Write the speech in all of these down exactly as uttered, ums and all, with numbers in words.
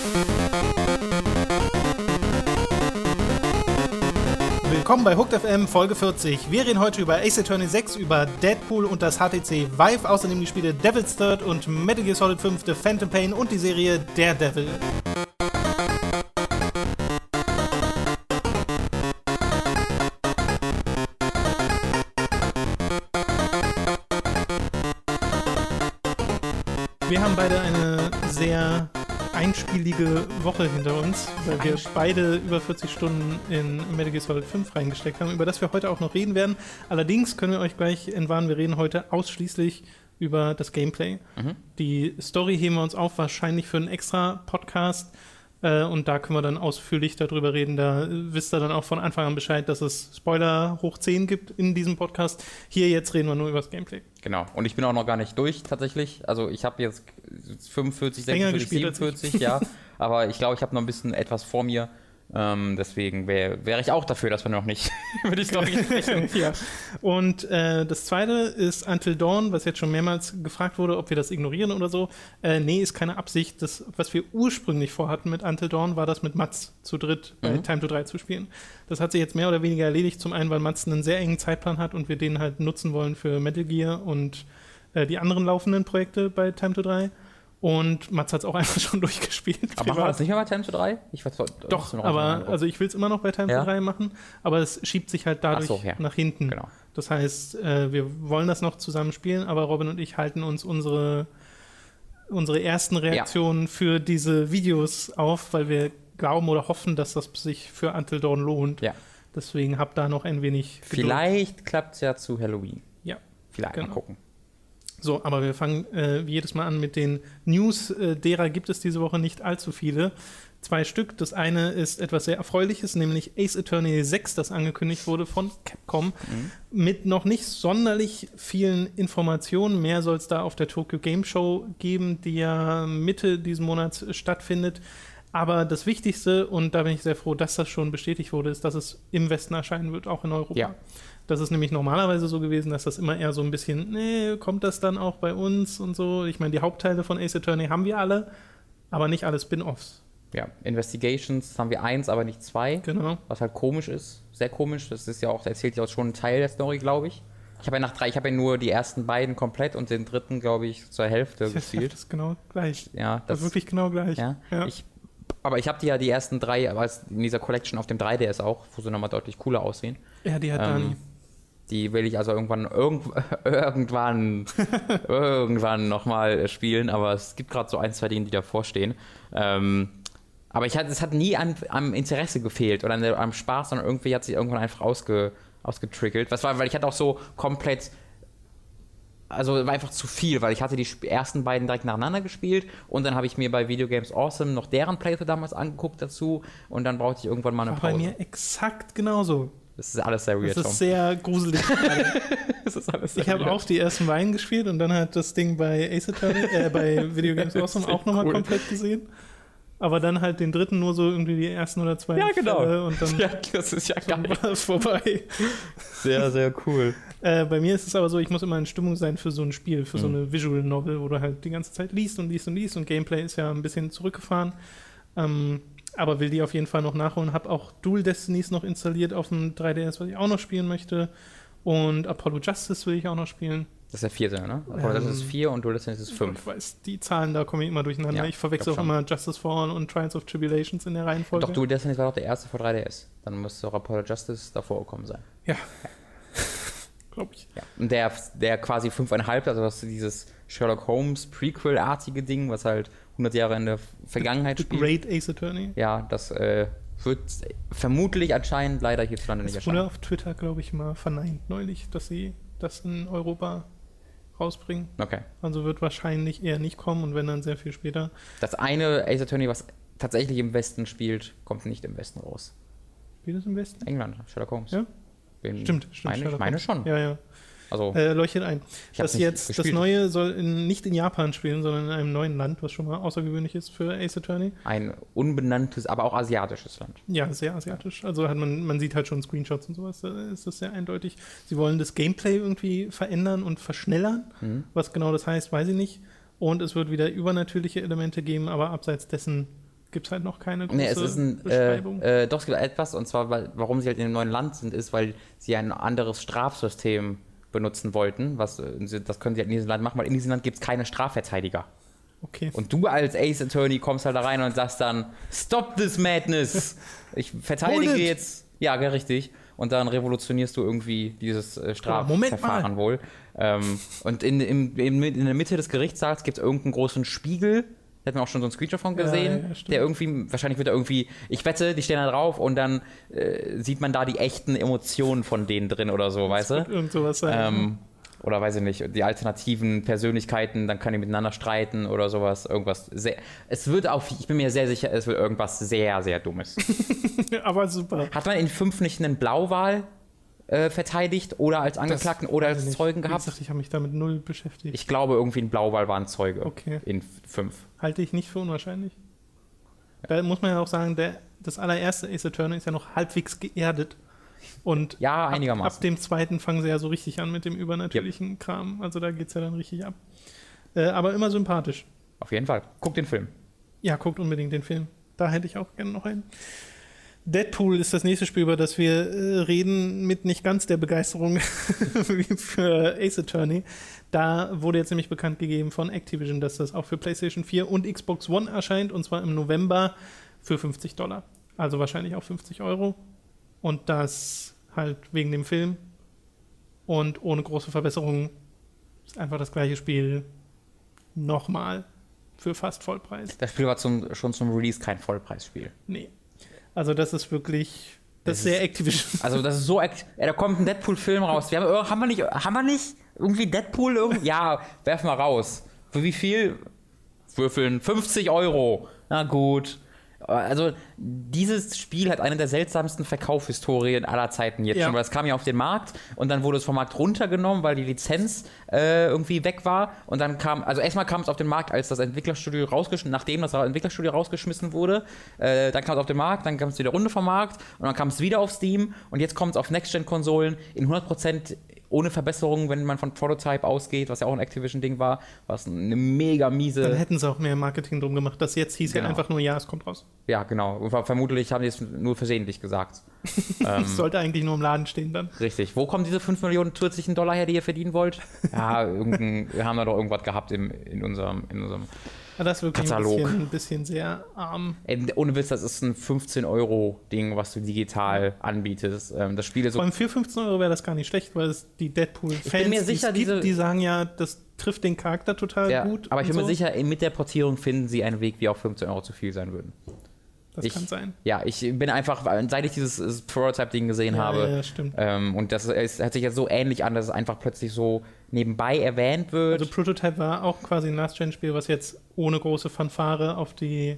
Willkommen bei Hooked F M Folge vierzig. Wir reden heute über Ace Attorney sechs, über Deadpool und das H T C Vive, außerdem die Spiele Devil's Third und Metal Gear Solid fünf, The Phantom Pain und die Serie Daredevil. Wir haben beide eine sehr einspielige Woche hinter uns, weil wir beide über vierzig Stunden in Metal Gear Solid fünf reingesteckt haben, über das wir heute auch noch reden werden. Allerdings können wir euch gleich entwarnen, wir reden heute ausschließlich über das Gameplay. Mhm. Die Story heben wir uns auf, wahrscheinlich für einen extra Podcast. Äh, und da können wir dann ausführlich darüber reden. Da wisst ihr dann auch von Anfang an Bescheid, dass es Spoiler hoch zehn gibt in diesem Podcast. Hier jetzt reden wir nur über das Gameplay. Genau. Und ich bin auch noch gar nicht durch tatsächlich. Also ich habe jetzt fünfundvierzig, sechsundvierzig, siebenundvierzig, ja. Aber ich glaube, ich habe noch ein bisschen etwas vor mir. Ähm, deswegen wäre wär ich auch dafür, dass wir noch nicht über die Story sprechen. Ja. Und äh, das zweite ist Until Dawn, was jetzt schon mehrmals gefragt wurde, ob wir das ignorieren oder so. Äh, nee, ist keine Absicht. Das, was wir ursprünglich vorhatten mit Until Dawn, war das mit Mats zu dritt bei mhm. Time to drei zu spielen. Das hat sich jetzt mehr oder weniger erledigt. Zum einen, weil Mats einen sehr engen Zeitplan hat und wir den halt nutzen wollen für Metal Gear und äh, die anderen laufenden Projekte bei Time to drei. Und Mats hat es auch einfach schon durchgespielt. Aber machen wir das nicht mehr bei Time to drei? Ich weiß, Doch, aber also ich will es immer noch bei Time ja? to drei machen, aber es schiebt sich halt dadurch so, ja. nach hinten. Genau. Das heißt, äh, wir wollen das noch zusammen spielen, aber Robin und ich halten uns unsere, unsere ersten Reaktionen ja. für diese Videos auf, weil wir glauben oder hoffen, dass das sich für Until Dawn lohnt. Ja. Deswegen habt da noch ein wenig Geduld. Vielleicht klappt es ja zu Halloween. Ja. Vielleicht, genau. Mal gucken. So, aber wir fangen äh, wie jedes Mal an mit den News. Äh, derer gibt es diese Woche nicht allzu viele. Zwei Stück. Das eine ist etwas sehr Erfreuliches, nämlich Ace Attorney sechs, das angekündigt wurde von Capcom, mhm. mit noch nicht sonderlich vielen Informationen. Mehr soll es da auf der Tokyo Game Show geben, die ja Mitte diesen Monats stattfindet. Aber das Wichtigste, und da bin ich sehr froh, dass das schon bestätigt wurde, ist, dass es im Westen erscheinen wird, auch in Europa. Ja. Das ist nämlich normalerweise so gewesen, dass das immer eher so ein bisschen, nee, kommt das dann auch bei uns und so. Ich meine, die Hauptteile von Ace Attorney haben wir alle, aber nicht alle Spin-Offs. Ja, Investigations haben wir eins, aber nicht zwei. Genau. Was halt komisch ist, sehr komisch. Das ist ja auch, erzählt ja auch schon einen Teil der Story, glaube ich. Ich habe ja nach drei, ich habe ja nur die ersten beiden komplett und den dritten, glaube ich, zur Hälfte das gespielt. Das ist genau gleich. Ja, das, das ist wirklich genau gleich. Ja, ja. Ich, aber ich habe die ja die ersten drei, als in dieser Collection auf dem drei D S auch, wo sie nochmal deutlich cooler aussehen. Ja, die hat ähm, Dani. Die will ich also irgendwann irgend, irgendwann irgendwann nochmal spielen, aber es gibt gerade so ein, zwei Dinge, die davor stehen. Ähm, aber ich hatte, es hat nie an, am Interesse gefehlt oder an der, am Spaß, sondern irgendwie hat sich irgendwann einfach ausge, ausgetriggert. Was war, weil ich hatte auch so komplett, also war einfach zu viel, weil ich hatte die ersten beiden direkt nacheinander gespielt und dann habe ich mir bei Video Games Awesome noch deren Playthrough damals angeguckt dazu und dann brauchte ich irgendwann mal eine Pause. War bei mir exakt genauso. Das ist alles sehr weird. Das ist sehr gruselig. Das ist alles sehr ich habe auch die ersten beiden gespielt und dann hat das Ding bei Ace Attorney, äh, bei Video Games Awesome auch nochmal cool. komplett gesehen. Aber dann halt den dritten nur so irgendwie die ersten oder zwei. Ja, genau. Fälle und dann ja, das ist ja geil. War es vorbei. Sehr, sehr cool. Äh, bei mir ist es aber so, ich muss immer in Stimmung sein für so ein Spiel, für mhm. so eine Visual Novel, wo du halt die ganze Zeit liest und liest und liest und Gameplay ist ja ein bisschen zurückgefahren. Ähm, aber will die auf jeden Fall noch nachholen. Hab auch Dual Destinies noch installiert auf dem drei D S, was ich auch noch spielen möchte. Und Apollo Justice will ich auch noch spielen. Das ist der vierte, ne? Apollo ähm, Justice ist vier und Dual Destinies ist fünf. Ich weiß, die Zahlen, da komme ich immer durcheinander. Ja, ich verwechsel auch immer Justice for All und Trials of Tribulations in der Reihenfolge. Doch, Dual Destinies war doch der erste vor drei D S. Dann müsste auch Apollo Justice davor gekommen sein. Ja. ja. Glaube ich. Ja. Und der, der quasi fünfeinhalb, also das dieses Sherlock Holmes Prequel-artige Ding, was halt hundert Jahre in der Vergangenheit The, the spielt. Great Ace Attorney. Ja, das äh, wird vermutlich anscheinend leider hierzulande nicht erscheinen. Das wurde auf Twitter, glaube ich, mal verneint neulich, dass sie das in Europa rausbringen. Okay. Also wird wahrscheinlich eher nicht kommen und wenn dann sehr viel später. Das eine Ace Attorney, was tatsächlich im Westen spielt, kommt nicht im Westen raus. Spielt es im Westen? England, Sherlock Holmes. Ja? Bin, stimmt, stimmt. Meine, ich meine schon. Ja, ja. Also, äh, leuchtet ein. Das jetzt, gespielt. das Neue soll in, nicht in Japan spielen, sondern in einem neuen Land, was schon mal außergewöhnlich ist für Ace Attorney. Ein unbenanntes, aber auch asiatisches Land. Ja, sehr asiatisch. Also hat man, man sieht halt schon Screenshots und sowas, da ist das sehr eindeutig. Sie wollen das Gameplay irgendwie verändern und verschnellern. Mhm. Was genau das heißt, weiß ich nicht. Und es wird wieder übernatürliche Elemente geben, aber abseits dessen gibt es halt noch keine große nee, es ist ein, Beschreibung. Äh, äh, doch, es gibt etwas, und zwar, weil, warum sie halt in einem neuen Land sind, ist, weil sie ein anderes Strafsystem benutzen wollten. Was, das können sie halt in diesem Land machen, weil in diesem Land gibt es keine Strafverteidiger. Okay. Und du als Ace Attorney kommst halt da rein und sagst dann, stop this madness! Ich verteidige jetzt. Ja, richtig. Und dann revolutionierst du irgendwie dieses äh, Strafverfahren wohl. Ähm, und in, in, in, in der Mitte des Gerichtssaals gibt es irgendeinen großen Spiegel. Da hat man auch schon so einen Screenshot von gesehen, ja, ja, der irgendwie, wahrscheinlich wird er irgendwie, ich wette, die stehen da drauf und dann äh, sieht man da die echten Emotionen von denen drin oder so, das weißt du? Irgend sowas sein. Ähm, oder weiß ich nicht, die alternativen Persönlichkeiten, dann können die miteinander streiten oder sowas, irgendwas. Sehr, es wird auf, ich bin mir sehr sicher, es wird irgendwas sehr, sehr Dummes. Aber super. Hat man in fünf nicht einen Blauwal äh, verteidigt oder als Angeklagten das oder als Zeugen gehabt? Wie gesagt, ich habe mich damit null beschäftigt. Ich glaube, irgendwie ein Blauwal war ein Zeuge. Okay. In fünf. Halte ich nicht für unwahrscheinlich. Ja. Da muss man ja auch sagen, der, das allererste Ace Attorney ist ja noch halbwegs geerdet. Und ja, ab, einigermaßen. ab dem zweiten fangen sie ja so richtig an mit dem übernatürlichen yep. Kram. Also da geht es ja dann richtig ab. Äh, aber immer sympathisch. Auf jeden Fall. Guckt den Film. Ja, guckt unbedingt den Film. Da hätte ich auch gerne noch einen. Deadpool ist das nächste Spiel, über das wir äh, reden, mit nicht ganz der Begeisterung wie für Ace Attorney. Da wurde jetzt nämlich bekannt gegeben von Activision, dass das auch für PlayStation vier und Xbox One erscheint, und zwar im November für fünfzig Dollar. Also wahrscheinlich auch fünfzig Euro. Und das halt wegen dem Film und ohne große Verbesserungen. Ist einfach das gleiche Spiel nochmal für fast Vollpreis. Das Spiel war zum, schon zum Release kein Vollpreisspiel. Nee. Also das ist wirklich, das, das ist sehr Activision. Also das ist so, ja, da kommt ein Deadpool-Film raus. Wir haben, haben, wir nicht, haben wir nicht irgendwie Deadpool? Irgendwie? Ja, werfen wir raus. Für wie viel? Würfeln fünfzig Euro. Na gut. Also dieses Spiel hat eine der seltsamsten Verkaufshistorien aller Zeiten jetzt ja. schon, weil es kam ja auf den Markt und dann wurde es vom Markt runtergenommen, weil die Lizenz äh, irgendwie weg war, und dann kam, also erstmal kam es auf den Markt, als das Entwicklerstudio rausgeschmissen, nachdem das Entwicklerstudio rausgeschmissen wurde, äh, dann kam es auf den Markt, dann kam es wieder runter vom Markt und dann kam es wieder auf Steam und jetzt kommt es auf Next-Gen-Konsolen in hundert Prozent ohne Verbesserungen, wenn man von Prototype ausgeht, was ja auch ein Activision-Ding war, was eine mega miese... Dann hätten sie auch mehr Marketing drum gemacht. Das jetzt hieß genau. ja einfach nur, ja, es kommt raus. Ja, genau. Und vermutlich haben die es nur versehentlich gesagt. ähm, sollte eigentlich nur im Laden stehen dann. Richtig. Wo kommen diese fünf Millionen zusätzlichen Dollar her, die ihr verdienen wollt? Ja, wir haben da doch irgendwas gehabt im, in unserem, in unserem ja, das ist wirklich Katalog. Ein bisschen, ein bisschen sehr arm. Ey, ohne Witz, das ist ein fünfzehn Euro Ding, was du digital anbietest. Ähm, das Spiel ist so. Vor allem für fünfzehn Euro wäre das gar nicht schlecht, weil es die Deadpool-Fans, mir sicher, die es diese gibt, die sagen ja, das trifft den Charakter total ja, gut. Aber ich bin so. mir sicher, mit der Portierung finden sie einen Weg, wie auch fünfzehn Euro zu viel sein würden. Das ich, kann sein. Ja, ich bin einfach, seit ich dieses Prototype-Ding gesehen ja, habe, ja, stimmt. Ähm, und das ist, hört sich jetzt so ähnlich an, dass es einfach plötzlich so nebenbei erwähnt wird. Also Prototype war auch quasi ein Last-Gen-Spiel, was jetzt ohne große Fanfare auf die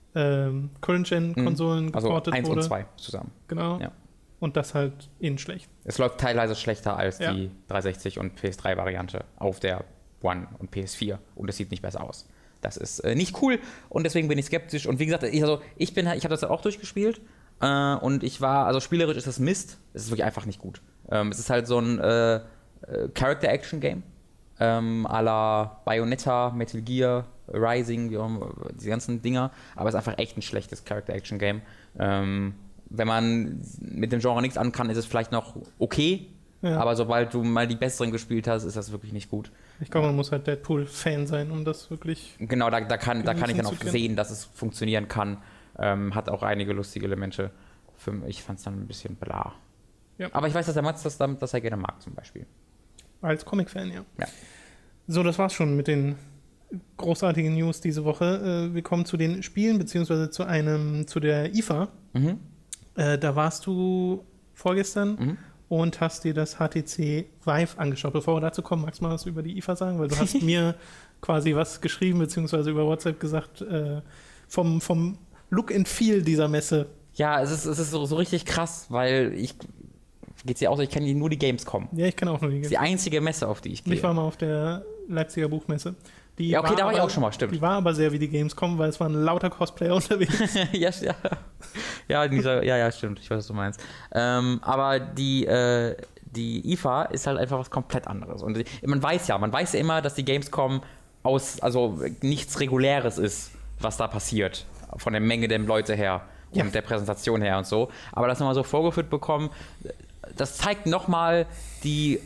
ähm, Current-Gen-Konsolen also geportet eins wurde. Und zwei zusammen. Genau. Ja. Und das halt innen schlecht. Es läuft teilweise schlechter als ja. die dreihundertsechzig und P S drei Variante auf der One und P S vier. Und es sieht nicht besser aus. Das ist äh, nicht cool und deswegen bin ich skeptisch. Und wie gesagt, ich, also, ich, bin, ich habe das auch durchgespielt äh, und ich war, also spielerisch ist das Mist. Es ist wirklich einfach nicht gut. Ähm, es ist halt so ein äh, äh, Character-Action-Game ähm, à la Bayonetta, Metal Gear, Rising, wie auch immer, diese ganzen Dinger. Aber es ist einfach echt ein schlechtes Character-Action-Game. Ähm, wenn man mit dem Genre nichts an kann, ist es vielleicht noch okay. Ja. Aber sobald du mal die besseren gespielt hast, ist das wirklich nicht gut. Ich glaube, man muss halt Deadpool-Fan sein, um das wirklich. Genau, da, da, kann, da kann ich dann auch sehen, dass es funktionieren kann. Ähm, hat auch einige lustige Elemente. Für mich, ich fand es dann ein bisschen bla. Ja. Aber ich weiß, dass der Mats das, das er gerne mag, zum Beispiel. Als Comic-Fan, ja. ja. So, das war's schon mit den großartigen News diese Woche. Wir kommen zu den Spielen, beziehungsweise zu einem, zu der I F A. Mhm. Äh, da warst du vorgestern. Mhm. Und hast dir das H T C Vive angeschaut. Bevor wir dazu kommen, magst du mal was über die I F A sagen? Weil du hast mir quasi was geschrieben, beziehungsweise über WhatsApp gesagt, äh, vom, vom Look and Feel dieser Messe. Ja, es ist, es ist so, so richtig krass, weil ich, geht's dir auch so, ich kenne nur die Gamescom. Ja, ich kenne auch nur die Gamescom. Das ist die einzige Messe, auf die ich gehe. Ich war mal auf der Leipziger Buchmesse. Die ja, okay, da war aber, ich auch schon mal, stimmt. Die war aber sehr wie die Gamescom, weil es waren lauter Cosplayer unterwegs. ja, ja. Ja, dieser, ja, ja, stimmt. Ich weiß, was du meinst. Ähm, aber die, äh, die I F A ist halt einfach was komplett anderes. Und man weiß ja, man weiß ja immer, dass die Gamescom aus, also nichts Reguläres ist, was da passiert. von der Menge der Leute her und ja. der Präsentation her und so. Aber das nochmal so vorgeführt bekommen, das zeigt nochmal die...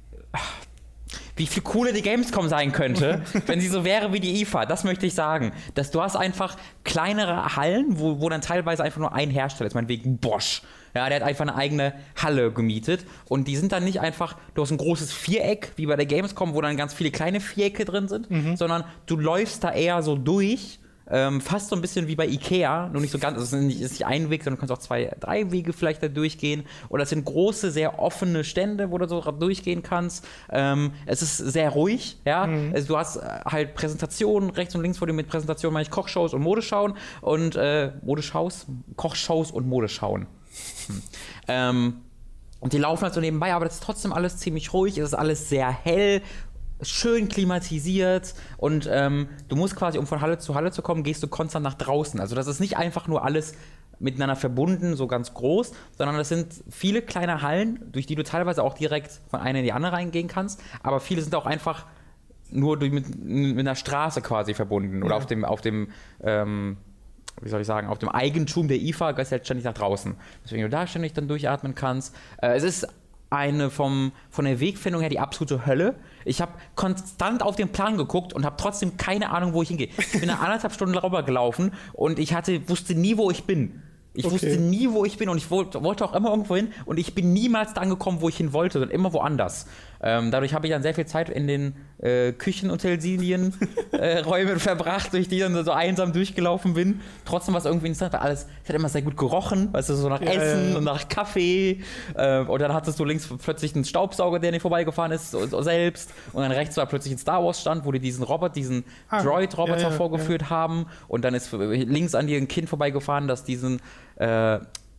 wie viel cooler die Gamescom sein könnte, wenn sie so wäre wie die I F A. Das möchte ich sagen. Dass du hast einfach kleinere Hallen, wo, wo dann teilweise einfach nur ein Hersteller ist, meinetwegen Bosch. Ja, der hat einfach eine eigene Halle gemietet und die sind dann nicht einfach, du hast ein großes Viereck, wie bei der Gamescom, wo dann ganz viele kleine Vierecke drin sind, mhm. sondern du läufst da eher so durch, ähm, fast so ein bisschen wie bei Ikea, nur nicht so ganz, also es ist nicht, ist nicht ein Weg, sondern du kannst auch zwei, drei Wege vielleicht da durchgehen. Oder es sind große, sehr offene Stände, wo du so durchgehen kannst. Ähm, es ist sehr ruhig, ja. Mhm. Also du hast halt Präsentationen, rechts und links vor dir mit Präsentationen, meine ich Kochshows und Modeschauen und äh, Modeschaus, Kochshows und Modeschauen. Hm. Ähm, und die laufen halt so nebenbei, aber das ist trotzdem alles ziemlich ruhig, es ist alles sehr hell, schön klimatisiert und ähm, du musst quasi, um von Halle zu Halle zu kommen, gehst du konstant nach draußen. Also das ist nicht einfach nur alles miteinander verbunden, so ganz groß, sondern das sind viele kleine Hallen, durch die du teilweise auch direkt von einer in die andere reingehen kannst, aber viele sind auch einfach nur durch, mit, mit einer Straße quasi verbunden oder ja. auf dem, auf dem ähm, wie soll ich sagen, auf dem Eigentum der I F A gehst du halt ständig nach draußen. Deswegen du da ständig dann durchatmen kannst. Äh, es ist eine vom, von der Wegfindung her die absolute Hölle. Ich habe konstant auf den Plan geguckt und habe trotzdem keine Ahnung, wo ich hingehe. Ich bin eine anderthalb Stunden darüber gelaufen und ich hatte, wusste nie, wo ich bin. Ich okay. wusste nie, wo ich bin und ich wollte, wollte auch immer irgendwo hin und ich bin niemals da angekommen, wo ich hin wollte, sondern immer woanders. Ähm, dadurch habe ich dann sehr viel Zeit in den äh, Küchenutensilien äh, Räumen verbracht, durch die ich dann so einsam durchgelaufen bin. Trotzdem war es irgendwie interessant, weil alles, es hat immer sehr gut gerochen, weißt du, so nach ja, Essen ja. und nach Kaffee. Äh, und dann hattest du links plötzlich einen Staubsauger, der nicht vorbeigefahren ist, so, so selbst. Und dann rechts war plötzlich ein Star Wars Stand, wo die diesen Roboter, diesen ah, Droid-Roboter ja, ja, vorgeführt ja. haben. Und dann ist links an dir ein Kind vorbeigefahren, das diesen Äh,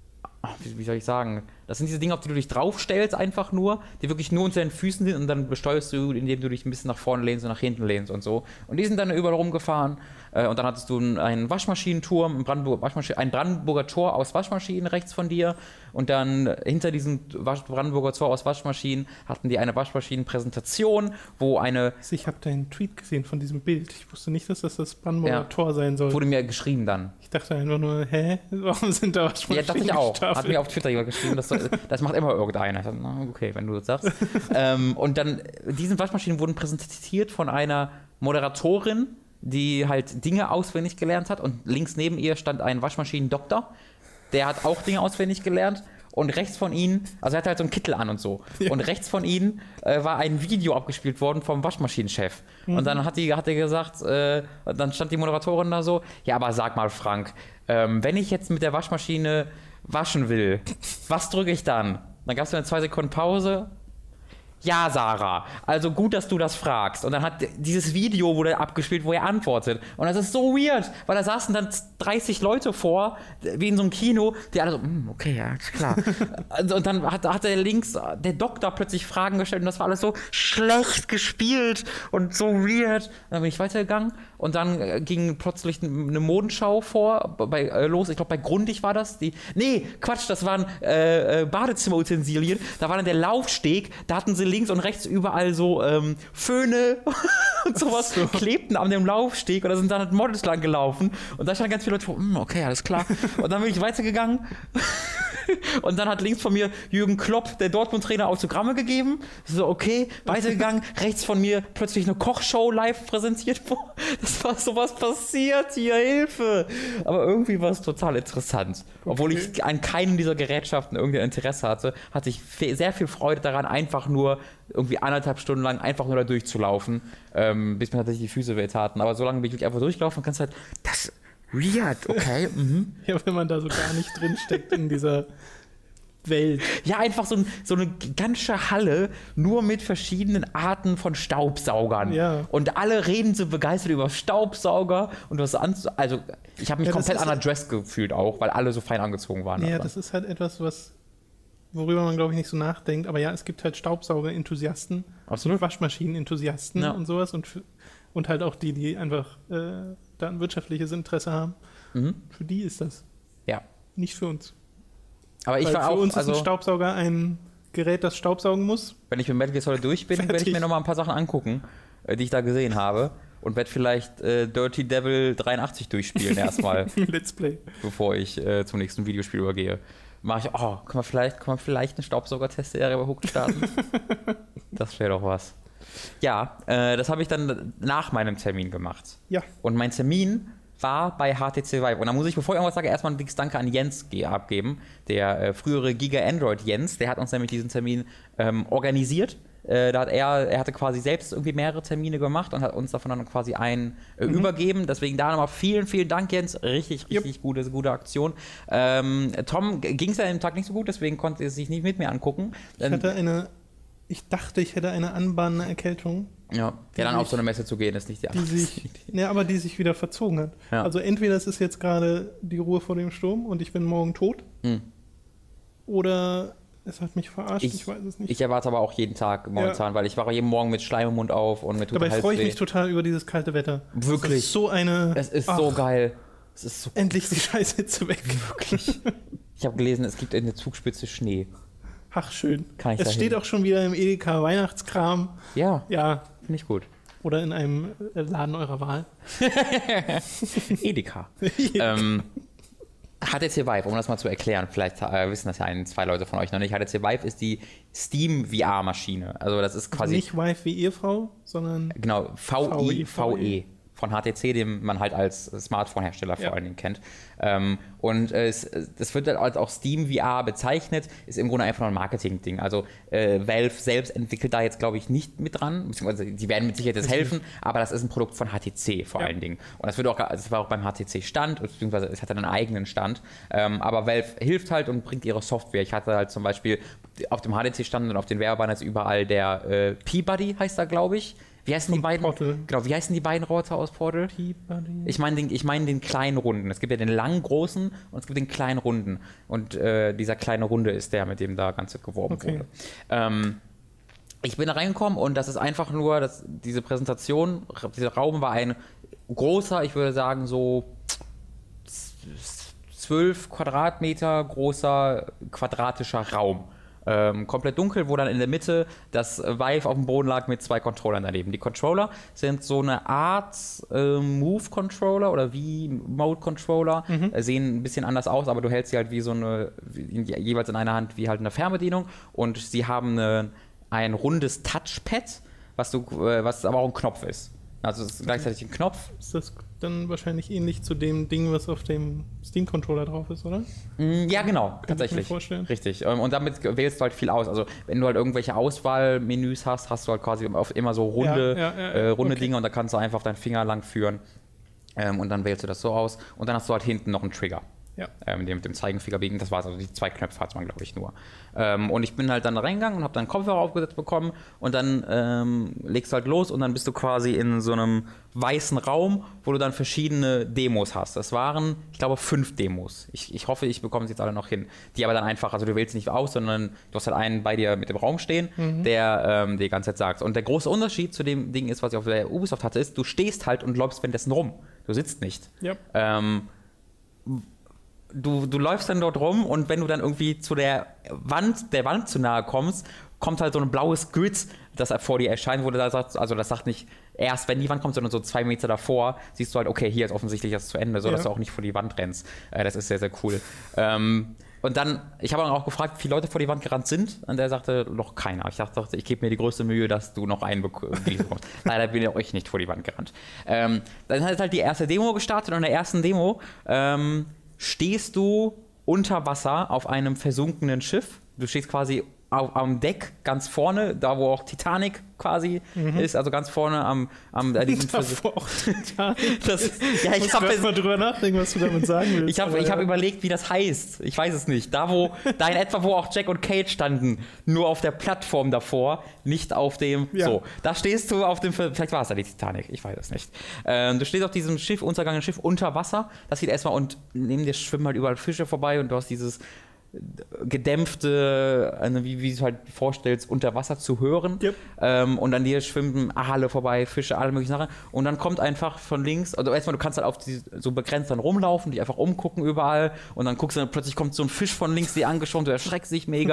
wie, wie soll ich sagen, das sind diese Dinge, auf die du dich draufstellst einfach nur, die wirklich nur unter den Füßen sind und dann besteuerst du, indem du dich ein bisschen nach vorne lehnst und nach hinten lehnst und so. Und die sind dann überall rumgefahren äh, und dann hattest du einen Waschmaschinenturm, ein, Brandenburg, Waschmaschinen, ein Brandenburger Tor aus Waschmaschinen rechts von dir und dann hinter diesem Wasch, Brandenburger Tor aus Waschmaschinen hatten die eine Waschmaschinenpräsentation, wo eine... Ich habe deinen Tweet gesehen von diesem Bild. Ich wusste nicht, dass das das Brandenburger ja, Tor sein soll. Wurde mir geschrieben dann. Ich dachte einfach nur, hä? Warum sind da Waschmaschinen? Ja, dachte ich auch. Hat mir auf Twitter jemand geschrieben, das, das macht immer irgendeiner. Ich dachte, na, okay, wenn du das sagst. ähm, und dann, diese Waschmaschinen wurden präsentiert von einer Moderatorin, die halt Dinge auswendig gelernt hat und links neben ihr stand ein Waschmaschinen-Doktor, der hat auch Dinge auswendig gelernt. Und rechts von ihnen, also er hatte halt so einen Kittel an und so. Ja. Und rechts von ihnen äh, war ein Video abgespielt worden vom Waschmaschinenchef. Mhm. Und dann hat, die, hat er gesagt, äh, dann stand die Moderatorin da so, ja, aber sag mal, Frank, ähm, wenn ich jetzt mit der Waschmaschine waschen will, was drücke ich dann? Dann gab es eine zwei Sekunden Pause. Ja, Sarah, also gut, dass du das fragst. Und dann hat dieses Video wurde abgespielt, wo er antwortet. Und das ist so weird, weil da saßen dann dreißig Leute vor, wie in so einem Kino, die alle so, mm, okay, ja, ist klar. Und dann hat, hat der links, der Doktor plötzlich Fragen gestellt und das war alles so schlecht gespielt und so weird. Und dann bin ich weitergegangen und dann äh, ging plötzlich eine Modenschau vor, bei, äh, los, ich glaube bei Grundig war das. Die, nee, Quatsch, das waren äh, äh, Badezimmerutensilien. Da war dann der Laufsteg, da hatten sie links und rechts überall so ähm, Föhne und sowas so. Klebten an dem Laufsteg und da sind dann halt Models lang gelaufen und da standen ganz viele Leute vor, mm, okay, alles klar. Und dann bin ich weitergegangen und dann hat links von mir Jürgen Klopp, der Dortmund-Trainer, Autogramme gegeben. So, okay, weitergegangen. Rechts von mir plötzlich eine Kochshow live präsentiert. Das war sowas passiert hier, Hilfe. Aber irgendwie war es total interessant. Okay. Obwohl ich an keinem dieser Gerätschaften irgendein Interesse hatte, hatte ich sehr viel Freude daran, einfach nur irgendwie anderthalb Stunden lang einfach nur da durchzulaufen, ähm, bis mir tatsächlich die Füße weh taten. Aber so lange bin ich wirklich einfach durchgelaufen und kannst halt, das weird, okay. Mhm. Ja, wenn man da so gar nicht drinsteckt in dieser Welt. Ja, einfach so, ein, so eine ganze Halle, nur mit verschiedenen Arten von Staubsaugern. Ja. Und alle reden so begeistert über Staubsauger und was an. Also, ich habe mich ja, komplett underdressed gefühlt auch, weil alle so fein angezogen waren. Ja, aber das ist halt etwas, was worüber man, glaube ich, nicht so nachdenkt. Aber ja, es gibt halt Staubsauger-Enthusiasten, Waschmaschinen-Enthusiasten ja. und sowas und, und halt auch die, die einfach äh, da ein wirtschaftliches Interesse haben. Mhm. Für die ist das. Ja. Nicht für uns. Aber ich Weil war für auch, uns also, ist ein Staubsauger ein Gerät, das staubsaugen muss. Wenn ich mit Metal Gear Solid durch bin, werde ich mir nochmal ein paar Sachen angucken, die ich da gesehen habe. und werde vielleicht äh, Dirty Devil dreiundachtzig durchspielen erstmal. Let's Play. Bevor ich äh, zum nächsten Videospiel übergehe. Mache ich, oh, kann man vielleicht, kann man vielleicht eine Staubsauger-Testserie bei Hooked starten? Das wäre doch was. Ja, äh, das habe ich dann nach meinem Termin gemacht. Ja. Und mein Termin war bei H T C Vive. Und da muss ich, bevor ich irgendwas sage, erstmal ein dickes Danke an Jens abgeben. Der äh, frühere Giga Android Jens, der hat uns nämlich diesen Termin ähm, organisiert. Äh, da hat er, er hatte quasi selbst irgendwie mehrere Termine gemacht und hat uns davon dann quasi einen äh, mhm. übergeben. Deswegen da nochmal vielen, vielen Dank, Jens. Richtig, richtig yep. gute, gute Aktion. Ähm, Tom ging es ja an dem Tag nicht so gut, deswegen konnte er sich nicht mit mir angucken. Ich hatte eine, ich dachte, ich hätte eine anbahnende Erkältung. Ja, ja dann auf so eine Messe zu gehen, ist nicht die die sich, ne, aber die sich wieder verzogen hat. Ja. Also entweder es ist jetzt gerade die Ruhe vor dem Sturm und ich bin morgen tot, hm. oder es hat mich verarscht, ich, ich weiß es nicht. Ich erwarte aber auch jeden Tag momentan, ja. weil ich wache jeden Morgen mit Schleim im Mund auf und mit Dabei freue ich mich total über dieses kalte Wetter. Wirklich. Es ist so eine... Es ist ach, so geil. Es ist so endlich die Scheißhitze weg. Wirklich. Ich habe gelesen, es gibt in der Zugspitze Schnee. Ach, schön. Kann ich es steht auch schon wieder im Edeka Weihnachtskram. Ja, ja. Finde ich gut. Oder in einem Laden eurer Wahl. Edeka. ähm, H T C Vive, um das mal zu erklären, vielleicht äh, wissen das ja ein, zwei Leute von euch noch nicht. H T C Vive ist die Steam V R-Maschine. Also das ist quasi... Also nicht Vive wie Ehefrau, sondern... Genau, V I V E. Von H T C, den man halt als Smartphone-Hersteller vor ja. allen Dingen kennt. Ähm, und äh, es, das wird halt als auch Steam V R bezeichnet, ist im Grunde einfach nur ein Marketing-Ding. Also äh, Valve selbst entwickelt da jetzt, glaube ich, nicht mit dran, beziehungsweise die werden mit Sicherheit jetzt helfen, aber das ist ein Produkt von H T C vor ja. allen Dingen. Und das wird auch, das war auch beim H T C-Stand, beziehungsweise es hat einen eigenen Stand. Ähm, aber Valve hilft halt und bringt ihre Software. Ich hatte halt zum Beispiel auf dem H T C-Stand und auf den Werbebannern jetzt überall der äh, Peabody, heißt er, glaube ich. Wie heißen die beiden? Portal. Genau, wie heißen die beiden Roboter aus Portal? Ich meine den, ich mein den kleinen Runden. Es gibt ja den langen, großen und es gibt den kleinen Runden. Und äh, dieser kleine Runde ist der, mit dem da Ganze geworben okay. wurde. Ähm, ich bin da reingekommen und das ist einfach nur, dass diese Präsentation, dieser Raum war ein großer, ich würde sagen so zwölf Quadratmeter großer quadratischer Raum. Ähm, komplett dunkel, wo dann in der Mitte das Vive auf dem Boden lag mit zwei Controllern daneben. Die Controller sind so eine Art äh, Move-Controller oder wie Mode-Controller, mhm. äh, sehen ein bisschen anders aus, aber du hältst sie halt wie so eine, wie, jeweils in einer Hand wie halt eine Fernbedienung und sie haben eine, ein rundes Touchpad, was, du, äh, was aber auch ein Knopf ist. Also es ist gleichzeitig ein Knopf. Ist das dann wahrscheinlich ähnlich zu dem Ding, was auf dem Steam-Controller drauf ist, oder? Ja, genau, Kann tatsächlich. Ich mir vorstellen. Richtig. Und damit wählst du halt viel aus. Also wenn du halt irgendwelche Auswahlmenüs hast, hast du halt quasi immer so runde, ja, ja, ja, äh, runde okay. Dinge und da kannst du einfach deinen Finger lang führen ähm, und dann wählst du das so aus. Und dann hast du halt hinten noch einen Trigger. Ja. Ähm, mit, dem, mit dem Zeigenfinger biegen, das war's. Also die zwei Knöpfe hat man, glaube ich, nur. Ähm, und ich bin halt dann reingegangen und habe dann Kopfhörer aufgesetzt bekommen und dann ähm, legst du halt los und dann bist du quasi in so einem weißen Raum, wo du dann verschiedene Demos hast. Das waren, ich glaube, fünf Demos. Ich, ich hoffe, ich bekomme sie jetzt alle noch hin. Die aber dann einfach, also du wählst nicht aus, sondern du hast halt einen bei dir mit dem Raum stehen, mhm. der ähm, die ganze Zeit sagt. Und der große Unterschied zu dem Ding ist, was ich auf der Ubisoft hatte, ist, du stehst halt und läufst währenddessen rum. Du sitzt nicht. Ja. Ähm, Du, du läufst dann dort rum und wenn du dann irgendwie zu der Wand, der Wand zu nahe kommst, kommt halt so ein blaues Grid, das vor dir erscheint, wo du da sagst, also das sagt nicht erst, wenn die Wand kommt, sondern so zwei Meter davor, siehst du halt, okay, hier ist offensichtlich das zu Ende, sodass ja. du auch nicht vor die Wand rennst. Äh, das ist sehr, sehr cool. Ähm, und dann, ich habe dann auch gefragt, wie viele Leute vor die Wand gerannt sind und der sagte, noch keiner. Ich dachte, ich gebe mir die größte Mühe, dass du noch einen bekommst. Leider bin ich euch nicht vor die Wand gerannt. Ähm, dann hat halt die erste Demo gestartet und in der ersten Demo ähm, stehst du unter Wasser auf einem versunkenen Schiff. Du stehst quasi auf, am Deck ganz vorne, da wo auch Titanic quasi mhm. ist, also ganz vorne am, am äh, diesem Davor auch Titanic. Das, ja, ich habe mal drüber nachdenken, was du damit sagen willst. Ich habe ja. hab überlegt, wie das heißt. Ich weiß es nicht. Da wo, da in etwa, wo auch Jack und Kate standen, nur auf der Plattform davor, nicht auf dem. Ja. So, da stehst du auf dem. Vielleicht war es da die Titanic. Ich weiß es nicht. Ähm, du stehst auf diesem Schiff, untergegangenen Schiff unter Wasser. Das sieht erstmal und neben dir schwimmen halt überall Fische vorbei und du hast dieses gedämpfte, also wie, wie du es halt vorstellst, unter Wasser zu hören. Yep. Ähm, und an dir schwimmen Aale vorbei, Fische, alle möglichen Sachen. Und dann kommt einfach von links, also erstmal, du kannst halt auf die, so begrenzt dann rumlaufen, die einfach umgucken überall. Und dann guckst du, dann plötzlich kommt so ein Fisch von links dir angeschaut, du erschreckst dich mega.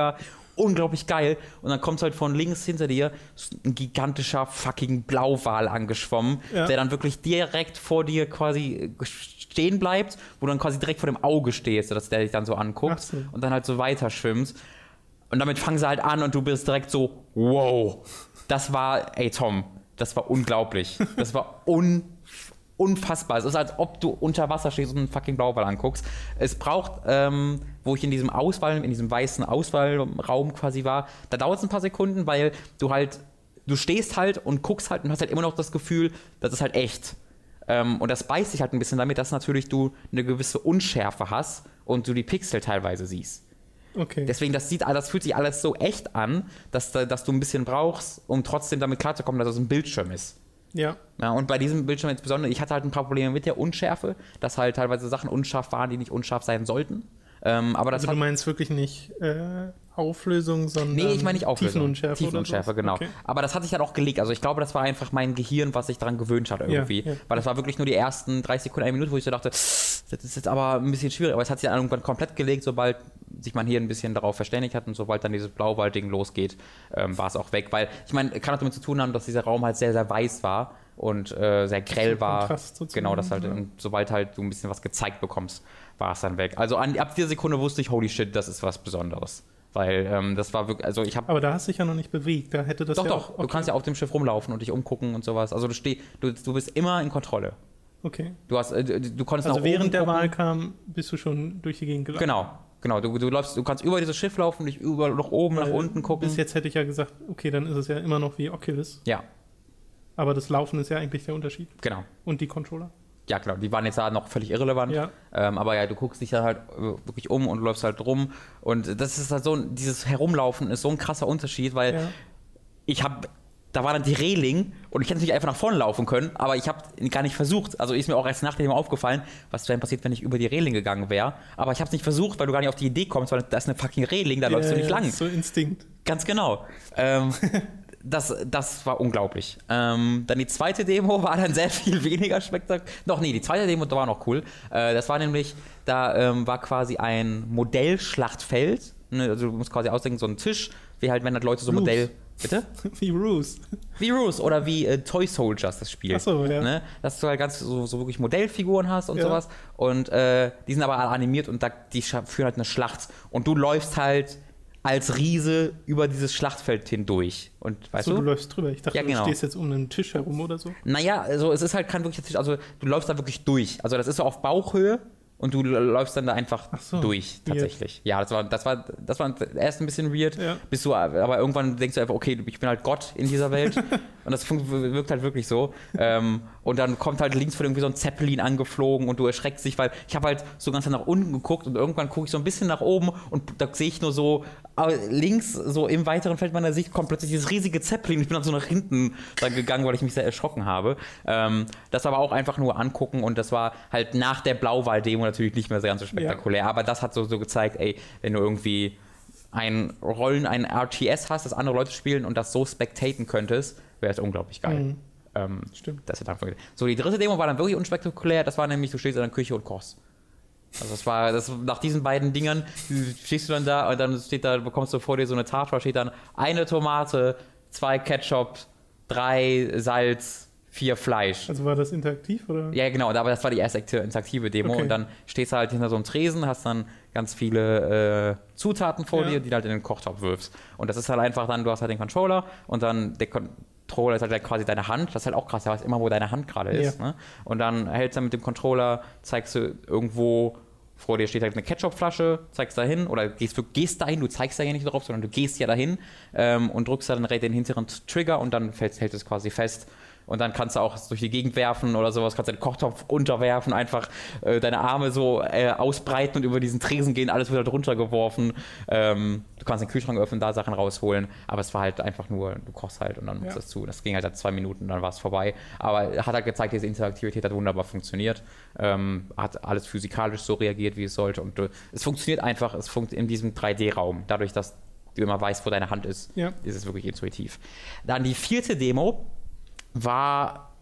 unglaublich geil. Und dann kommt halt von links hinter dir ein gigantischer fucking Blauwal angeschwommen, ja. der dann wirklich direkt vor dir quasi stehen bleibt, wo du dann quasi direkt vor dem Auge stehst, dass der dich dann so anguckt so. Und dann halt so weiter schwimmt. Und damit fangen sie halt an und du bist direkt so, wow. Das war, ey Tom, das war unglaublich. Das war un, unfassbar. Es ist, als ob du unter Wasser stehst und einen fucking Blauwal anguckst. Es braucht, ähm, wo ich in diesem Auswahl, in diesem weißen Auswahlraum quasi war, da dauert es ein paar Sekunden, weil du halt, du stehst halt und guckst halt und hast halt immer noch das Gefühl, das ist halt echt. Ähm, und das beißt sich halt ein bisschen damit, dass natürlich du eine gewisse Unschärfe hast und du die Pixel teilweise siehst. Okay. Deswegen, das, sieht, das fühlt sich alles so echt an, dass, dass du ein bisschen brauchst, um trotzdem damit klarzukommen, dass es ein Bildschirm ist. Ja. Ja. Und bei diesem Bildschirm insbesondere, ich hatte halt ein paar Probleme mit der Unschärfe, dass halt teilweise Sachen unscharf waren, die nicht unscharf sein sollten. Ähm, aber das also hat, du meinst wirklich nicht äh, Auflösung, sondern nee, ich meine nicht Auflösung. Tiefenunschärfe. Tiefenunschärfe, genau. Okay. Aber das hat sich halt auch gelegt. Also ich glaube, das war einfach mein Gehirn, was sich daran gewöhnt hat irgendwie. Ja, ja. Weil das war wirklich nur die ersten dreißig Sekunden, eine Minute, wo ich so dachte, das ist jetzt aber ein bisschen schwierig. Aber es hat sich dann irgendwann komplett gelegt, sobald sich man hier ein bisschen darauf verständigt hat und sobald dann dieses Blauwal-Ding losgeht, ähm, war es auch weg. Weil, ich meine, kann auch damit zu tun haben, dass dieser Raum halt sehr, sehr weiß war und äh, sehr grell war. Genau, das halt, ja. Und sobald halt du ein bisschen was gezeigt bekommst, war es dann weg. Also an, ab dieser Sekunde wusste ich, holy shit, das ist was Besonderes. Weil ähm, das war wirklich, also ich habe... Aber da hast du dich ja noch nicht bewegt, da hätte das doch, ja doch, auch, du okay. kannst ja auf dem Schiff rumlaufen und dich umgucken und sowas. Also du steh, du, du bist immer in Kontrolle. Okay. Du hast, äh, du, du konntest also nach während oben der gucken. Wahl kam, bist du schon durch die Gegend gelaufen? Genau, genau. Du, du, läufst, du kannst über dieses Schiff laufen, dich über, nach oben, Weil nach unten gucken. Bis jetzt hätte ich ja gesagt, okay, dann ist es ja immer noch wie Oculus. Ja. Aber das Laufen ist ja eigentlich der Unterschied. Genau. Und die Controller? Ja, genau. Die waren jetzt da noch völlig irrelevant. Ja. Ähm, aber ja, du guckst dich da halt wirklich um und läufst halt rum. Und das ist halt so, dieses Herumlaufen ist so ein krasser Unterschied, weil ja. ich habe, da war dann die Reling und ich hätte nicht einfach nach vorne laufen können, aber ich habe gar nicht versucht. Also ist mir auch erst nachdem aufgefallen, was wäre passiert, wenn ich über die Reling gegangen wäre. Aber ich habe es nicht versucht, weil du gar nicht auf die Idee kommst, weil da ist eine fucking Reling, da ja, läufst du nicht lang. So Instinkt. Ganz genau. Ähm, Das, das war unglaublich. Ähm, dann die zweite Demo war dann sehr viel weniger spektakulär. Doch, nee, die zweite Demo war noch cool. Äh, das war nämlich, da ähm, war quasi ein Modellschlachtfeld. Ne? Also du musst quasi ausdenken, so ein Tisch, wie halt, wenn halt Leute so Ruse. Modell... Bitte? Wie Ruse. Wie Ruse oder wie äh, Toy Soldiers, das Spiel. Ach so, ja. Ne? Dass du halt ganz so, so wirklich Modellfiguren hast und ja. sowas. Und äh, die sind aber alle animiert und da, die führen halt eine Schlacht. Und du läufst halt als Riese über dieses Schlachtfeld hindurch. Und weißt so, du? du läufst drüber. Ich dachte, ja, genau. du stehst jetzt um einen Tisch herum oder so. Naja, also es ist halt kein wirklicher Tisch, also du läufst da wirklich durch. Also das ist so auf Bauchhöhe und du läufst dann da einfach so, durch, tatsächlich. Weird. Ja, das war, das war, das war erst ein bisschen weird, ja. Bis du, aber irgendwann denkst du einfach, okay, ich bin halt Gott in dieser Welt. Und das wirkt halt wirklich so. ähm, und dann kommt halt links von irgendwie so ein Zeppelin angeflogen und du erschreckst dich, weil ich habe halt so ganz nach unten geguckt und irgendwann gucke ich so ein bisschen nach oben und da sehe ich nur so, links, so im weiteren Feld meiner Sicht, kommt plötzlich dieses riesige Zeppelin. Ich bin dann so nach hinten dann gegangen, weil ich mich sehr erschrocken habe. Ähm, das aber auch einfach nur angucken und das war halt nach der Blauwal-Demo natürlich nicht mehr ganz so spektakulär. Ja. Aber das hat so, so gezeigt, ey, wenn du irgendwie ein Rollen, ein R T S hast, das andere Leute spielen und das so spectaten könntest, wäre es unglaublich geil. Mhm. Ähm, Stimmt. Das dann so, die dritte Demo war dann wirklich unspektakulär. Das war nämlich, du stehst in der Küche und kochst. Also das war, das, nach diesen beiden Dingern stehst du dann da und dann steht da, bekommst du vor dir so eine Tafel, da steht dann eine Tomate, zwei Ketchup, drei Salz, vier Fleisch. Also war das interaktiv, oder? Ja, genau, aber das war die erste interaktive Demo okay. Und dann stehst du halt hinter so einem Tresen, hast dann ganz viele äh, Zutaten vor ja. dir, die du halt in den Kochtopf wirfst. Und das ist halt einfach dann, du hast halt den Controller und dann der Controller ist halt quasi deine Hand. Das ist halt auch krass, du weißt immer, wo deine Hand gerade ist. Ja. Ne? Und dann hältst du mit dem Controller, zeigst du irgendwo, vor dir steht halt eine Ketchupflasche, zeigst da hin oder gehst, du gehst dahin, du zeigst da ja nicht drauf, sondern du gehst ja dahin ähm, und drückst dann den hinteren Trigger und dann fällt, hält es quasi fest. Und dann kannst du auch durch die Gegend werfen oder sowas, kannst den Kochtopf unterwerfen, einfach äh, deine Arme so äh, ausbreiten und über diesen Tresen gehen, alles wieder drunter geworfen. Ähm, du kannst den Kühlschrank öffnen, da Sachen rausholen, aber es war halt einfach nur, du kochst halt und dann machst ja. das zu. Das ging halt seit zwei Minuten, dann war es vorbei. Aber hat halt gezeigt, diese Interaktivität hat wunderbar funktioniert. Ähm, hat alles physikalisch so reagiert, wie es sollte. Und äh, es funktioniert einfach, es funktioniert in diesem drei D-Raum. Dadurch, dass du immer weißt, wo deine Hand ist, ja. ist es wirklich intuitiv. Dann die vierte Demo war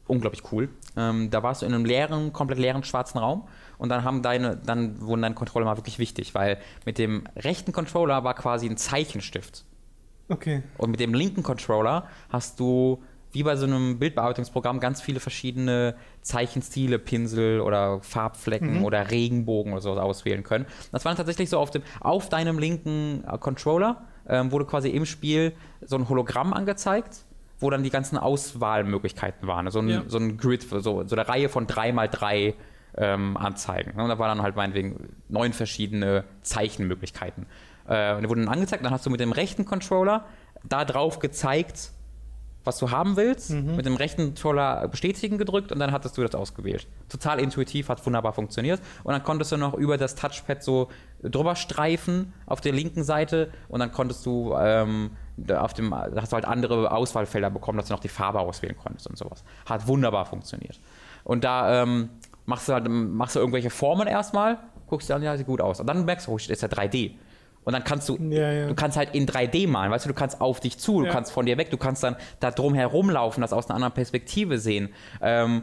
unglaublich cool. Ähm, da warst du in einem leeren, komplett leeren schwarzen Raum und dann haben deine, dann wurden deine Controller mal wirklich wichtig, weil mit dem rechten Controller war quasi ein Zeichenstift. Okay. Und mit dem linken Controller hast du wie bei so einem Bildbearbeitungsprogramm ganz viele verschiedene Zeichenstile, Pinsel oder Farbflecken mhm. oder Regenbogen oder sowas auswählen können. Das war dann tatsächlich so auf dem, auf deinem linken äh, Controller ähm, wurde quasi im Spiel so ein Hologramm angezeigt, wo dann die ganzen Auswahlmöglichkeiten waren. So ein, ja. so ein Grid, so, so eine Reihe von drei mal drei ähm, Anzeigen. Und da waren dann halt meinetwegen neun verschiedene Zeichenmöglichkeiten. Äh, und die wurden dann angezeigt, dann hast du mit dem rechten Controller da drauf gezeigt, was du haben willst, mhm. mit dem rechten Controller bestätigen gedrückt und dann hattest du das ausgewählt. Total intuitiv, hat wunderbar funktioniert. Und dann konntest du noch über das Touchpad so drüber streifen auf der linken Seite und dann konntest du ähm, auf dem, da hast du halt andere Auswahlfelder bekommen, dass du noch die Farbe auswählen konntest und sowas. Hat wunderbar funktioniert. Und da ähm, machst du halt, machst du irgendwelche Formen erstmal, guckst dir an, ja, sieht gut aus. Und dann merkst du, oh, ist ja drei D. Und dann kannst du, ja, ja. du kannst halt in drei D malen, weißt du, du kannst auf dich zu, du ja. kannst von dir weg, du kannst dann da drum herumlaufen, das aus einer anderen Perspektive sehen. Ähm,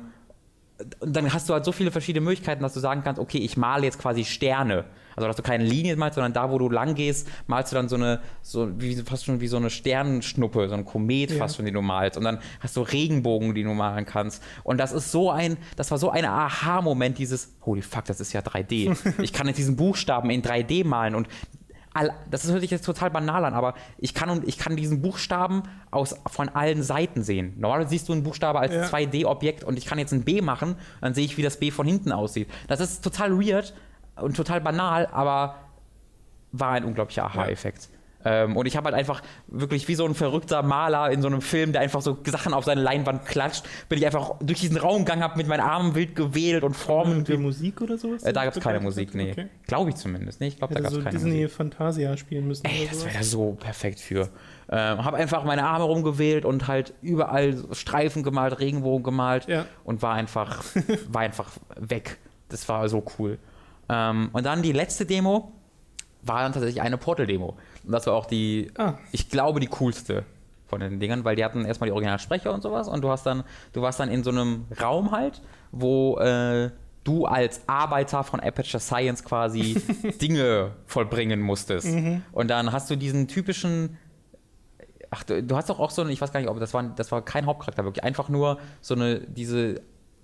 und dann hast du halt so viele verschiedene Möglichkeiten, dass du sagen kannst, okay, ich male jetzt quasi Sterne. Also, dass du keine Linien malst, sondern da, wo du lang gehst, malst du dann so eine, so wie, fast schon wie so eine Sternenschnuppe, so ein Komet ja. fast schon, die du malst. Und dann hast du Regenbogen, die du malen kannst. Und das ist so ein, das war so ein Aha-Moment, dieses, holy fuck, das ist ja drei D. Ich kann jetzt diesen Buchstaben in drei D malen und das hört sich jetzt total banal an, aber ich kann, ich kann diesen Buchstaben aus, von allen Seiten sehen. Normalerweise siehst du einen Buchstabe als ja. zwei D-Objekt und ich kann jetzt ein B machen, dann sehe ich, wie das B von hinten aussieht. Das ist total weird und total banal, aber war ein unglaublicher Aha-Effekt. Ja. Ähm, und ich habe halt einfach wirklich wie so ein verrückter Maler in so einem Film, der einfach so Sachen auf seine Leinwand klatscht, bin ich einfach durch diesen Raum gegangen, habe mit meinen Armen wild gewählt und Formen. Und die Musik oder sowas? Äh, da gab es keine Musik, nee. Okay. Glaube ich zumindest. Nee, ich glaube, da gab es so keine Disney Musik. Fantasia spielen müssen. Ey, das wäre da so perfekt für. Ähm, habe einfach meine Arme rumgewählt und halt überall Streifen gemalt, Regenbogen gemalt ja. und war einfach, war einfach weg. Das war so cool. Ähm, und dann die letzte Demo war dann tatsächlich eine Portal-Demo. Und das war auch die, ah. ich glaube, die coolste von den Dingern, weil die hatten erstmal die Originalsprecher und sowas und du hast dann, du warst dann in so einem Raum halt, wo äh, du als Arbeiter von Aperture Science quasi Dinge vollbringen musstest. Mhm. Und dann hast du diesen typischen, ach, du, du hast doch auch so eine, ich weiß gar nicht, ob das war, das war kein Hauptcharakter wirklich, einfach nur so eine, diese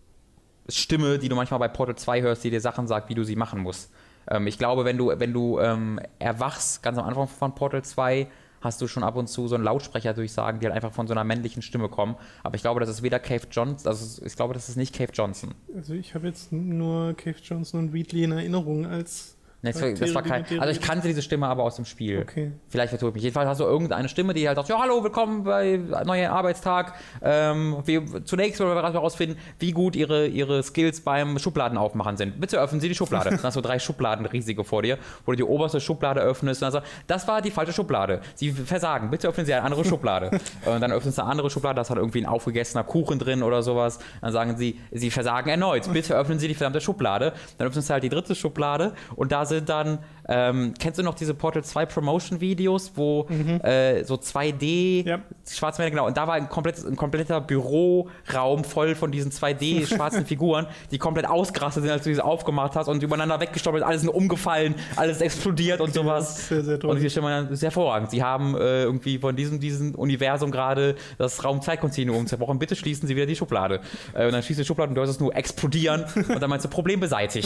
Stimme, die du manchmal bei Portal zwei hörst, die dir Sachen sagt, wie du sie machen musst. Ähm, ich glaube, wenn du, wenn du ähm, erwachst, ganz am Anfang von Portal zwei, hast du schon ab und zu so einen Lautsprecherdurchsagen, die halt einfach von so einer männlichen Stimme kommen. Aber ich glaube, das ist weder Cave Johnson, also ich glaube, das ist nicht Cave Johnson. Also ich habe jetzt nur Cave Johnson und Wheatley in Erinnerung als Das war, das war kein, also ich kannte diese Stimme aber aus dem Spiel. Okay. Vielleicht vertue ich mich. Jedenfalls hast du irgendeine Stimme, die halt sagt, ja, hallo, willkommen bei neuem Arbeitstag. Ähm, wir, zunächst wollen wir herausfinden, wie gut ihre, ihre Skills beim Schubladenaufmachen sind. Bitte öffnen Sie die Schublade. Dann hast du drei Schubladen riesige vor dir, wo du die oberste Schublade öffnest und dann sagst, das war die falsche Schublade. Sie versagen. Bitte öffnen Sie eine andere Schublade. Und dann öffnest du eine andere Schublade, da ist halt irgendwie ein aufgegessener Kuchen drin oder sowas. Dann sagen sie, Sie versagen erneut. Bitte öffnen Sie die verdammte Schublade. Dann öffnest du halt die dritte Schublade und da sind dann, ähm, kennst du noch diese Portal zwei Promotion-Videos, wo mhm. äh, so zwei D ja. Schwarzwälder, genau, und da war ein, komplett, ein kompletter Büroraum voll von diesen zwei D schwarzen Figuren, die komplett ausgerastet sind, als du diese aufgemacht hast und übereinander weggestoppelt, alles sind umgefallen, alles explodiert und sowas. Sehr, sehr toll. Und die Stimme ist hervorragend. Sie haben äh, irgendwie von diesem, diesem Universum gerade das Raum-Zeit-Kontinuum zerbrochen. Bitte schließen Sie wieder die Schublade. Äh, und dann schließt die Schublade und du hörst es nur explodieren und dann meinst du, Problem beseitigt.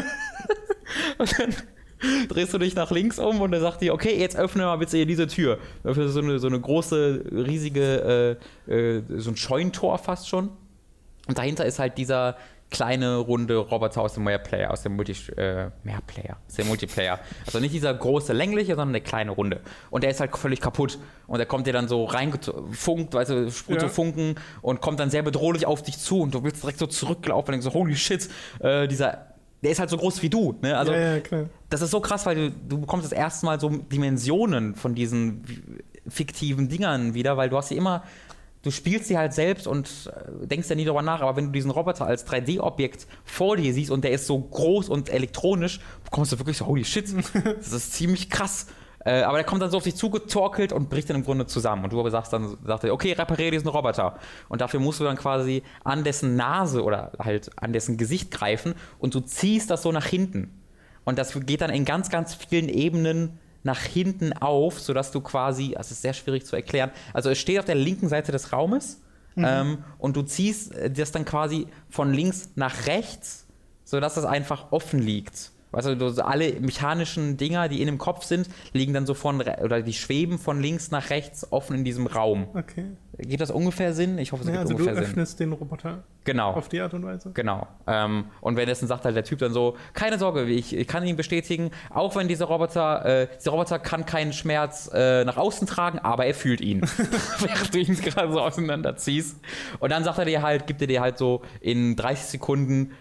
Und dann drehst du dich nach links um und dann sagt die, okay, jetzt öffne mal bitte hier diese Tür. Dann öffnet so eine, so eine große, riesige, äh, äh, so ein Scheunentor fast schon. Und dahinter ist halt dieser kleine, runde Roboter aus dem Mehrplayer, aus dem Multi, äh, Mehrplayer, aus dem Multiplayer. Also nicht dieser große, längliche, sondern der kleine, runde. Und der ist halt völlig kaputt. Und der kommt dir dann so reingefunkt, weißt du, sprüht ja. so Funken und kommt dann sehr bedrohlich auf dich zu und du willst direkt so zurücklaufen und denkst so, holy shit, äh, dieser der ist halt so groß wie du, ne? Also, ja, ja, klar. Das ist so krass, weil du, du bekommst das erste Mal so Dimensionen von diesen fiktiven Dingern wieder, weil du hast sie immer, du spielst sie halt selbst und denkst ja nie darüber nach, aber wenn du diesen Roboter als drei D-Objekt vor dir siehst und der ist so groß und elektronisch, bekommst du wirklich so, holy shit, das ist ziemlich krass. Äh, aber der kommt dann so auf dich zugetorkelt und bricht dann im Grunde zusammen. Und du sagst dann, sagt er, okay, repariere diesen Roboter. Und dafür musst du dann quasi an dessen Nase oder halt an dessen Gesicht greifen und du ziehst das so nach hinten. Und das geht dann in ganz, ganz vielen Ebenen nach hinten auf, sodass du quasi, das ist sehr schwierig zu erklären, also es steht auf der linken Seite des Raumes mhm. ähm, und du ziehst das dann quasi von links nach rechts, sodass das einfach offen liegt. Also so alle mechanischen Dinger, die in dem Kopf sind, liegen dann so von, oder die schweben von links nach rechts offen in diesem Raum. Okay. Gibt das ungefähr Sinn? Ich hoffe, es ja, gibt also ungefähr du Sinn. öffnest den Roboter genau. auf die Art und Weise. Genau. Ähm, und währenddessen sagt halt der Typ dann so, keine Sorge, ich, ich kann Ihnen bestätigen, auch wenn dieser Roboter, äh, dieser Roboter kann keinen Schmerz äh, nach außen tragen, aber er fühlt ihn. Während du ihn gerade so auseinanderziehst. Und dann sagt er dir halt, gibt er dir halt so in dreißig Sekunden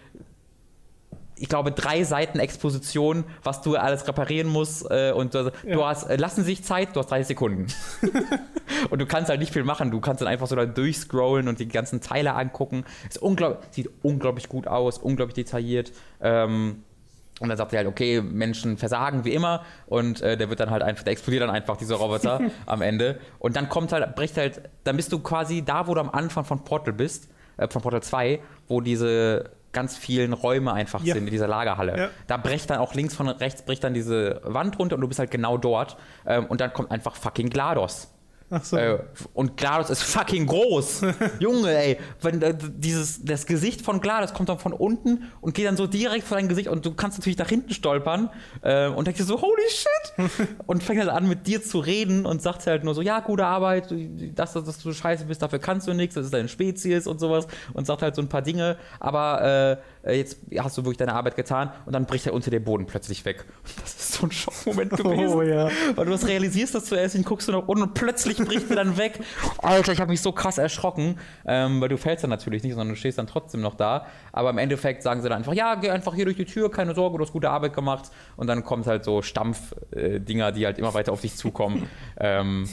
ich glaube, drei Seiten Exposition, was du alles reparieren musst. Äh, und du, ja. du hast, äh, lassen sich Zeit, du hast dreißig Sekunden. Und du kannst halt nicht viel machen. Du kannst dann einfach so da durchscrollen und die ganzen Teile angucken. Ist unglaublich, sieht unglaublich gut aus, unglaublich detailliert. Ähm, und dann sagt er halt, okay, Menschen versagen wie immer. Und äh, der wird dann halt einfach, der explodiert dann einfach, dieser Roboter am Ende. Und dann kommt halt, bricht halt, dann bist du quasi da, wo du am Anfang von Portal bist, äh, von Portal zwei, wo diese ganz vielen Räume einfach ja. sind in dieser Lagerhalle. Ja. Da bricht dann auch links von rechts bricht dann diese Wand runter und du bist halt genau dort. Ähm, und dann kommt einfach fucking GLaDOS. Ach so. Äh, und GLaDOS ist fucking groß. Junge, ey. Wenn, äh, dieses, das Gesicht von GLaDOS kommt dann von unten und geht dann so direkt vor dein Gesicht und du kannst natürlich nach hinten stolpern äh, und denkst dir so, holy shit. Und fängt halt an mit dir zu reden und sagt halt nur so, ja, gute Arbeit, dass, dass du scheiße bist, dafür kannst du nichts, das ist deine Spezies und sowas und sagt halt so ein paar Dinge, aber äh, jetzt hast du wirklich deine Arbeit getan und dann bricht er unter den Boden plötzlich weg. Das ist so ein Schockmoment gewesen. Oh, ja. Weil du das realisierst, dass zuerst ihn guckst du nach unten und plötzlich bricht er dann weg. Alter, ich habe mich so krass erschrocken, ähm, weil du fällst dann natürlich nicht, sondern du stehst dann trotzdem noch da. Aber im Endeffekt sagen sie dann einfach, ja, geh einfach hier durch die Tür, keine Sorge, du hast gute Arbeit gemacht. Und dann kommt halt so Stampfdinger, äh, die halt immer weiter auf dich zukommen. ähm,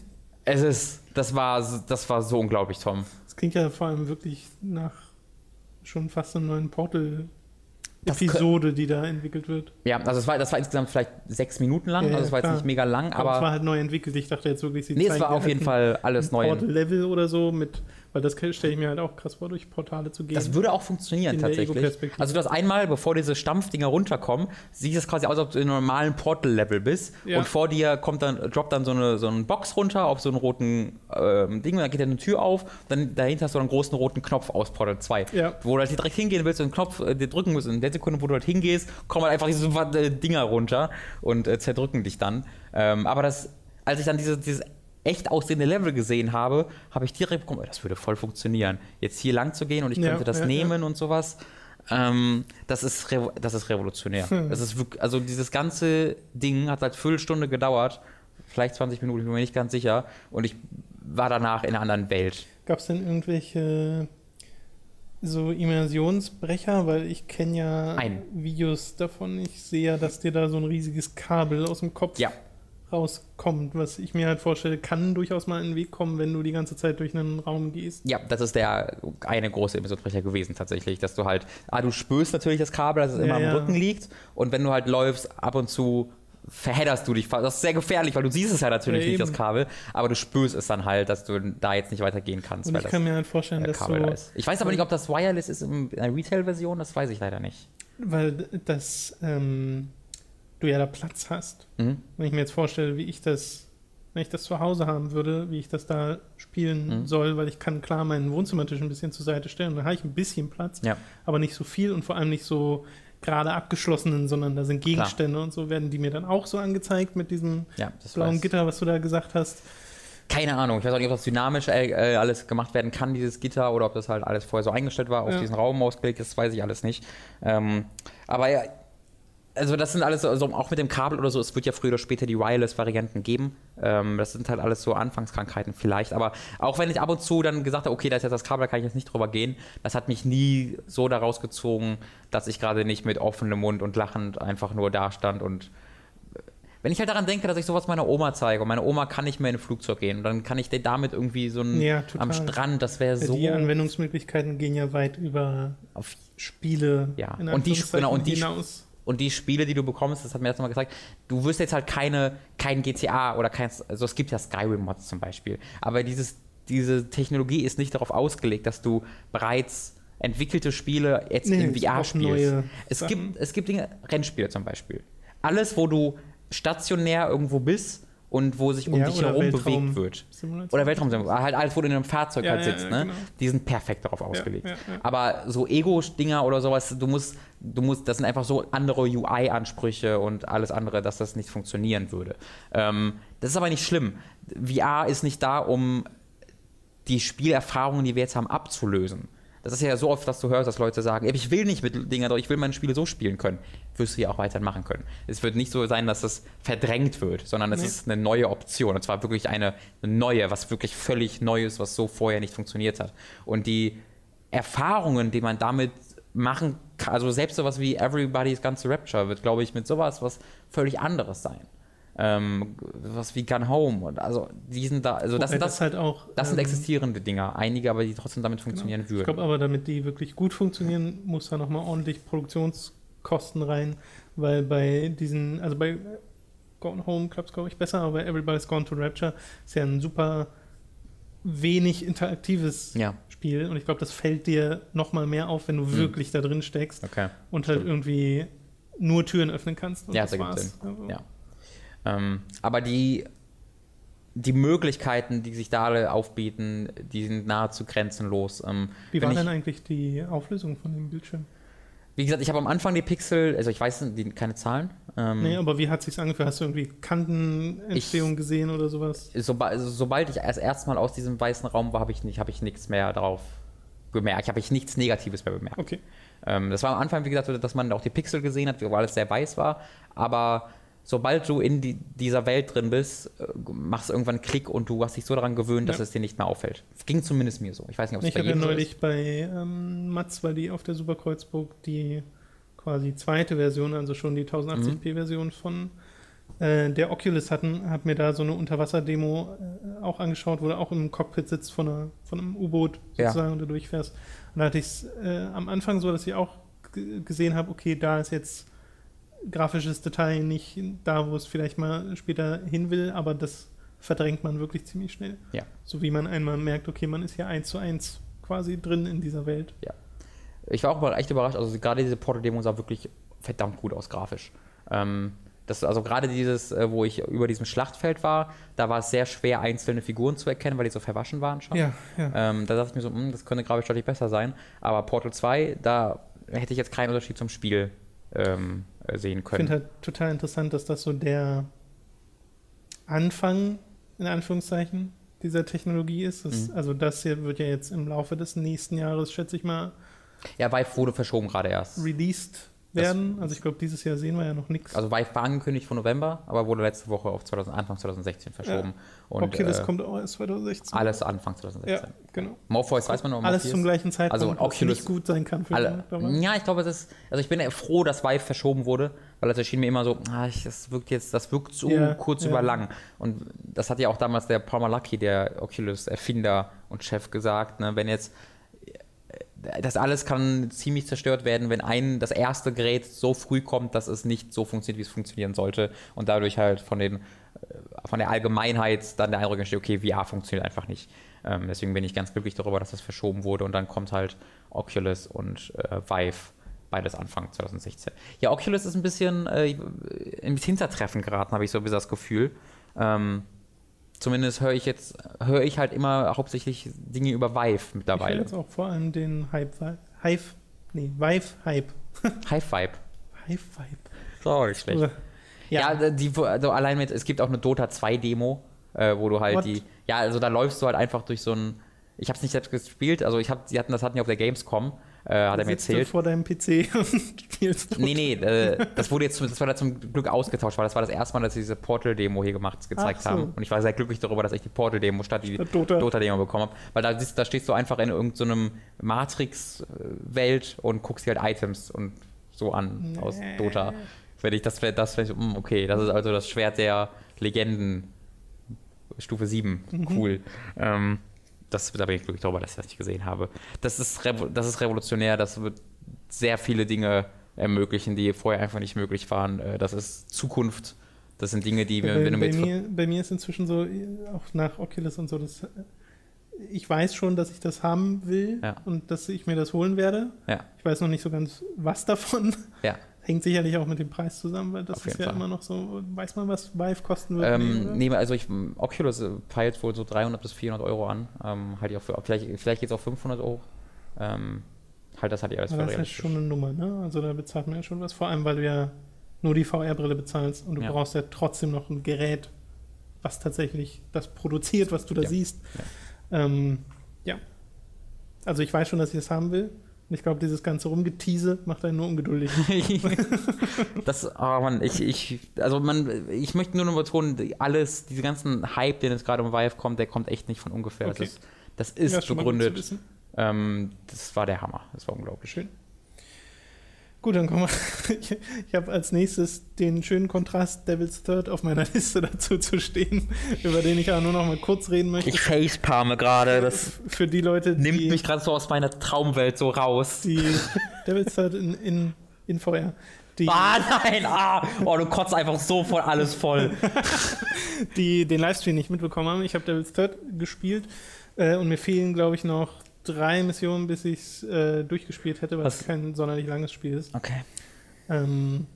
es ist, das war, das war so unglaublich, Tom. Das klingt ja vor allem wirklich nach schon fast einem neuen Portal Episode, die da entwickelt wird. Ja, also das war, das war insgesamt vielleicht sechs Minuten lang, ja, ja, also es war klar. jetzt nicht mega lang, aber... aber es war halt neu entwickelt, ich dachte jetzt wirklich, sie nee, es war auf jeden Fall alles neu. Portal-Level oder so, mit, weil das stelle ich mir halt auch krass vor, durch Portale zu gehen. Das würde auch funktionieren tatsächlich. Also du hast einmal, bevor diese Stampfdinger runterkommen, sieht es quasi aus, als ob du in einem normalen Portal-Level bist ja. und vor dir kommt dann, droppt dann so eine, so eine Box runter auf so einen roten ähm, Ding und dann geht dann eine Tür auf, dann dahinter hast du einen großen roten Knopf aus Portal zwei, ja. wo du halt direkt hingehen willst und den Knopf äh, drücken musst und in der Sekunde, wo du halt hingehst, kommen halt einfach diese äh, Dinger runter und äh, zerdrücken dich dann. Ähm, aber das, als ich dann diese, dieses echt aussehende Level gesehen habe, habe ich direkt bekommen, oh, das würde voll funktionieren, jetzt hier lang zu gehen und ich ja, könnte das ja, nehmen ja. und sowas. Ähm, das, ist das ist revolutionär. Hm. Das ist wirklich, also dieses ganze Ding hat halt Viertelstunde gedauert, vielleicht zwanzig Minuten, ich bin mir nicht ganz sicher, und ich war danach in einer anderen Welt. Gab es denn irgendwelche so Immersionsbrecher, weil ich kenne ja ein. Videos davon, ich sehe ja, dass dir da so ein riesiges Kabel aus dem Kopf ja. rauskommt, was ich mir halt vorstelle, kann durchaus mal in den Weg kommen, wenn du die ganze Zeit durch einen Raum gehst. Ja, das ist der eine große Immersionsbrecher gewesen tatsächlich, dass du halt, ah, du spürst natürlich das Kabel, dass es ja, immer am ja. Rücken liegt und wenn du halt läufst, ab und zu verhedderst du dich. Das ist sehr gefährlich, weil du siehst es ja natürlich ja, nicht, das Kabel, aber du spürst es dann halt, dass du da jetzt nicht weitergehen kannst. Und weil ich das kann mir halt vorstellen, dass Kabel so... da ist. Ich weiß aber nicht, ob das wireless ist in der Retail-Version, das weiß ich leider nicht. Weil das, ähm, du ja da Platz hast. Mhm. Wenn ich mir jetzt vorstelle, wie ich das, wenn ich das zu Hause haben würde, wie ich das da spielen mhm. soll, weil ich kann klar meinen Wohnzimmertisch ein bisschen zur Seite stellen, dann habe ich ein bisschen Platz, ja. aber nicht so viel und vor allem nicht so gerade abgeschlossenen, sondern da sind Gegenstände Klar. und so, werden die mir dann auch so angezeigt mit diesem ja, blauen weiß. Gitter, was du da gesagt hast. Keine Ahnung, ich weiß auch nicht, ob das dynamisch äh, alles gemacht werden kann, dieses Gitter, oder ob das halt alles vorher so eingestellt war, auf ja. diesen Raum ausgelegt, das weiß ich alles nicht. Ähm, aber ja, also das sind alles, also auch mit dem Kabel oder so, es wird ja früher oder später die Wireless-Varianten geben. Ähm, das sind halt alles so Anfangskrankheiten vielleicht. Aber auch wenn ich ab und zu dann gesagt habe, okay, da ist jetzt das Kabel, da kann ich jetzt nicht drüber gehen, das hat mich nie so daraus gezogen, dass ich gerade nicht mit offenem Mund und lachend einfach nur da stand. Und wenn ich halt daran denke, dass ich sowas meiner Oma zeige und meine Oma kann nicht mehr in ein Flugzeug gehen, und dann kann ich damit irgendwie so ein ja, am Strand, das wäre so... Die Anwendungsmöglichkeiten gehen ja weit über auf Spiele ja. in und die, genau, und die, hinaus. und die Spiele, die du bekommst, das hat mir letztes Mal gesagt, du wirst jetzt halt keine, kein G T A oder kein, also es gibt ja Skyrim-Mods zum Beispiel, aber dieses, diese Technologie ist nicht darauf ausgelegt, dass du bereits entwickelte Spiele jetzt Nee, in es V R gibt auch spielst. neue Es Sachen. gibt, es gibt Dinge, Rennspiele zum Beispiel. Alles, wo du stationär irgendwo bist und wo sich um Ja, dich oder herum Weltraum- bewegt wird. Simulation. Oder Weltraumsimulation. Halt alles, wo du in einem Fahrzeug Ja, halt ja, sitzt. ja, Ne? genau. Die sind perfekt darauf ausgelegt. ja, ja. Aber so Ego-Dinger oder sowas, du musst, du musst, das sind einfach so andere U I-Ansprüche und alles andere, dass das nicht funktionieren würde. Ähm, das ist aber nicht schlimm. V R ist nicht da, um die Spielerfahrungen, die wir jetzt haben, abzulösen. Das ist ja so oft, dass du hörst, dass Leute sagen, ich will nicht mit Dingen, ich will meine Spiele so spielen können. Wirst du ja auch weiterhin machen können. Es wird nicht so sein, dass es verdrängt wird, sondern es Nee. ist eine neue Option. Und zwar wirklich eine, eine neue, was wirklich völlig Neues, was so vorher nicht funktioniert hat. Und die Erfahrungen, die man damit machen kann, also selbst sowas wie Everybody's Gone to Rapture wird, glaube ich, mit sowas was völlig anderes sein. Ähm, was wie Gone Home. Und also die sind da, also das, Wobei das, das halt auch. das sind ähm, existierende Dinger. Einige, aber die trotzdem damit funktionieren Ich würden. glaube aber, damit die wirklich gut funktionieren, muss da nochmal ordentlich Produktionskosten rein, weil bei diesen, also bei Gone Home klappt es, glaube ich, besser, aber bei Everybody's Gone to Rapture ist ja ein super wenig interaktives Ja. Spiel und ich glaube, das fällt dir nochmal mehr auf, wenn du Hm. wirklich da drin steckst Okay. und halt Stimmt. irgendwie nur Türen öffnen kannst. Und Ja, das das ergibt war's. Sinn. Also, Ja. Ähm, aber die, die Möglichkeiten, die sich da alle aufbieten, die sind nahezu grenzenlos. Ähm, Wie wenn war ich, denn eigentlich die Auflösung von dem Bildschirm? Wie gesagt, ich habe am Anfang die Pixel, also ich weiß die, keine Zahlen. Ähm, Nee, aber wie hat sich's angefühlt? Hast du irgendwie Kantenentstehung gesehen oder sowas? soba also, sobald ich das erste Mal aus diesem weißen Raum war, habe ich, nicht- hab ich nichts mehr darauf gemerkt. Habe ich nichts Negatives mehr bemerkt. Okay. Ähm, das war am Anfang, wie gesagt, so, dass man auch die Pixel gesehen hat, wo alles sehr weiß war. Aber sobald du in die, dieser Welt drin bist, äh, machst du irgendwann einen Klick und du hast dich so daran gewöhnt, dass Ja. es dir nicht mehr auffällt. Ging zumindest mir so. Ich weiß nicht, ob es Ich bei habe ja jedem so neulich ist. bei ähm, Matz, weil die auf der Superkreuzburg die quasi zweite Version, also schon die tausendachtzig p Version von äh, der Oculus hatten, habe mir da so eine Unterwasser-Demo äh, auch angeschaut, wo du auch im Cockpit sitzt von, einer, von einem U-Boot Ja. sozusagen und du durchfährst. Und da hatte ich es äh, am Anfang so, dass ich auch g- gesehen habe, okay, da ist jetzt grafisches Detail nicht da, wo es vielleicht mal später hin will, aber das verdrängt man wirklich ziemlich schnell. Ja. So wie man einmal merkt, okay, man ist hier eins zu eins quasi drin in dieser Welt. Ich war auch über- echt überrascht. Also gerade diese Portal-Demo sah wirklich verdammt gut aus grafisch. Ähm, das, also gerade dieses, äh, wo ich über diesem Schlachtfeld war, da war es sehr schwer, einzelne Figuren zu erkennen, weil die so verwaschen waren schon. Ja, ja. Ähm, da dachte ich mir so, hm, das könnte grafisch deutlich besser sein. Aber Portal zwei, da hätte ich jetzt keinen Unterschied zum Spiel ähm, äh, sehen Ich können. finde halt total interessant, dass das so der Anfang, in Anführungszeichen, dieser Technologie ist. Das, Mhm. Also das hier wird ja jetzt im Laufe des nächsten Jahres, schätze ich mal, Ja, Vive wurde verschoben gerade erst. released Das- werden. Also ich glaube, dieses Jahr sehen wir ja noch nichts. Also Vive war angekündigt von November, aber wurde letzte Woche auf zwanzig, Anfang zwanzig sechzehn verschoben. Und Oculus äh, kommt auch erst zwanzig sechzehn. alles Anfang zwanzig Ja, sechzehn. genau. Morpheus weiß man noch. Alles Morpheus. zum gleichen Zeitpunkt, Also was Oculus- nicht gut sein kann für Alle, den, aber- ja, ich glaube, es ist. Also ich bin froh, dass Vive verschoben wurde, weil es erschien mir immer so, ah, ich, das wirkt jetzt, das wirkt so Ja, kurz ja. über lang. Und das hat ja auch damals der Paul Malarkey, der Oculus-Erfinder und Chef, gesagt, ne, wenn jetzt das alles kann ziemlich zerstört werden, wenn ein das erste Gerät so früh kommt, dass es nicht so funktioniert, wie es funktionieren sollte und dadurch halt von den von der Allgemeinheit dann der Eindruck entsteht, okay, V R funktioniert einfach nicht. Ähm, deswegen bin ich ganz glücklich darüber, dass das verschoben wurde und dann kommt halt Oculus und äh, Vive, beides Anfang zwanzig sechzehn. Ja, Oculus ist ein bisschen äh, ins Hintertreffen geraten, habe ich so ein bisschen das Gefühl. Ähm, zumindest höre ich jetzt, höre ich halt immer hauptsächlich Dinge über Vive Ich will mittlerweile. jetzt auch vor allem den Hype, Hive, nee, Vive Hype. Hive Vibe. Hive Vibe. Ist auch nicht schlecht. Ja, Ja, die, also allein mit, es gibt auch eine Dota zwei Demo, äh, wo du halt What? die, ja, also da läufst du halt einfach durch so ein, ich hab's nicht selbst gespielt, also ich hab, sie hatten, das hatten die auf der Gamescom, äh, hat er mir sitzt du erzählt. vor deinem P C und spielst. Nee, nee, äh, das wurde jetzt, das war da zum Glück ausgetauscht, weil das war das erste Mal, dass sie diese Portal-Demo hier gemacht, gezeigt Ach so. haben. Und ich war sehr glücklich darüber, dass ich die Portal-Demo statt die Statt Dota. Dota-Demo bekommen habe. Weil da, siehst, da stehst du einfach in irgendeinem Matrix-Welt und guckst dir halt Items und so an aus Nee. Dota. Wenn ich das, das wär ich so, mm, okay, das ist also das Schwert der Legenden Stufe sieben. Cool. Ähm, das, da bin ich glücklich darüber, dass ich das nicht gesehen habe. Das ist, revo- das ist revolutionär, das wird sehr viele Dinge ermöglichen, die vorher einfach nicht möglich waren. Äh, das ist Zukunft. Das sind Dinge, die wir, bei, wenn du bei mit... Mir, bei mir ist inzwischen so, auch nach Oculus und so, das, ich weiß schon, dass ich das haben will ja. und dass ich mir das holen werde. Ja. Ich weiß noch nicht so ganz, was davon. Ja. Hängt sicherlich auch mit dem Preis zusammen, weil das Auf ist ja Fall. immer noch so, weiß man, was Vive kosten wird? Ähm, nee, also ich, Oculus peilt wohl so dreihundert bis vierhundert Euro an. Ähm, halt ich auch für, vielleicht vielleicht geht es auf fünfhundert Euro. Ähm, halt das hatte ich alles Aber für das ist realistisch. ja schon eine Nummer, ne? Also da bezahlt man ja schon was, vor allem, weil du ja nur die V R-Brille bezahlst und du ja. brauchst ja trotzdem noch ein Gerät, was tatsächlich das produziert, was du da ja. siehst. Ja. Ähm, ja. Also ich weiß schon, dass ich das haben will. Und ich glaube, dieses ganze Rumgetease macht einen nur ungeduldig. das, oh Mann, ich, ich, also man, ich möchte nur noch betonen, alles, diese ganzen Hype, den jetzt gerade um Vive kommt, der kommt echt nicht von ungefähr. Okay. Das ist, das ist ja, begründet. Ähm, das war der Hammer. Das war unglaublich. Schön. Gut, dann kommen wir. Ich, ich habe als nächstes den schönen Kontrast Devil's Third auf meiner Liste dazu zu stehen, über den ich aber nur noch mal kurz reden möchte. Ich facepalme gerade. Das für die Leute, die nimmt mich gerade so aus meiner Traumwelt so raus. Die Devil's Third in, in, in V R. Die, ah, nein! Ah, oh, du kotzt einfach so voll alles voll. die den Livestream nicht mitbekommen haben. Ich habe Devil's Third gespielt äh, und mir fehlen, glaube ich, noch drei Missionen, bis ich es äh, durchgespielt hätte, weil Was? es kein sonderlich langes Spiel ist. Okay. Ähm,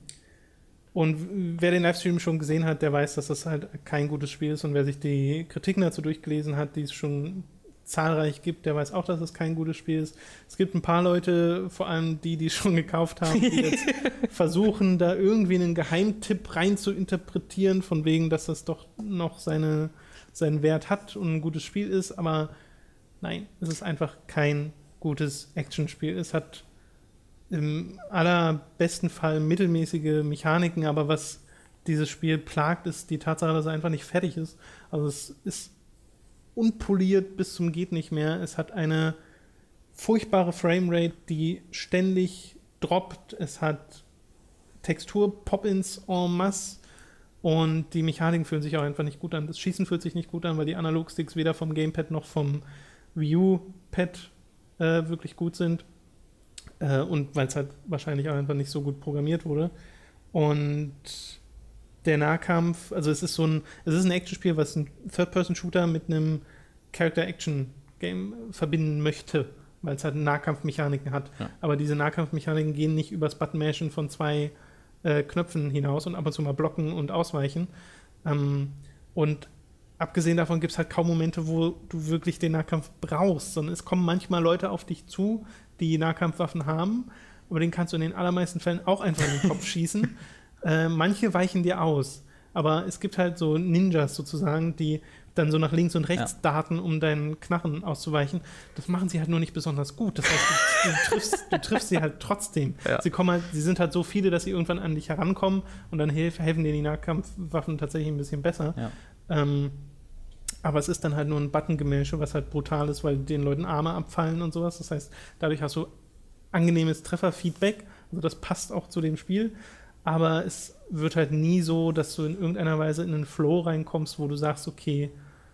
und wer den Livestream schon gesehen hat, der weiß, dass das halt kein gutes Spiel ist. Und wer sich die Kritiken dazu durchgelesen hat, die es schon zahlreich gibt, der weiß auch, dass es kein gutes Spiel ist. Es gibt ein paar Leute, vor allem die, die es schon gekauft haben, die jetzt versuchen, da irgendwie einen Geheimtipp rein zu interpretieren, von wegen, dass das doch noch seine, seinen Wert hat und ein gutes Spiel ist, aber nein, es ist einfach kein gutes Actionspiel. Es hat im allerbesten Fall mittelmäßige Mechaniken, aber was dieses Spiel plagt, ist die Tatsache, dass es einfach nicht fertig ist. Also es ist unpoliert bis zum geht nicht mehr. Es hat eine furchtbare Framerate, die ständig droppt. Es hat Textur-Pop-ins en masse und die Mechaniken fühlen sich auch einfach nicht gut an. Das Schießen fühlt sich nicht gut an, weil die Analogsticks weder vom Gamepad noch vom Wii U-Pad äh, wirklich gut sind äh, und weil es halt wahrscheinlich auch einfach nicht so gut programmiert wurde. Und der Nahkampf, also es ist so ein, es ist ein Actionspiel, was ein Third-Person-Shooter mit einem Character-Action-Game verbinden möchte, weil es halt Nahkampfmechaniken hat. Ja. Aber diese Nahkampfmechaniken gehen nicht übers Button-Mashen von zwei äh, Knöpfen hinaus und ab und zu mal blocken und ausweichen. Ähm, und abgesehen davon gibt es halt kaum Momente, wo du wirklich den Nahkampf brauchst, sondern es kommen manchmal Leute auf dich zu, die Nahkampfwaffen haben, aber den kannst du in den allermeisten Fällen auch einfach in den Kopf schießen. Äh, manche weichen dir aus, aber es gibt halt so Ninjas sozusagen, die dann so nach links und rechts ja. darten, um deinen Knarren auszuweichen. Das machen sie halt nur nicht besonders gut. Das heißt, du, du, triffst, du triffst sie halt trotzdem. Ja. Sie kommen halt, sie sind halt so viele, dass sie irgendwann an dich herankommen und dann helf, helfen dir die Nahkampfwaffen tatsächlich ein bisschen besser. Ja. Ähm, aber es ist dann halt nur ein Buttongemische, was halt brutal ist, weil den Leuten Arme abfallen und sowas. Das heißt, dadurch hast du angenehmes Trefferfeedback. Also das passt auch zu dem Spiel. Aber es wird halt nie so, dass du in irgendeiner Weise in einen Flow reinkommst, wo du sagst, okay,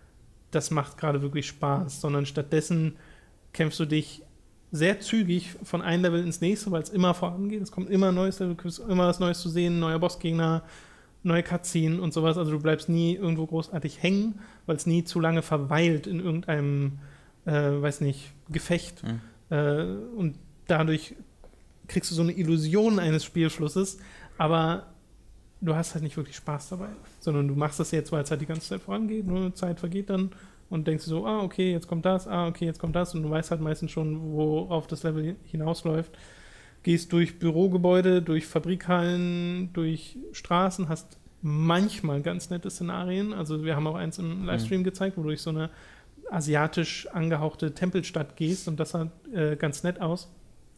das macht gerade wirklich Spaß, sondern stattdessen kämpfst du dich sehr zügig von einem Level ins nächste, weil es immer vorangeht. Es kommt immer ein neues Level, du kriegst immer was Neues zu sehen, neuer Bossgegner, neue Cutscene und sowas. Also du bleibst nie irgendwo großartig hängen, weil es nie zu lange verweilt in irgendeinem, äh, weiß nicht, Gefecht. Mhm. Äh, und dadurch kriegst du so eine Illusion eines Spielflusses, aber du hast halt nicht wirklich Spaß dabei, sondern du machst das jetzt, weil es halt die ganze Zeit vorangeht, nur Zeit vergeht dann und denkst so, ah, okay, jetzt kommt das, ah, okay, jetzt kommt das und du weißt halt meistens schon, worauf das Level hinausläuft. Gehst durch Bürogebäude, durch Fabrikhallen, durch Straßen, hast manchmal ganz nette Szenarien, also wir haben auch eins im Livestream mhm. gezeigt, wo du durch so eine asiatisch angehauchte Tempelstadt gehst und das sah äh, ganz nett aus.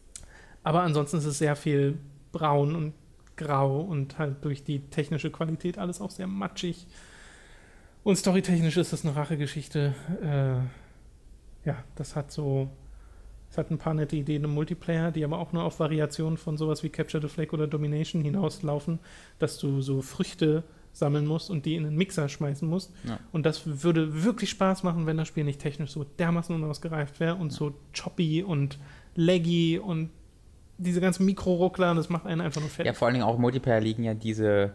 Aber ansonsten ist es sehr viel braun und grau und halt durch die technische Qualität alles auch sehr matschig. Und storytechnisch ist das eine Rachegeschichte. Äh, ja, das hat so, es hat ein paar nette Ideen im Multiplayer, die aber auch nur auf Variationen von sowas wie Capture the Flag oder Domination hinauslaufen, dass du so Früchte sammeln musst und die in einen Mixer schmeißen musst. Ja. Und das würde wirklich Spaß machen, wenn das Spiel nicht technisch so dermaßen unausgereift wäre und ja. so choppy und laggy und diese ganzen Mikro-Ruckler, das macht einen einfach nur fertig. Ja, vor allen Dingen auch im Multiplayer liegen ja diese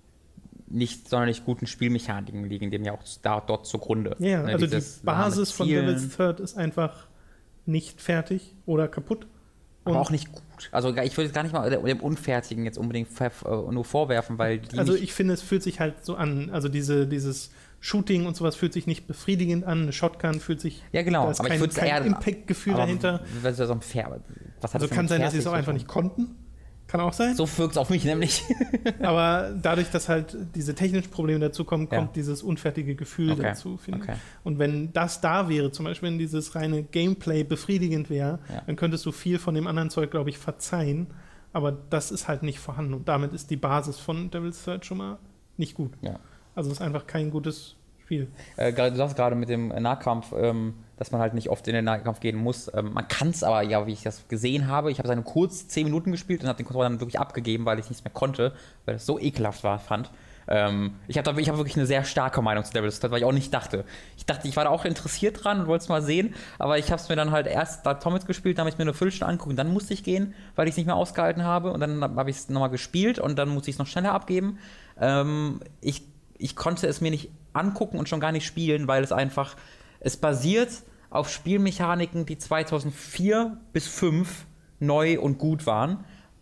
nicht sonderlich guten Spielmechaniken liegen dem ja auch da, dort zugrunde. Ja, ne, also die Basis von Devil's Third ist einfach nicht fertig oder kaputt. Und aber auch nicht gut. Also ich würde es gar nicht mal dem Unfertigen jetzt unbedingt nur vorwerfen, weil die Also ich finde, es fühlt sich halt so an, also diese, dieses Shooting und sowas fühlt sich nicht befriedigend an, eine Shotgun fühlt sich, ja genau, da ist aber kein, ich würde kein Impact-Gefühl dahinter. Was ist das so ein Fair, was hat also kann sein, dass sie es auch einfach nicht konnten. Kann auch sein. So wirkt es auf mich nämlich. Aber dadurch, dass halt diese technischen Probleme dazukommen, kommt ja. dieses unfertige Gefühl okay. dazu, finde okay. ich. Und wenn das da wäre, zum Beispiel wenn dieses reine Gameplay befriedigend wäre, ja. dann könntest du viel von dem anderen Zeug, glaube ich, verzeihen. Aber das ist halt nicht vorhanden. Und damit ist die Basis von Devil's Third schon mal nicht gut. Ja. Also es ist einfach kein gutes Spiel. Äh, du sagst gerade mit dem Nahkampf, ähm, dass man halt nicht oft in den Nahkampf gehen muss. Ähm, man kann es aber, ja, wie ich das gesehen habe, ich habe seine kurz zehn Minuten gespielt und habe den Controller dann wirklich abgegeben, weil ich nichts mehr konnte, weil das so ekelhaft war, fand. Ähm, ich habe hab wirklich eine sehr starke Meinung zu Devil's Third, weil ich auch nicht dachte. Ich dachte, ich war da auch interessiert dran und wollte es mal sehen, aber ich habe es mir dann halt erst da Thomas gespielt, dann habe ich mir eine Viertelstunde angeguckt und dann musste ich gehen, weil ich es nicht mehr ausgehalten habe und dann habe ich es nochmal gespielt und dann musste ich es noch schneller abgeben. Ähm, ich, ich konnte es mir nicht angucken und schon gar nicht spielen, weil es einfach, es basiert auf Spielmechaniken, die zweitausendvier bis zweitausendfünf neu und gut waren,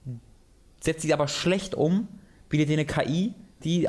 setzt sie aber schlecht um, bietet dir eine K I, die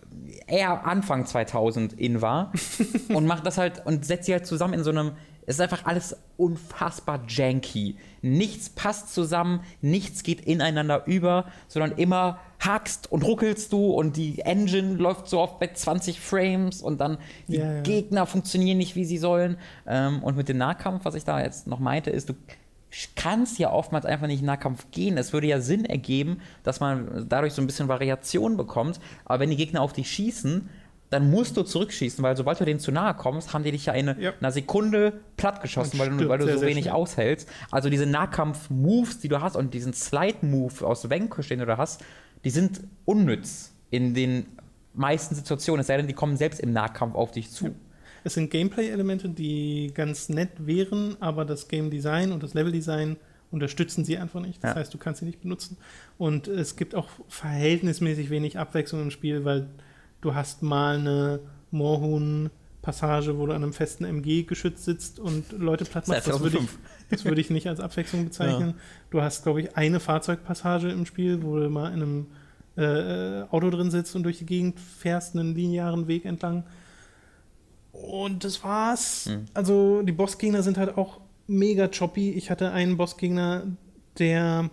eher Anfang zweitausend in war und macht das halt und setzt sie halt zusammen in so einem, es ist einfach alles unfassbar janky. Nichts passt zusammen, nichts geht ineinander über, sondern immer hackst und ruckelst du und die Engine läuft so oft bei zwanzig Frames und dann die ja, ja. Gegner funktionieren nicht, wie sie sollen. Und mit dem Nahkampf, was ich da jetzt noch meinte, ist, du kannst ja oftmals einfach nicht in Nahkampf gehen. Es würde ja Sinn ergeben, dass man dadurch so ein bisschen Variation bekommt. Aber wenn die Gegner auf dich schießen, dann musst du zurückschießen, weil sobald du denen zu nahe kommst, haben die dich ja in ja. einer Sekunde plattgeschossen, weil du, weil du sehr, so sehr wenig schnell. aushältst. Also diese Nahkampf-Moves, die du hast und diesen Slide-Move aus Vanquish, den du da hast, die sind unnütz in den meisten Situationen, es sei denn, die kommen selbst im Nahkampf auf dich zu. Ja. Es sind Gameplay-Elemente, die ganz nett wären, aber das Game-Design und das Level-Design unterstützen sie einfach nicht. Das ja. heißt, du kannst sie nicht benutzen. Und es gibt auch verhältnismäßig wenig Abwechslung im Spiel, weil du hast mal eine Moorhuhn-Passage, wo du an einem festen M G-Geschütz sitzt und Leute platt machst. Das würde ich, das würde ich nicht als Abwechslung bezeichnen. Ja. Du hast, glaube ich, eine Fahrzeugpassage im Spiel, wo du mal in einem äh, Auto drin sitzt und durch die Gegend fährst, einen linearen Weg entlang. Und das war's. Mhm. Also die Bossgegner sind halt auch mega choppy. Ich hatte einen Bossgegner, der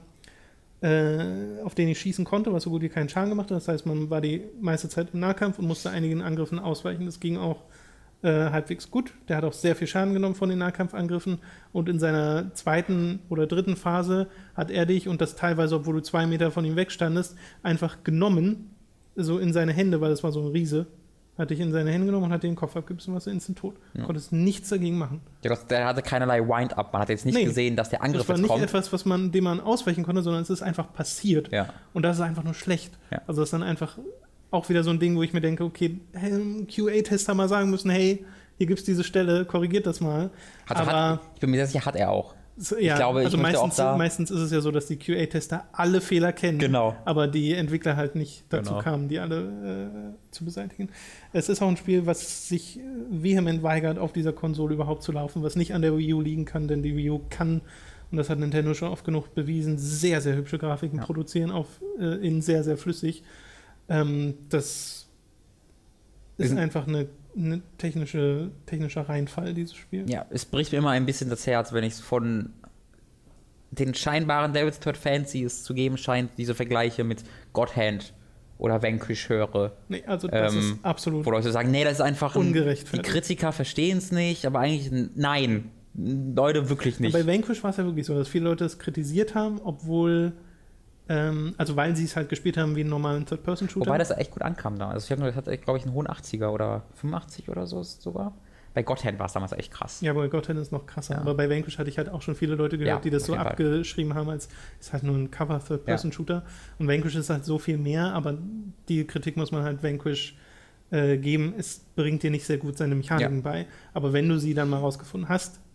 äh, auf den ich schießen konnte, was so gut wie keinen Schaden gemacht hat. Das heißt, man war die meiste Zeit im Nahkampf und musste einigen Angriffen ausweichen. Das ging auch äh, halbwegs gut. Der hat auch sehr viel Schaden genommen von den Nahkampfangriffen. Und in seiner zweiten oder dritten Phase hat er dich, und das teilweise, obwohl du zwei Meter von ihm wegstandest, einfach genommen, so in seine Hände, weil das war so ein Riese. Hat dich in seine Hände genommen und hat dir den Kopf abgebissen, was er instant tot. Du ja. konntest nichts dagegen machen. Ja, der hatte keinerlei Wind-Up. Man hat jetzt nicht nee, gesehen, dass der Angriff jetzt kommt. Das war nicht etwas, was man, dem man ausweichen konnte, sondern es ist einfach passiert. Ja. Und das ist einfach nur schlecht. Ja. Also das ist dann einfach auch wieder so ein Ding, wo ich mir denke, okay, Q A-Tester mal sagen müssen, hey, hier gibt es diese Stelle, korrigiert das mal. Hat, Aber hat, ich bin mir sicher, hat er auch. So, ja, ich glaube, also ich meistens, auch da meistens ist es ja so, dass die Q A-Tester alle Fehler kennen, genau. aber die Entwickler halt nicht dazu genau. kamen, die alle äh, zu beseitigen. Es ist auch ein Spiel, was sich vehement weigert, auf dieser Konsole überhaupt zu laufen, was nicht an der Wii U liegen kann, denn die Wii U kann, und das hat Nintendo schon oft genug bewiesen, sehr, sehr hübsche Grafiken ja. produzieren, auf, äh, in sehr, sehr flüssig. Ähm, das ist einfach eine Ein technische, technischer Reinfall, dieses Spiel. Ja, es bricht mir immer ein bisschen das Herz, wenn ich es von den scheinbaren Devil's Third Fans, die es zu geben scheint, diese Vergleiche mit God Hand oder Vanquish höre. Nee, also das ähm, ist absolut wo Leute sagen, nee, das ist einfach ein, ungerechtfertigt. Die Kritiker verstehen es nicht, aber eigentlich nein, Leute wirklich nicht. Aber bei Vanquish war es ja wirklich so, dass viele Leute es kritisiert haben, obwohl also weil sie es halt gespielt haben wie einen normalen Third-Person-Shooter. Wobei das echt gut ankam da. Also ich habe, das hatte, glaube ich, einen hohen achtziger oder fünfundachtzig oder so sogar. Bei God Hand war es damals echt krass. Ja, bei God Hand ist noch krasser. Ja. Aber bei Vanquish hatte ich halt auch schon viele Leute gehört, ja, die das so abgeschrieben haben, als ist halt nur ein Cover-Third-Person-Shooter. Ja. Und Vanquish ist halt so viel mehr, aber die Kritik muss man halt Vanquish äh, geben. Es bringt dir nicht sehr gut seine Mechaniken ja. bei. Aber wenn du sie dann mal rausgefunden hast,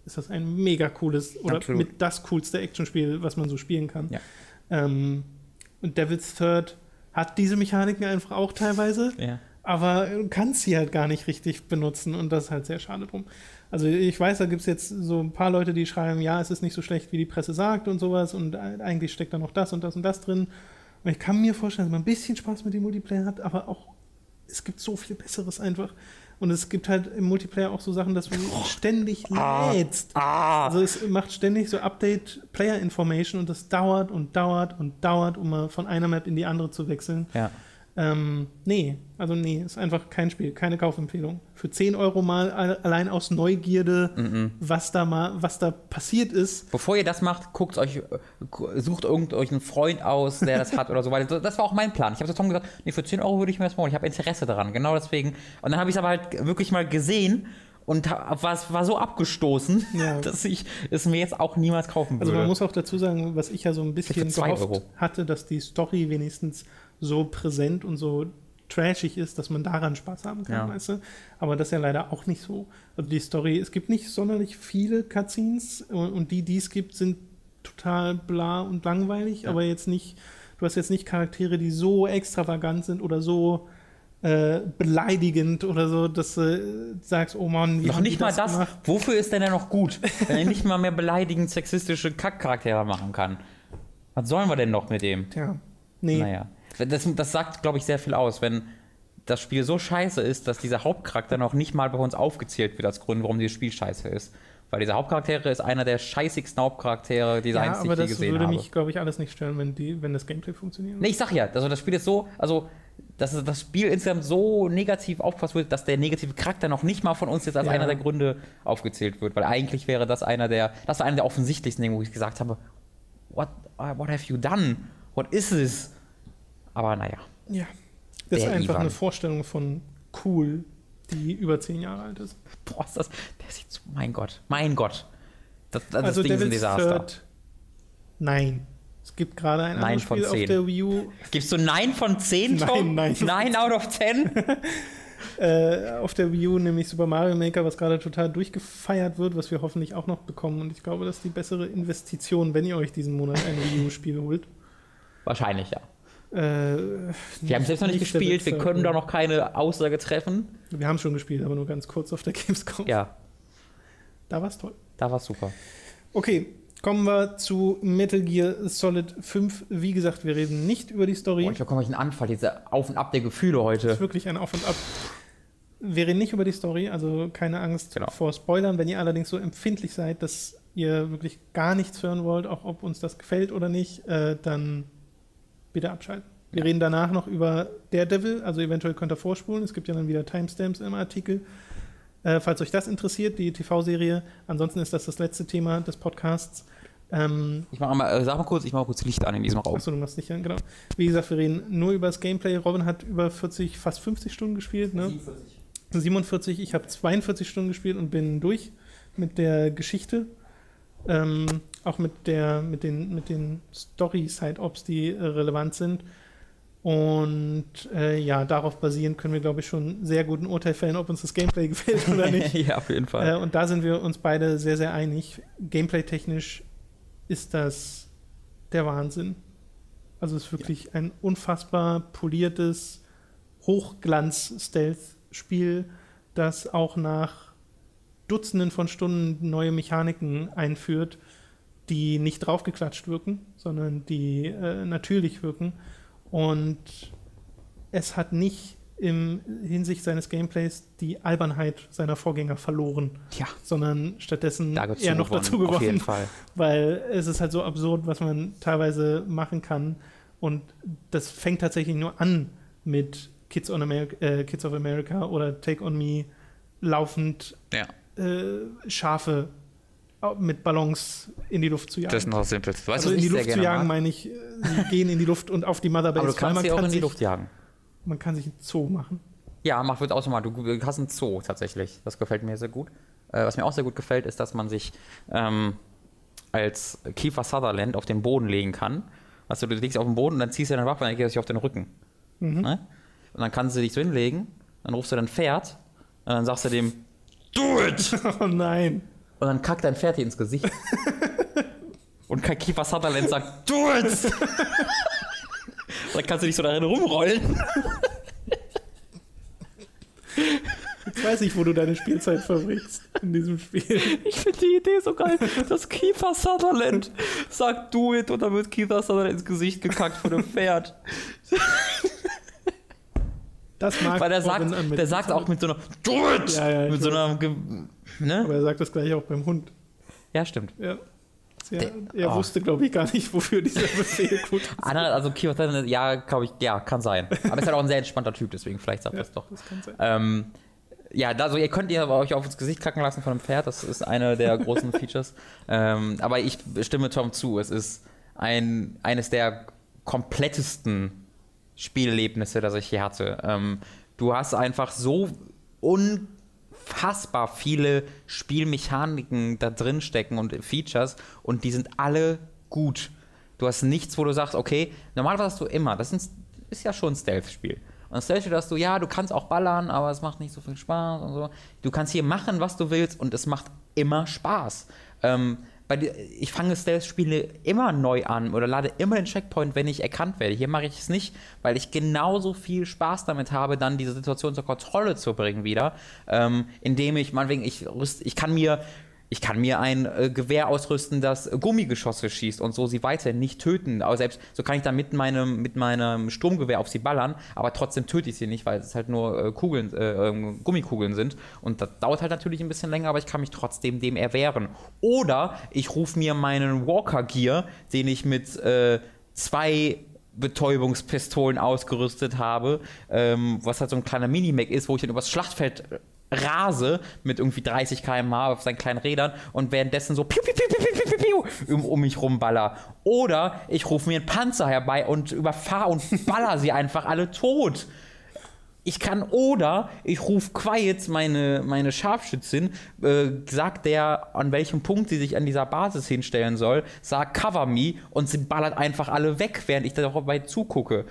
ist das ein mega cooles oder Absolut. mit das coolste Actionspiel, was man so spielen kann. Ja. Ähm, und Devil's Third hat diese Mechaniken einfach auch teilweise, Ja. aber du kannst sie halt gar nicht richtig benutzen und das ist halt sehr schade drum. Also ich weiß, da gibt es jetzt so ein paar Leute, die schreiben, ja, es ist nicht so schlecht, wie die Presse sagt und sowas und eigentlich steckt da noch das und das und das drin. Und ich kann mir vorstellen, dass man ein bisschen Spaß mit dem Multiplayer hat, aber auch, es gibt so viel Besseres einfach. Und es gibt halt im Multiplayer auch so Sachen, dass du oh. ständig ah. lädst. Ah. Also es macht ständig so Update-Player-Information und das dauert und dauert und dauert, um mal von einer Map in die andere zu wechseln. Ja. Ähm, nee, also nee, ist einfach kein Spiel, keine Kaufempfehlung. Für zehn Euro mal allein aus Neugierde, mm-mm. was da mal, was da passiert ist. Bevor ihr das macht, guckt euch, sucht irgendeinen Freund aus, der das hat oder so weiter. Das war auch mein Plan. Ich habe zu Tom gesagt, nee, für zehn Euro würde ich mir das holen. Ich habe Interesse daran, genau deswegen. Und dann habe ich es aber halt wirklich mal gesehen und war, war so abgestoßen, ja. dass ich es mir jetzt auch niemals kaufen würde. Also man muss auch dazu sagen, was ich ja so ein bisschen gehofft Euro. hatte, dass die Story wenigstens so präsent und so trashig ist, dass man daran Spaß haben kann, ja. weißt du? Aber das ist ja leider auch nicht so. Also die Story, es gibt nicht sonderlich viele Cutscenes und die, die es gibt, sind total bla und langweilig, ja. aber jetzt nicht, du hast jetzt nicht Charaktere, die so extravagant sind oder so äh, beleidigend oder so, dass du äh, sagst, oh Mann, wie noch nicht mal das, gemacht? Wofür ist denn der noch gut, wenn er nicht mal mehr beleidigend sexistische Kackcharaktere machen kann? Was sollen wir denn noch mit dem? Tja, nee. Naja. Das, das sagt, glaube ich, sehr viel aus, wenn das Spiel so scheiße ist, dass dieser Hauptcharakter noch nicht mal bei uns aufgezählt wird als Grund, warum dieses Spiel scheiße ist. Weil dieser Hauptcharakter ist einer der scheißigsten Hauptcharaktere, die, ja, eins, die ich je gesehen habe. aber das würde mich, glaube ich, alles nicht stören, wenn, die, wenn das Gameplay funktioniert. Nee, ich sag ja, also das Spiel ist so, also dass das Spiel insgesamt so negativ aufgefasst wird, dass der negative Charakter noch nicht mal von uns jetzt als ja. einer der Gründe aufgezählt wird. Weil eigentlich wäre das einer der, das war einer der offensichtlichsten Dinge, wo ich gesagt habe, what, what have you done? What is this? Aber naja. Ja, das der ist einfach Ivan. eine Vorstellung von cool, die über zehn Jahre alt ist. Boah, ist das, der sieht so, mein Gott, mein Gott. Das, das also Ding ist ein Desaster. Third, nein. Es gibt gerade ein anderes Spiel auf der Wii U. Gibst du neun von zehn, Tom? Nein, nein. neun out of zehn? äh, auf der Wii U, nämlich Super Mario Maker, was gerade total durchgefeiert wird, was wir hoffentlich auch noch bekommen. Und ich glaube, das ist die bessere Investition, wenn ihr euch diesen Monat ein Wii U-Spiel holt. Wahrscheinlich, ja. Äh, wir haben es selbst noch nicht gespielt, wir können da noch keine Aussage treffen. Wir haben schon gespielt, aber nur ganz kurz auf der Gamescom. Ja. Da war es toll. Da war es super. Okay, kommen wir zu Metal Gear Solid fünf. Wie gesagt, wir reden nicht über die Story. Oh, ich bekomme einen Anfall, dieser Auf und Ab der Gefühle heute. Das ist wirklich ein Auf und Ab. Wir reden nicht über die Story, also keine Angst genau. vor Spoilern. Wenn ihr allerdings so empfindlich seid, dass ihr wirklich gar nichts hören wollt, auch ob uns das gefällt oder nicht, äh, dann bitte abschalten. Wir ja. reden danach noch über Daredevil, also eventuell könnt ihr vorspulen. Es gibt ja dann wieder Timestamps im Artikel. Äh, falls euch das interessiert, die T V-Serie. Ansonsten ist das das letzte Thema des Podcasts. Ähm, ich mache mal, äh, sag mal kurz, ich mache kurz Licht an in diesem Raum. Achso, du machst Licht an, genau. Wie gesagt, wir reden nur über das Gameplay. Robin hat über vierzig, fast fünfzig Stunden gespielt, ne? siebenundvierzig. siebenundvierzig, ich habe zweiundvierzig Stunden gespielt und bin durch mit der Geschichte. Ähm, auch mit der, mit den, mit den Story-Side-Ops, die äh, relevant sind. Und äh, ja, darauf basierend können wir, glaube ich, schon sehr gut ein Urteil fällen, ob uns das Gameplay gefällt oder nicht. Ja, auf jeden Fall. Äh, und da sind wir uns beide sehr, sehr einig. Gameplay-technisch ist das der Wahnsinn. Also es ist wirklich ja. ein unfassbar poliertes Hochglanz-Stealth-Spiel, das auch nach Dutzenden von Stunden neue Mechaniken einführt, die nicht draufgeklatscht wirken, sondern die äh, natürlich wirken. Und es hat nicht im Hinsicht seines Gameplays die Albernheit seiner Vorgänger verloren, ja. sondern stattdessen da eher noch dazu gewonnen. Auf jeden Fall. Weil es ist halt so absurd, was man teilweise machen kann. Und das fängt tatsächlich nur an mit Kids, on America, äh, Kids of America oder Take on Me laufend ja. äh, Schafe mit Ballons in die Luft zu jagen. Das ist noch das Simpelste. Weißt also du, in die Luft zu jagen, meine ich, sie gehen in die Luft und auf die Mother Base. Aber du kannst sie auch in die sich, Luft jagen. Man kann sich einen Zoo machen. Ja, mach wird auch so mal. Du hast einen Zoo tatsächlich. Das gefällt mir sehr gut. Äh, was mir auch sehr gut gefällt, ist, dass man sich ähm, als Kiefer Sutherland auf den Boden legen kann. Also du liegst auf dem Boden und dann ziehst du deine Waffe und dann geht es dich auf den Rücken. Mhm. Ne? Und dann kannst du dich so hinlegen, dann rufst du dein Pferd und dann sagst du dem, do it! Oh nein. und dann kackt dein Pferd dir ins Gesicht. Und Kiefer Sutherland sagt, do it! Dann kannst du nicht so darin rumrollen. Jetzt weiß ich, wo du deine Spielzeit verbringst in diesem Spiel. Ich finde die Idee so geil, dass Kiefer Sutherland sagt, do it, und dann wird Kiefer Sutherland ins Gesicht gekackt von einem Pferd. Das mag Weil der sagt, der sagt auch mit so einer do it! Ja, ja, mit so einer, ne? Aber er sagt das gleich auch beim Hund. Ja, stimmt. Ja. Er, der, er oh. wusste, glaube ich, gar nicht, wofür dieser Befehl gut ist. Also Kiefer Sutherland, ja, glaube ich, ja, kann sein. Aber er ist halt auch ein sehr entspannter Typ, deswegen vielleicht sagt ja, das doch. Das kann sein. Ähm, ja, also ihr könnt ihr aber euch auf ins Gesicht kacken lassen von einem Pferd, das ist eine der großen Features. Ähm, aber ich stimme Tom zu, es ist ein, eines der komplettesten Spielerlebnisse, das ich hier hatte. Ähm, du hast einfach so unfassbar viele Spielmechaniken da drin stecken und Features und die sind alle gut. Du hast nichts, wo du sagst, okay, normalerweise hast du immer, das ist, ist ja schon ein Stealth-Spiel. Und Stealth, dass du, ja, du kannst auch ballern, aber es macht nicht so viel Spaß und so. Du kannst hier machen, was du willst und es macht immer Spaß. Ähm, bei die, ich fange Stealth-Spiele immer neu an oder lade immer den Checkpoint, wenn ich erkannt werde. Hier mache ich es nicht, weil ich genauso viel Spaß damit habe, dann diese Situation zur Kontrolle zu bringen wieder, ähm, indem ich, meinetwegen, ich rüst, ich kann mir Ich kann mir ein äh, Gewehr ausrüsten, das äh, Gummigeschosse schießt und so sie weiterhin nicht töten. Aber selbst so kann ich dann mit meinem, mit meinem Sturmgewehr auf sie ballern, aber trotzdem töte ich sie nicht, weil es halt nur äh, Kugeln, äh, äh, Gummikugeln sind. Und das dauert halt natürlich ein bisschen länger, aber ich kann mich trotzdem dem erwehren. Oder ich rufe mir meinen Walker Gear, den ich mit äh, zwei Betäubungspistolen ausgerüstet habe, ähm, was halt so ein kleiner Minimac ist, wo ich dann übers Schlachtfeld rase mit irgendwie dreißig Kilometer pro Stunde auf seinen kleinen Rädern und währenddessen so piu, piu, piu, piu, piu, piu, piu, um, um mich rumballer. Oder ich rufe mir einen Panzer herbei und überfahre und baller sie einfach alle tot. Ich kann, oder ich rufe Quiet, meine, meine Scharfschützin, äh, sagt der, an welchem Punkt sie sich an dieser Basis hinstellen soll, sagt cover me und sie ballert einfach alle weg, während ich dabei zugucke.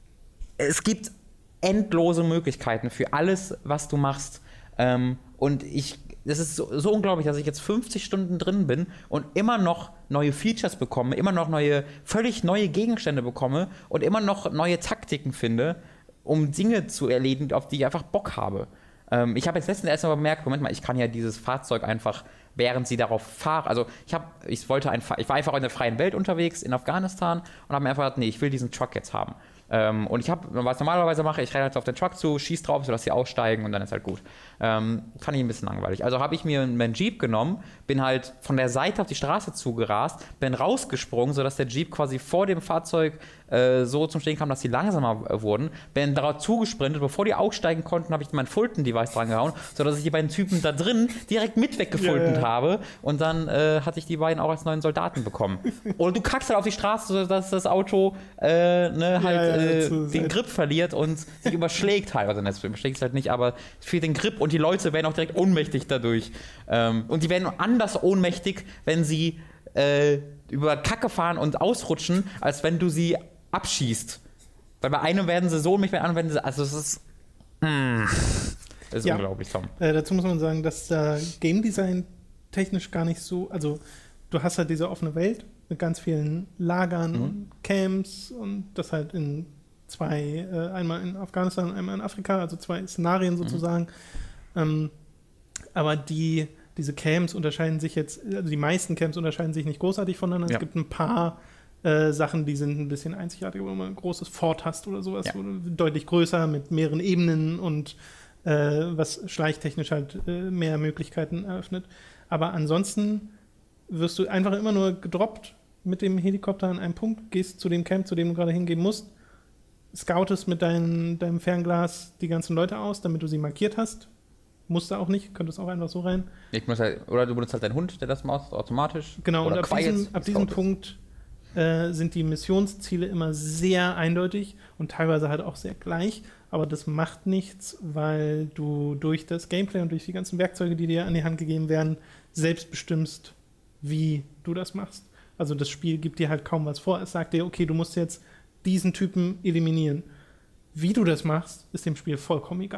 Es gibt endlose Möglichkeiten für alles, was du machst. Ähm, und ich, das ist so, so unglaublich, dass ich jetzt fünfzig Stunden drin bin und immer noch neue Features bekomme, immer noch neue, völlig neue Gegenstände bekomme und immer noch neue Taktiken finde, um Dinge zu erledigen, auf die ich einfach Bock habe. Ähm, ich habe jetzt letztens erst mal bemerkt, Moment mal, ich kann ja dieses Fahrzeug einfach, während sie darauf fahren, also ich habe, ich wollte ein, ich war einfach in der freien Welt unterwegs in Afghanistan und habe mir einfach gedacht, nee, ich will diesen Truck jetzt haben. Ähm, und ich habe, was ich normalerweise mache, ich renne jetzt auf den Truck zu, schieß drauf, sodass sie aussteigen und dann ist halt gut. Ähm, fand ich ein bisschen langweilig. Also habe ich mir meinen Jeep genommen, bin halt von der Seite auf die Straße zugerast, bin rausgesprungen, sodass der Jeep quasi vor dem Fahrzeug äh, so zum Stehen kam, dass sie langsamer äh, wurden, bin darauf zugesprintet, bevor die aussteigen konnten, habe ich mein Fulton-Device dran gehauen, sodass ich die beiden Typen da drin direkt mit weggefultend yeah. habe und dann äh, hatte ich die beiden auch als neuen Soldaten bekommen. Und du kackst halt auf die Straße, sodass das Auto äh, ne, halt ja, ja. Äh, den Grip verliert und sich überschlägt halt. Also, das überschlägt es halt nicht, aber es fehlt den Grip und die Leute werden auch direkt ohnmächtig dadurch. Ähm, und die werden anders ohnmächtig, wenn sie äh, über Kacke fahren und ausrutschen, als wenn du sie abschießt. Weil bei einem werden sie so ohnmächtig, bei anderen werden sie. Also, es ist. Mm, das ist ja. unglaublich, Tom. Äh, dazu muss man sagen, dass äh, Game Design technisch gar nicht so. Also, du hast halt diese offene Welt mit ganz vielen Lagern mhm. und Camps und das halt in zwei, äh, einmal in Afghanistan und einmal in Afrika, also zwei Szenarien sozusagen. Mhm. Ähm, aber die, diese Camps unterscheiden sich jetzt, also die meisten Camps unterscheiden sich nicht großartig voneinander. Ja. Es gibt ein paar äh, Sachen, die sind ein bisschen einzigartig, wo man ein großes Fort hast oder sowas, ja. wo du deutlich größer mit mehreren Ebenen und äh, was schleichtechnisch halt äh, mehr Möglichkeiten eröffnet. Aber ansonsten wirst du einfach immer nur gedroppt mit dem Helikopter an einem Punkt, gehst zu dem Camp, zu dem du gerade hingehen musst, scoutest mit dein, deinem Fernglas die ganzen Leute aus, damit du sie markiert hast. Musst du auch nicht, könntest auch einfach so rein. Ich muss halt, oder du benutzt halt deinen Hund, der das macht, automatisch. Genau, oder und ab diesem, ab diesem Punkt äh, sind die Missionsziele immer sehr eindeutig und teilweise halt auch sehr gleich. Aber das macht nichts, weil du durch das Gameplay und durch die ganzen Werkzeuge, die dir an die Hand gegeben werden, selbst bestimmst, wie du das machst. Also das Spiel gibt dir halt kaum was vor. Es sagt dir, okay, du musst jetzt diesen Typen eliminieren. Wie du das machst, ist dem Spiel vollkommen egal. Ja.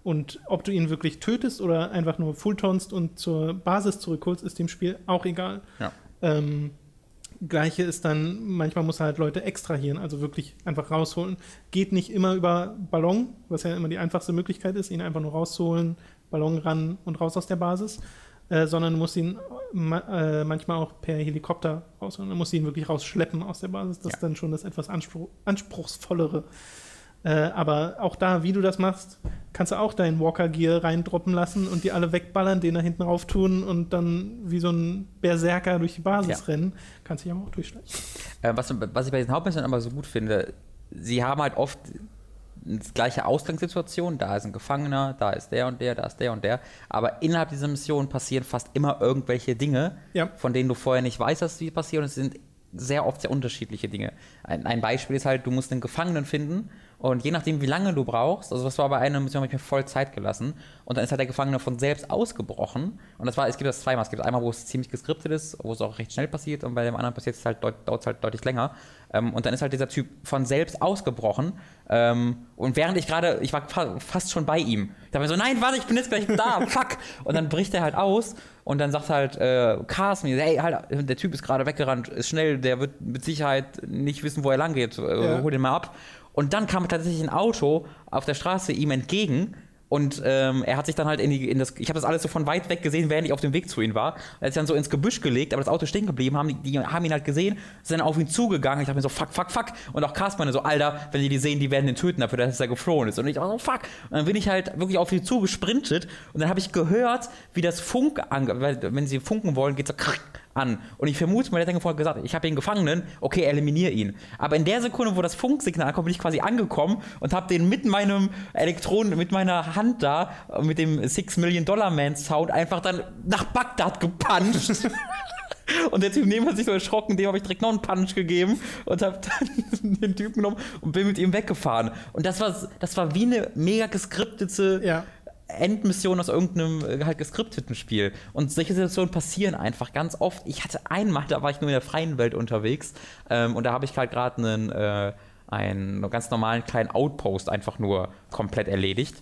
Und ob du ihn wirklich tötest oder einfach nur fulltonst und zur Basis zurückholst, ist dem Spiel auch egal. Ja. Ähm, Gleiche ist dann, manchmal muss er halt Leute extrahieren, also wirklich einfach rausholen. Geht nicht immer über Ballon, was ja immer die einfachste Möglichkeit ist, ihn einfach nur rauszuholen, Ballon ran und raus aus der Basis, äh, sondern du musst ihn ma äh, manchmal auch per Helikopter rausholen. Du musst ihn wirklich rausschleppen aus der Basis. Das Ja. ist dann schon das etwas Anspruch anspruchsvollere. Äh, aber auch da, wie du das machst, kannst du auch deinen Walker-Gear reindroppen lassen und die alle wegballern, den da hinten rauf tun und dann wie so ein Berserker durch die Basis Ja. rennen. Kannst dich aber auch durchschleichen. Äh, was, was ich bei den Hauptmissionen aber so gut finde, sie haben halt oft die gleiche Ausgangssituation, da ist ein Gefangener, da ist der und der, da ist der und der, aber innerhalb dieser Mission passieren fast immer irgendwelche Dinge, Ja. von denen du vorher nicht weißt, dass die passieren, und es sind sehr oft sehr unterschiedliche Dinge. Ein, ein Beispiel ist halt, du musst einen Gefangenen finden und je nachdem, wie lange du brauchst, also das war bei einer Mission, habe ich mir voll Zeit gelassen und dann ist halt der Gefangene von selbst ausgebrochen und das war, es gibt das zweimal, es gibt einmal, wo es ziemlich geskriptet ist, wo es auch recht schnell passiert und bei dem anderen passiert es halt, dauert es halt deutlich länger ähm, und dann ist halt dieser Typ von selbst ausgebrochen ähm, und während ich gerade, ich war fa fast schon bei ihm, da war ich so, nein, warte, ich bin jetzt gleich da, fuck, und dann bricht er halt aus und dann sagt halt äh, Cars mir, hey, halt, der Typ ist gerade weggerannt, ist schnell, der wird mit Sicherheit nicht wissen, wo er lang geht, äh, Ja. hol den mal ab. Und dann kam tatsächlich ein Auto auf der Straße ihm entgegen und ähm, er hat sich dann halt in, die, in das, ich habe das alles so von weit weg gesehen, während ich auf dem Weg zu ihm war. Er hat sich dann so ins Gebüsch gelegt, aber das Auto stehen geblieben, haben, die, die haben ihn halt gesehen, sind dann auf ihn zugegangen. Ich dachte mir so, fuck, fuck, fuck. Und auch Castman so, Alter, wenn die die sehen, die werden den töten dafür, dass er geflohen ist. Und ich auch so, fuck. Und dann bin ich halt wirklich auf ihn zugesprintet und dann habe ich gehört, wie das Funk, ange weil wenn sie funken wollen, geht so krrr an. Und ich vermute mal, der hat vorher gesagt, ich habe den Gefangenen, okay, eliminiere ihn. Aber in der Sekunde, wo das Funksignal kommt, bin ich quasi angekommen und habe den mit meinem Elektron, mit meiner Hand da, mit dem Six Million Dollar Man Sound einfach dann nach Bagdad gepuncht. Und der Typ neben hat sich so erschrocken, dem habe ich direkt noch einen Punch gegeben und habe dann den Typen genommen und bin mit ihm weggefahren. Und das war, das war wie eine mega geskriptete Ja. Endmission aus irgendeinem äh, halt geskripteten Spiel. Und solche Situationen passieren einfach ganz oft. Ich hatte einmal, da war ich nur in der freien Welt unterwegs ähm, und da habe ich halt gerade einen, äh, einen ganz normalen kleinen Outpost einfach nur komplett erledigt.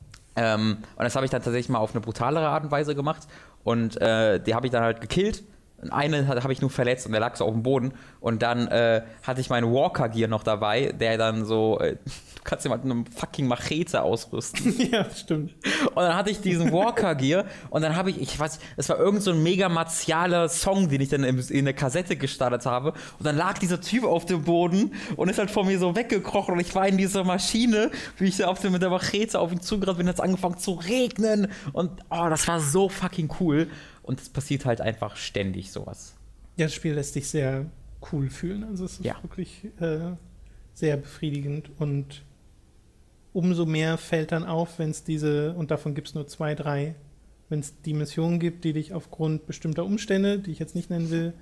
Ähm, und das habe ich dann tatsächlich mal auf eine brutalere Art und Weise gemacht. Und äh, die habe ich dann halt gekillt. Eine habe ich nur verletzt und der lag so auf dem Boden. Und dann äh, hatte ich meinen Walker-Gear noch dabei, der dann so, äh, du kannst ihn mit einem fucking Machete ausrüsten. Ja, stimmt. Und dann hatte ich diesen Walker-Gear und dann habe ich, ich weiß, es war irgend so ein mega martialer Song, den ich dann in, in der Kassette gestartet habe. Und dann lag dieser Typ auf dem Boden und ist halt vor mir so weggekrochen und ich war in dieser Maschine, wie ich da auf dem, mit der Machete auf ihn zugerannt bin, hat es angefangen zu regnen und oh, das war so fucking cool. Und es passiert halt einfach ständig sowas. Ja, das Spiel lässt sich sehr cool fühlen. Also es ist Ja. wirklich äh, sehr befriedigend und umso mehr fällt dann auf, wenn es diese, und davon gibt es nur zwei, drei, wenn es die Missionen gibt, die dich aufgrund bestimmter Umstände, die ich jetzt nicht nennen will,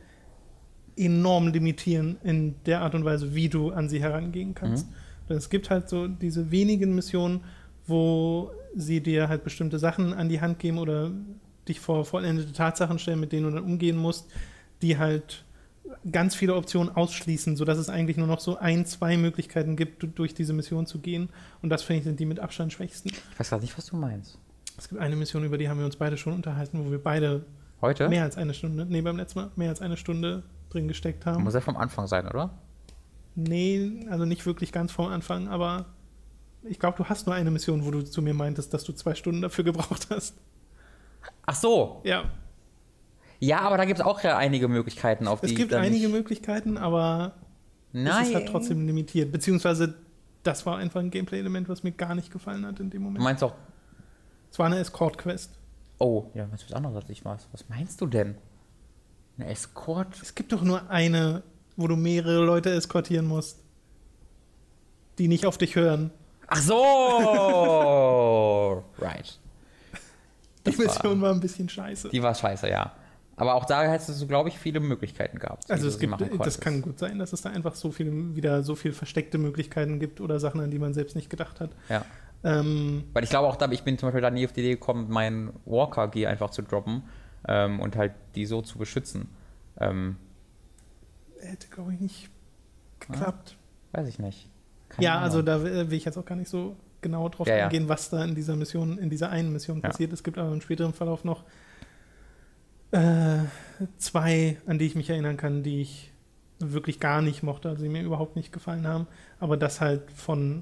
enorm limitieren in der Art und Weise, wie du an sie herangehen kannst. Mhm. Es gibt halt so diese wenigen Missionen, wo sie dir halt bestimmte Sachen an die Hand geben oder dich vor vollendete Tatsachen stellen, mit denen du dann umgehen musst, die halt ganz viele Optionen ausschließen, sodass es eigentlich nur noch so ein, zwei Möglichkeiten gibt, durch diese Mission zu gehen. Und das, finde ich, sind die mit Abstand schwächsten. Ich weiß gar nicht, was du meinst. Es gibt eine Mission, über die haben wir uns beide schon unterhalten, wo wir beide Heute? mehr als eine Stunde, nee, beim letzten Mal mehr als eine Stunde drin gesteckt haben. Muss ja vom Anfang sein, oder? Nee, also nicht wirklich ganz vom Anfang, aber ich glaube, du hast nur eine Mission, wo du zu mir meintest, dass du zwei Stunden dafür gebraucht hast. Ach so. Ja. Ja, aber da gibt es auch ja einige Möglichkeiten, auf die Es ich gibt dann einige nicht... Möglichkeiten, aber Nein. es ist halt trotzdem limitiert. Beziehungsweise, das war einfach ein Gameplay-Element, was mir gar nicht gefallen hat in dem Du Moment. meinst auch... Es war eine Escort-Quest. Oh, ja, was anderes als ich was. Was meinst du denn? Eine Escort? Es gibt doch nur eine, wo du mehrere Leute eskortieren musst, die nicht auf dich hören. Ach so! Right. Die Das war- Mission war ein bisschen scheiße. Die war scheiße, ja. Aber auch da hättest du, glaube ich, viele Möglichkeiten gehabt. wie Also du es sie gibt, machen das konntest. kann gut sein, dass es da einfach so viel, wieder so viel versteckte Möglichkeiten gibt oder Sachen, an die man selbst nicht gedacht hat. Ja. Ähm, Weil ich glaube auch, da, ich bin zum Beispiel da nie auf die Idee gekommen, meinen Walker-Gear einfach zu droppen ähm, und halt die so zu beschützen. Ähm, hätte, glaube ich, nicht geklappt. weiß ich nicht. Keine Ja, Ahnung. also da will will ich jetzt auch gar nicht so genau drauf ja, eingehen, ja. was da in dieser Mission, in dieser einen Mission Ja. passiert. Es gibt aber im späteren Verlauf noch äh, zwei, an die ich mich erinnern kann, die ich wirklich gar nicht mochte, also die mir überhaupt nicht gefallen haben. Aber das halt von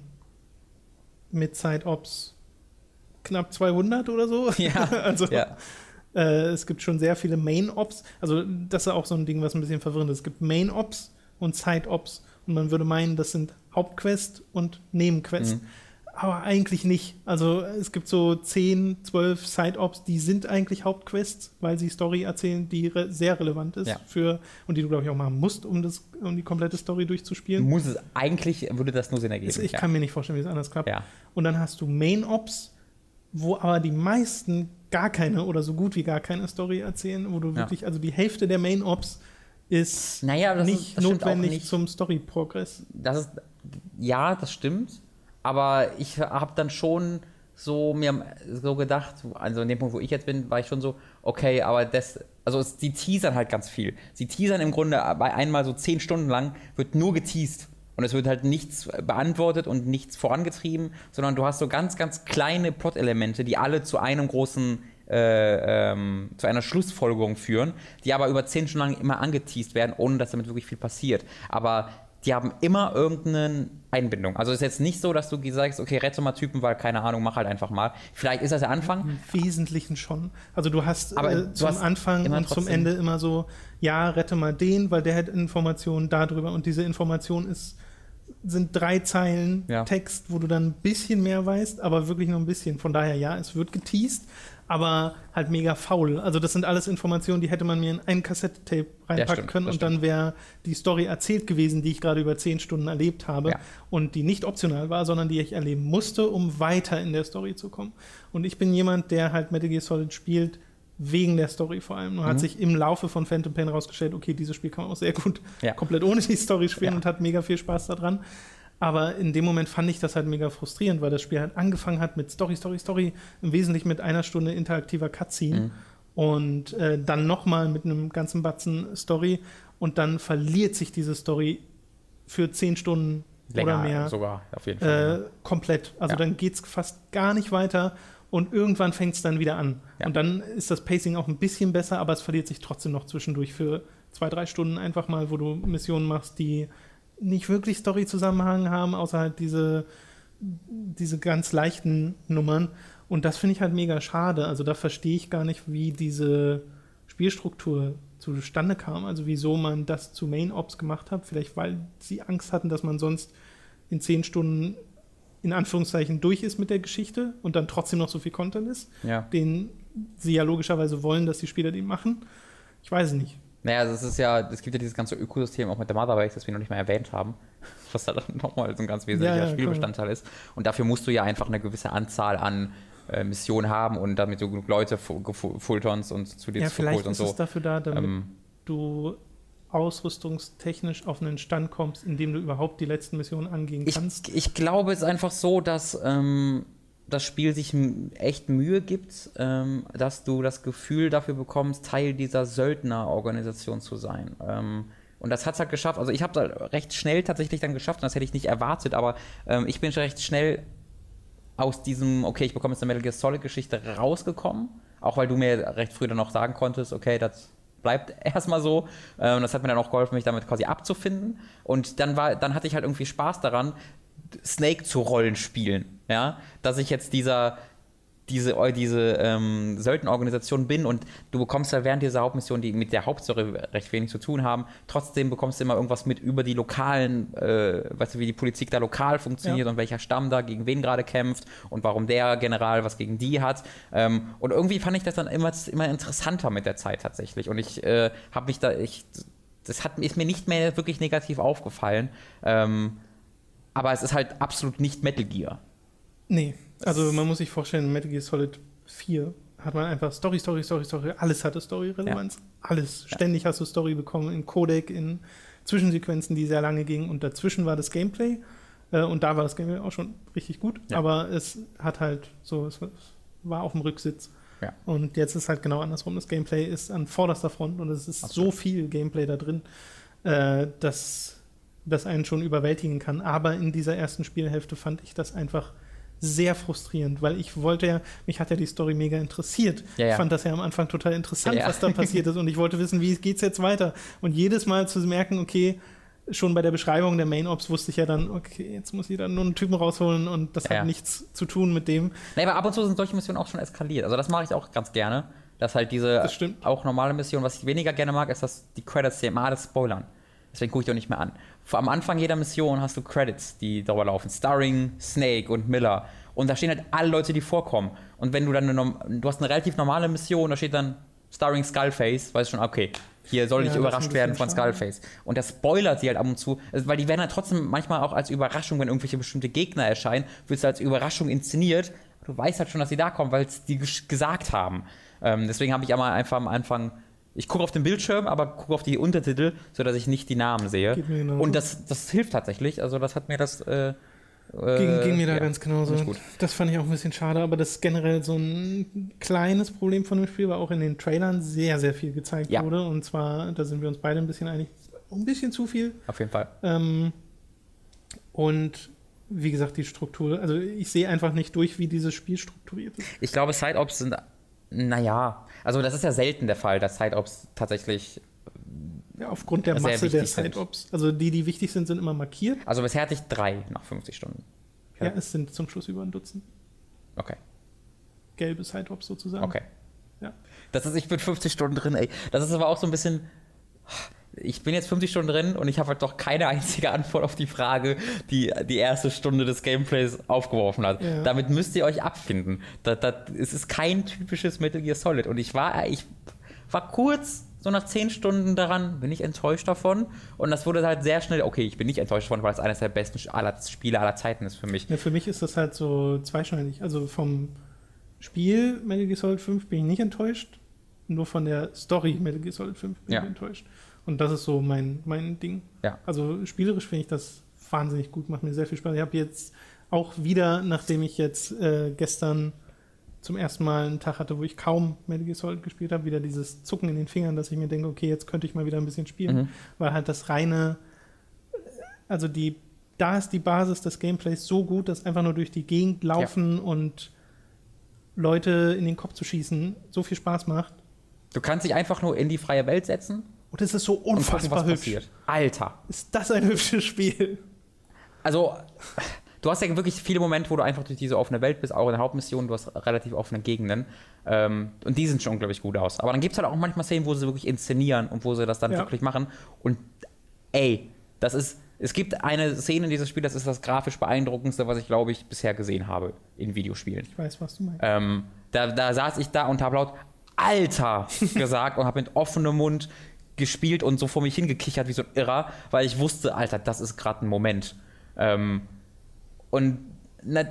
Mid-Side-Ops knapp zweihundert oder so. Ja, also ja. äh, es gibt schon sehr viele Main-Ops. Also das ist auch so ein Ding, was ein bisschen verwirrend ist. Es gibt Main-Ops und Side-Ops und man würde meinen, das sind Hauptquest und Nebenquest. Mhm. Aber eigentlich nicht. Also es gibt so zehn, zwölf Side-Ops, die sind eigentlich Hauptquests, weil sie Story erzählen, die re- sehr relevant ist Ja. für und die du, glaube ich, auch machen musst, um, das, um die komplette Story durchzuspielen. Muss es, eigentlich würde das nur Sinn ergeben. Ich ja. kann mir nicht vorstellen, wie es anders klappt. Ja. Und dann hast du Main-Ops, wo aber die meisten gar keine oder so gut wie gar keine Story erzählen, wo du Ja. wirklich, also die Hälfte der Main-Ops ist Naja, das nicht ist, das stimmt auch notwendig nicht. zum Story-Progress. Das ist, ja, das stimmt. Aber ich habe dann schon so mir so gedacht, also in dem Punkt, wo ich jetzt bin, war ich schon so, okay, aber das, also es, die teasern halt ganz viel. Sie teasern im Grunde bei einmal so zehn Stunden lang, wird nur geteased. Und es wird halt nichts beantwortet und nichts vorangetrieben, sondern du hast so ganz, ganz kleine Plot-Elemente, die alle zu einem großen, äh, ähm, zu einer Schlussfolgerung führen, die aber über zehn Stunden lang immer angeteased werden, ohne dass damit wirklich viel passiert. Aber die haben immer irgendeine Einbindung. Also es ist jetzt nicht so, dass du sagst, okay, rette mal Typen, weil, keine Ahnung, mach halt einfach mal. Vielleicht ist das der Anfang. Im Wesentlichen schon. Also du hast Aber äh, du zum hast Anfang immer und zum trotzdem- Ende immer so, ja, rette mal den, weil der hat Informationen darüber und diese Information ist, sind drei Zeilen Ja. Text, wo du dann ein bisschen mehr weißt, aber wirklich nur ein bisschen. Von daher, ja, es wird geteased, aber halt mega faul. Also das sind alles Informationen, die hätte man mir in ein Kassettetape reinpacken stimmt, können das und dann wäre die Story erzählt gewesen, die ich gerade über zehn Stunden erlebt habe Ja. und die nicht optional war, sondern die ich erleben musste, um weiter in der Story zu kommen. Und ich bin jemand, der halt Metal Gear Solid spielt, wegen der Story vor allem. Und Mhm. hat sich im Laufe von Phantom Pain rausgestellt, okay, dieses Spiel kann man auch sehr gut Ja. komplett ohne die Story spielen Ja. und hat mega viel Spaß daran. Aber in dem Moment fand ich das halt mega frustrierend, weil das Spiel halt angefangen hat mit Story, Story, Story, im Wesentlichen mit einer Stunde interaktiver Cutscene Mhm. und äh, dann nochmal mit einem ganzen Batzen Story und dann verliert sich diese Story für zehn Stunden Länger oder mehr sogar, auf jeden Fall. äh, komplett. Also Ja. dann geht es fast gar nicht weiter und irgendwann fängt es dann wieder an. Ja. Und dann ist das Pacing auch ein bisschen besser, aber es verliert sich trotzdem noch zwischendurch für zwei, drei Stunden einfach mal, wo du Missionen machst, die nicht wirklich Story-Zusammenhang haben, außer halt diese, diese ganz leichten Nummern. Und das finde ich halt mega schade. Also da verstehe ich gar nicht, wie diese Spielstruktur zustande kam. Also wieso man das zu Main Ops gemacht hat. Vielleicht weil sie Angst hatten, dass man sonst in zehn Stunden in Anführungszeichen durch ist mit der Geschichte und dann trotzdem noch so viel Content ist, Ja. den sie ja logischerweise wollen, dass die Spieler den machen. Ich weiß es nicht. Naja, also es ist ja, es gibt ja dieses ganze Ökosystem auch mit der Mother-Base, das wir noch nicht mal erwähnt haben, was da dann nochmal so ein ganz wesentlicher Ja, ja, Spielbestandteil ist. Und dafür musst du ja einfach eine gewisse Anzahl an äh, Missionen haben und damit du genug Leute fu- gefu- fultonst und zu dir Ja, zu vielleicht und ist so. es dafür da, damit Ähm, du ausrüstungstechnisch auf einen Stand kommst, in dem du überhaupt die letzten Missionen angehen kannst. Ich, ich glaube, es ist einfach so, dass ähm, das Spiel sich m- echt Mühe gibt, ähm, dass du das Gefühl dafür bekommst, Teil dieser Söldnerorganisation zu sein. Ähm, und das hat es halt geschafft. Also ich habe es recht schnell tatsächlich dann geschafft, und das hätte ich nicht erwartet, aber ähm, ich bin schon recht schnell aus diesem, okay, ich bekomme jetzt eine Metal Gear Solid-Geschichte rausgekommen, auch weil du mir recht früh dann noch sagen konntest, okay, das bleibt erstmal so. Ähm, das hat mir dann auch geholfen, mich damit quasi abzufinden. Und dann war, dann hatte ich halt irgendwie Spaß daran, Snake zu Rollen spielen. Ja? Dass ich jetzt dieser, diese, diese ähm, Söldnerorganisation bin und du bekommst ja während dieser Hauptmission, die mit der Hauptstory recht wenig zu tun haben, trotzdem bekommst du immer irgendwas mit über die lokalen, äh, weißt du, wie die Politik da lokal funktioniert Ja. und welcher Stamm da gegen wen gerade kämpft und warum der General was gegen die hat. Ähm, und irgendwie fand ich das dann immer, immer interessanter mit der Zeit tatsächlich. Und ich äh, habe mich da, ich, das hat, ist mir nicht mehr wirklich negativ aufgefallen. Ähm, aber es ist halt absolut nicht Metal Gear. Nee, also man muss sich vorstellen, in Metal Gear Solid vier hat man einfach Story, Story, Story, Story, alles hatte Story-Relevanz. Ja. Alles. Ja. Ständig hast du Story bekommen, im Codec, in Zwischensequenzen, die sehr lange gingen und dazwischen war das Gameplay äh, und da war das Gameplay auch schon richtig gut, ja. aber es hat halt so, es war auf dem Rücksitz. Ja. Und jetzt ist halt genau andersrum. Das Gameplay ist an vorderster Front und es ist Absolut. so viel Gameplay da drin, äh, dass das einen schon überwältigen kann. Aber in dieser ersten Spielhälfte fand ich das einfach sehr frustrierend, weil ich wollte ja, mich hat ja die Story mega interessiert. Ja, ja. Ich fand das ja am Anfang total interessant, Ja, ja. was da passiert ist und ich wollte wissen, wie geht's jetzt weiter. Und jedes Mal zu merken, okay, schon bei der Beschreibung der Main Ops wusste ich ja dann, okay, jetzt muss ich dann nur einen Typen rausholen und das Ja. hat nichts zu tun mit dem. Nee, aber ab und zu sind solche Missionen auch schon eskaliert. Also das mache ich auch ganz gerne. Dass halt diese Das stimmt. auch normale Mission, was ich weniger gerne mag, ist, dass die Credits hier immer alles spoilern. Deswegen gucke ich auch nicht mehr an. Vor, am Anfang jeder Mission hast du Credits, die darüber laufen. Starring Snake und Miller. Und da stehen halt alle Leute, die vorkommen. Und wenn du dann eine, Norm- du hast eine relativ normale Mission, da steht dann Starring Skullface, weißt du schon, okay, hier soll Ja, ich das ist überrascht ein werden bisschen von schade. Skullface. Und das spoilert sie halt ab und zu, also, weil die werden halt trotzdem manchmal auch als Überraschung, wenn irgendwelche bestimmte Gegner erscheinen, wird es als Überraschung inszeniert. Du weißt halt schon, dass sie da kommen, weil es die ges- gesagt haben. Ähm, deswegen habe ich aber einfach am Anfang, ich gucke auf den Bildschirm, aber gucke auf die Untertitel, sodass ich nicht die Namen sehe. Geht mir genauso. Und das, das hilft tatsächlich. Also das hat mir das äh, Ging, ging mir da ja, ganz genauso. nicht gut. Das fand ich auch ein bisschen schade, aber das ist generell so ein kleines Problem von dem Spiel, weil auch in den Trailern sehr, sehr viel gezeigt Ja. wurde. Und zwar, da sind wir uns beide ein bisschen einig, ein bisschen zu viel. Auf jeden Fall. Ähm, und wie gesagt, die Struktur, also ich sehe einfach nicht durch, wie dieses Spiel strukturiert ist. Ich glaube, Side-Ops sind, naja, also das ist ja selten der Fall, dass Side-Ops tatsächlich, Ja, aufgrund der Sehr Masse der wichtig sind. Side-Ops. Also die, die wichtig sind, sind immer markiert. also bisher hatte ich drei nach fünfzig Stunden. Ja, es sind zum Schluss über ein Dutzend. Okay, Gelbe Side-Ops sozusagen. okay. Ja. Das ist, ich bin fünfzig Stunden drin, ey. Das ist aber auch so ein bisschen, ich bin jetzt fünfzig Stunden drin und ich habe halt doch keine einzige Antwort auf die Frage, die die erste Stunde des Gameplays aufgeworfen hat. Ja. Damit müsst ihr euch abfinden. Das, das, es ist kein typisches Metal Gear Solid. Und ich war, ich war kurz, so nach zehn Stunden daran, bin ich enttäuscht davon. Und das wurde halt sehr schnell, okay, ich bin nicht enttäuscht davon, weil es eines der besten aller Spiele aller Zeiten ist für mich. Ja, für mich ist das halt so zweischneidig. Also vom Spiel Metal Gear Solid fünf bin ich nicht enttäuscht, nur von der Story Metal Gear Solid fünf bin Ja. ich enttäuscht. Und das ist so mein, mein Ding. Ja. Also spielerisch finde ich das wahnsinnig gut, macht mir sehr viel Spaß. Ich habe jetzt auch wieder, nachdem ich jetzt äh, gestern zum ersten Mal einen Tag hatte, wo ich kaum Metal Gear Solid gespielt habe, wieder dieses Zucken in den Fingern, dass ich mir denke, okay, jetzt könnte ich mal wieder ein bisschen spielen, Mhm. weil halt das reine, also die, da ist die Basis des Gameplays so gut, dass einfach nur durch die Gegend laufen und Leute in den Kopf zu schießen so viel Spaß macht. Du kannst dich einfach nur in die freie Welt setzen Und es ist so und gucken, unfassbar was hübsch. passiert. Alter. Ist das ein hübsches Spiel? Also, du hast ja wirklich viele Momente, wo du einfach durch diese offene Welt bist, auch in der Hauptmission, du hast relativ offene Gegenden. Ähm, und die sehen schon unglaublich gut aus. Aber dann gibt es halt auch manchmal Szenen, wo sie wirklich inszenieren und wo sie das dann Ja. wirklich machen. Und ey, das ist, es gibt eine Szene in diesem Spiel, das ist das grafisch beeindruckendste, was ich, glaube ich, bisher gesehen habe in Videospielen. Ich weiß, was du meinst. Ähm, da, da saß ich da und habe laut Alter gesagt und habe mit offenem Mund gespielt und so vor mich hingekichert wie so ein Irrer, weil ich wusste, Alter, das ist gerade ein Moment. Ähm, und na,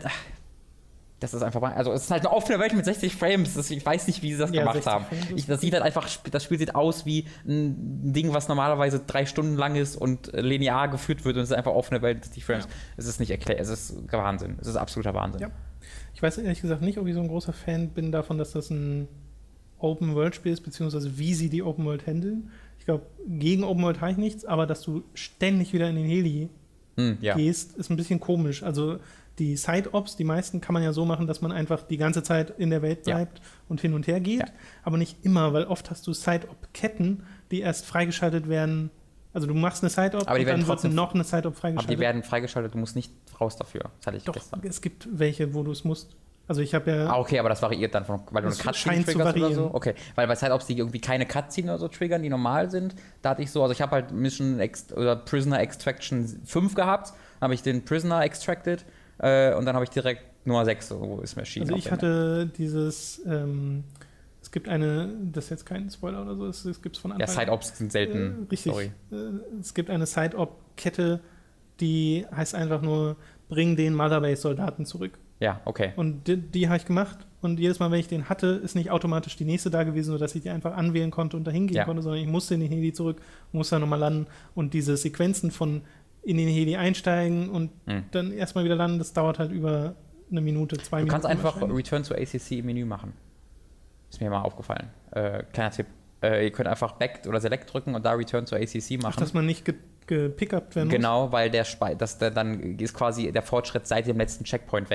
das ist einfach, also es ist halt eine offene Welt mit sechzig Frames. Das, ich weiß nicht, wie sie das Ja, gemacht sechzig haben. Frames ist Ich, das sieht halt einfach, das Spiel sieht aus wie ein Ding, was normalerweise drei Stunden lang ist und linear geführt wird und es ist einfach offene Welt mit sechzig Frames. Ja. Es ist nicht erklärt, es ist Wahnsinn. Es ist absoluter Wahnsinn. Ja. Ich weiß ehrlich gesagt nicht, ob ich so ein großer Fan bin davon, dass das ein Open-World-Spiel ist, beziehungsweise wie sie die Open-World handeln. Ich glaube, gegen Open-World habe ich nichts, aber dass du ständig wieder in den Heli Hm, ja. gehst, ist ein bisschen komisch. Also die Side-Ops, die meisten kann man ja so machen, dass man einfach die ganze Zeit in der Welt Ja. bleibt und hin und her geht, Ja. aber nicht immer, weil oft hast du Side-Op-Ketten, die erst freigeschaltet werden. Also du machst eine Side-Op Aber die und werden dann wird trotzdem- noch eine Side-Op Aber freigeschaltet. die werden freigeschaltet, du musst nicht raus dafür. Das hatte ich Doch, gestern. es gibt welche, wo du es musst. Also ich habe ja... Ah, okay, aber das variiert dann, von, weil du eine Das Cutscene scheint zu triggerst oder variieren. so. Okay, weil bei Side-Ops die irgendwie keine Cutscene oder so triggern, die normal sind, da hatte ich so, also ich habe halt Mission Ex oder Prisoner Extraction fünf gehabt, habe ich den Prisoner extracted äh, und dann habe ich direkt Nummer sechs, so ist mir erschienen. Also auf ich der hatte dieses, ähm, es gibt eine, das ist jetzt kein Spoiler oder so, es, es gibt es von Map. Ja, Anfang Side-Ops sind selten. Äh, richtig. Sorry. Äh, es gibt eine Side-Op-Kette, die heißt einfach nur, bring den Motherbase-Soldaten zurück. Ja, okay. Und die, die habe ich gemacht und jedes Mal, wenn ich den hatte, ist nicht automatisch die nächste da gewesen, sodass ich die einfach anwählen konnte und dahin gehen Ja. konnte, sondern ich musste in den Heli zurück, musste dann nochmal landen und diese Sequenzen von in den Heli einsteigen und Hm. dann erstmal wieder landen, das dauert halt über eine Minute, zwei Du Minuten. kannst einfach wahrscheinlich. Return to A C C im Menü machen. Ist mir mal aufgefallen. Äh, kleiner Tipp. Äh, ihr könnt einfach Back oder Select drücken und da Return to A C C Ach, machen. dass man nicht ge gepickupt werden muss. Genau, weil der, Spe das, der dann ist quasi der Fortschritt seit dem letzten Checkpoint weg.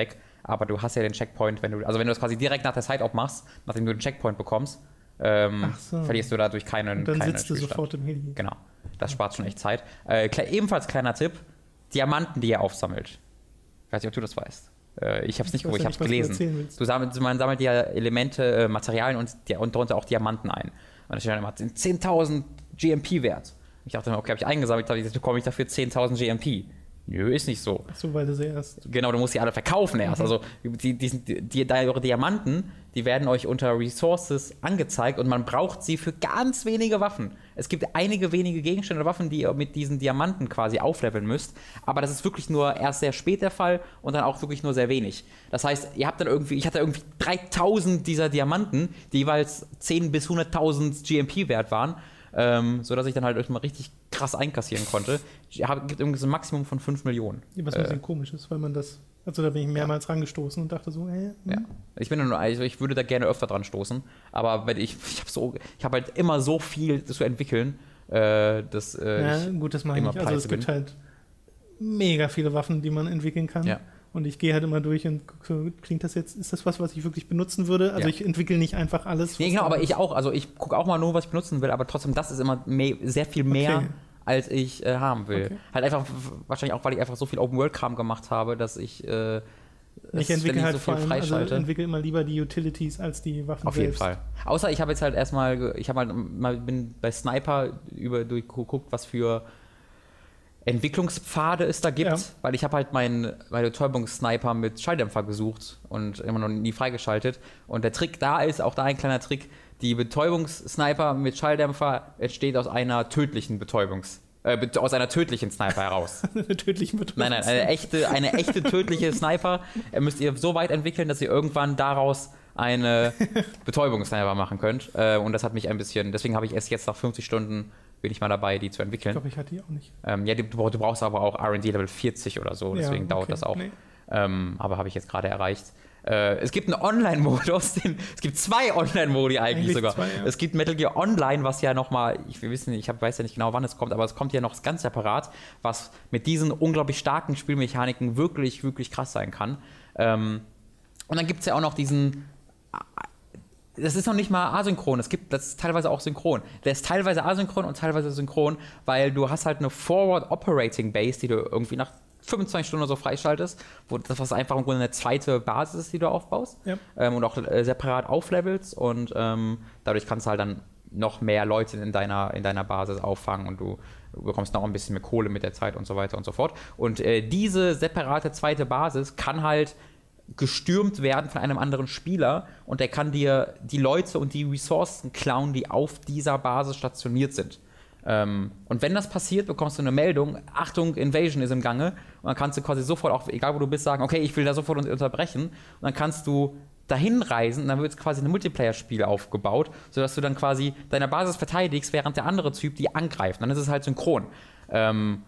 aber du hast ja den Checkpoint, wenn du, also wenn du das quasi direkt nach der Side-Op machst, nachdem du den Checkpoint bekommst, ähm, so. verlierst du dadurch keinen Und dann keine sitzt du sofort im Heli. Genau, das spart schon echt Zeit. Äh, kle- ebenfalls kleiner Tipp, Diamanten, die ihr aufsammelt. Ich weiß nicht, ob du das weißt. Äh, ich habe es nicht gewusst, ich habe es gelesen. Du sammelt, man sammelt ja Elemente, äh, Materialien und, und darunter auch Diamanten ein. Und da steht dann immer zehntausend G M P wert. Ich dachte mir, okay, habe ich eingesammelt, dann bekomme ich dafür zehntausend G M P. Nö, ist nicht so. Ach so, weil du sie erst. Genau, du musst die alle verkaufen erst. Mhm. Also die, die, die, die, eure Diamanten, die werden euch unter Resources angezeigt und man braucht sie für ganz wenige Waffen. Es gibt einige wenige Gegenstände oder Waffen, die ihr mit diesen Diamanten quasi aufleveln müsst, aber das ist wirklich nur erst sehr spät der Fall und dann auch wirklich nur sehr wenig. Das heißt, ihr habt dann irgendwie, ich hatte irgendwie dreitausend dieser Diamanten, die jeweils zehntausend bis hunderttausend G M P wert waren. Ähm, so dass ich dann halt mal richtig krass einkassieren konnte. Es gibt irgendwie so ein Maximum von fünf Millionen. Was ein bisschen äh, komisch ist, weil man das, also da bin ich mehrmals ja. rangestoßen und dachte so, hä? Hm. Ja. Ich bin nur, also ich würde da gerne öfter dran stoßen, aber wenn ich, ich habe so, ich habe halt immer so viel zu entwickeln, äh, dass äh, ja, ich gut, das meine ich. Also es bin. gibt halt mega viele Waffen, die man entwickeln kann. Ja. Und ich gehe halt immer durch und gucke, klingt das jetzt, ist das was, was ich wirklich benutzen würde? Also ja. ich entwickle nicht einfach alles. Nee, genau, aber ich auch. Also ich gucke auch mal nur, was ich benutzen will, aber trotzdem, das ist immer mehr, sehr viel mehr, okay. als ich äh, haben will. Okay. Halt einfach, wahrscheinlich auch, weil ich einfach so viel Open-World-Kram gemacht habe, dass ich äh, ich entwickle halt so vor allem, also ich entwickle immer lieber die Utilities als die Waffen Auf selbst. jeden Fall. Außer ich habe jetzt halt erstmal, ich habe halt mal, bin bei Sniper über durchgeguckt, was für Entwicklungspfade es da gibt, ja. weil ich habe halt mein, meine Betäubungssniper mit Schalldämpfer gesucht und immer noch nie freigeschaltet. Und der Trick da ist, auch da ein kleiner Trick, die Betäubungssniper mit Schalldämpfer entsteht aus einer tödlichen Betäubungs... Äh, aus einer tödlichen Sniper heraus. Eine tödliche Betäubung. Nein, nein, eine echte, eine echte tödliche Sniper müsst ihr so weit entwickeln, dass ihr irgendwann daraus eine Betäubungssniper machen könnt. Äh, und das hat mich ein bisschen, deswegen habe ich erst jetzt nach fünfzig Stunden bin ich mal dabei, die zu entwickeln. Ich glaube, ich hatte die auch nicht. Ähm, ja, du, du brauchst aber auch R und D Level vierzig oder so, deswegen ja, okay. dauert das auch. Nee. Ähm, aber habe ich jetzt gerade erreicht. Äh, es gibt einen Online-Modus, den, es gibt zwei Online-Modi eigentlich, eigentlich sogar. Zwei, ja. Es gibt Metal Gear Online, was ja nochmal, ich wir wissen, ich hab, weiß ja nicht genau, wann es kommt, aber es kommt ja noch ganz separat, was mit diesen unglaublich starken Spielmechaniken wirklich, wirklich krass sein kann. Ähm, und dann gibt es ja auch noch diesen... Das ist noch nicht mal asynchron, es gibt das ist teilweise auch synchron. Der ist teilweise asynchron und teilweise synchron, weil du hast halt eine Forward Operating Base, die du irgendwie nach fünfundzwanzig Stunden oder so freischaltest, wo das was einfach im Grunde eine zweite Basis ist, die du aufbaust ja. ähm, und auch äh, separat auflevelst und ähm, dadurch kannst du halt dann noch mehr Leute in deiner, in deiner Basis auffangen und du, du bekommst noch ein bisschen mehr Kohle mit der Zeit und so weiter und so fort. Und äh, diese separate zweite Basis kann halt gestürmt werden von einem anderen Spieler und der kann dir die Leute und die Ressourcen klauen, die auf dieser Basis stationiert sind. Ähm, und wenn das passiert, bekommst du eine Meldung, Achtung, Invasion ist im Gange und dann kannst du quasi sofort, auch egal wo du bist, sagen, okay, ich will da sofort unterbrechen und dann kannst du dahin reisen und dann wird quasi ein Multiplayer-Spiel aufgebaut, sodass du dann quasi deine Basis verteidigst, während der andere Typ die angreift. Und dann ist es halt synchron. Ähm,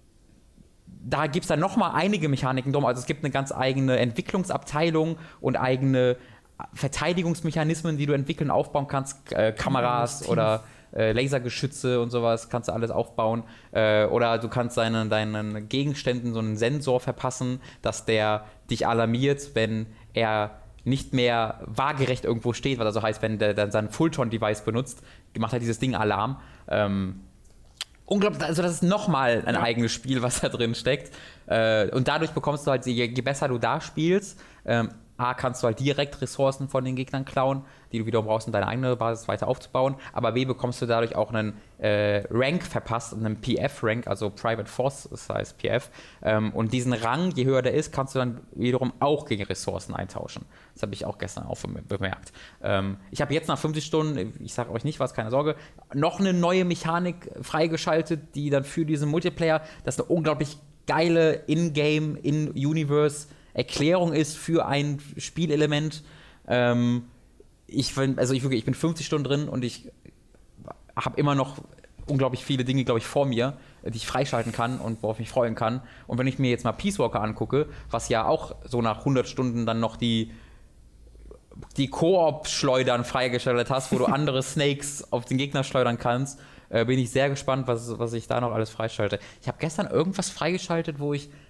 Da gibt es dann nochmal einige Mechaniken drum. Also es gibt eine ganz eigene Entwicklungsabteilung und eigene Verteidigungsmechanismen, die du entwickeln, aufbauen kannst. Äh, Kameras ja, oder äh, Lasergeschütze und sowas kannst du alles aufbauen. Äh, oder du kannst deinen, deinen Gegenständen so einen Sensor verpassen, dass der dich alarmiert, wenn er nicht mehr waagerecht irgendwo steht, was also heißt, wenn der dann sein Fulton-Device benutzt, macht er dieses Ding Alarm. Ähm, Unglaublich, also das ist nochmal ein ja. eigenes Spiel, was da drin steckt. Äh, und dadurch bekommst du halt, je, je besser du da spielst, ähm, A, kannst du halt direkt Ressourcen von den Gegnern klauen, die du wiederum brauchst, um deine eigene Basis weiter aufzubauen. Aber B, bekommst du dadurch auch einen äh, Rank verpasst, einen P F-Rank, also Private Force, das heißt P F. Ähm, und diesen Rang, je höher der ist, kannst du dann wiederum auch gegen Ressourcen eintauschen. Das habe ich auch gestern auch bemerkt. Ähm, ich habe jetzt nach fünfzig Stunden, ich sage euch nicht was, keine Sorge, noch eine neue Mechanik freigeschaltet, die dann für diesen Multiplayer, das ist eine unglaublich geile In-Game, In-Universe Erklärung ist für ein Spielelement. Ähm, ich, also ich, wirklich, ich bin fünfzig Stunden drin und ich habe immer noch unglaublich viele Dinge, glaube ich, vor mir, die ich freischalten kann und worauf ich mich freuen kann. Und wenn ich mir jetzt mal Peace Walker angucke, was ja auch so nach hundert Stunden dann noch die die Koop-Schleudern freigeschaltet hast, wo du andere Snakes auf den Gegner schleudern kannst, äh, bin ich sehr gespannt, was, was ich da noch alles freischalte. Ich habe gestern irgendwas freigeschaltet, wo ich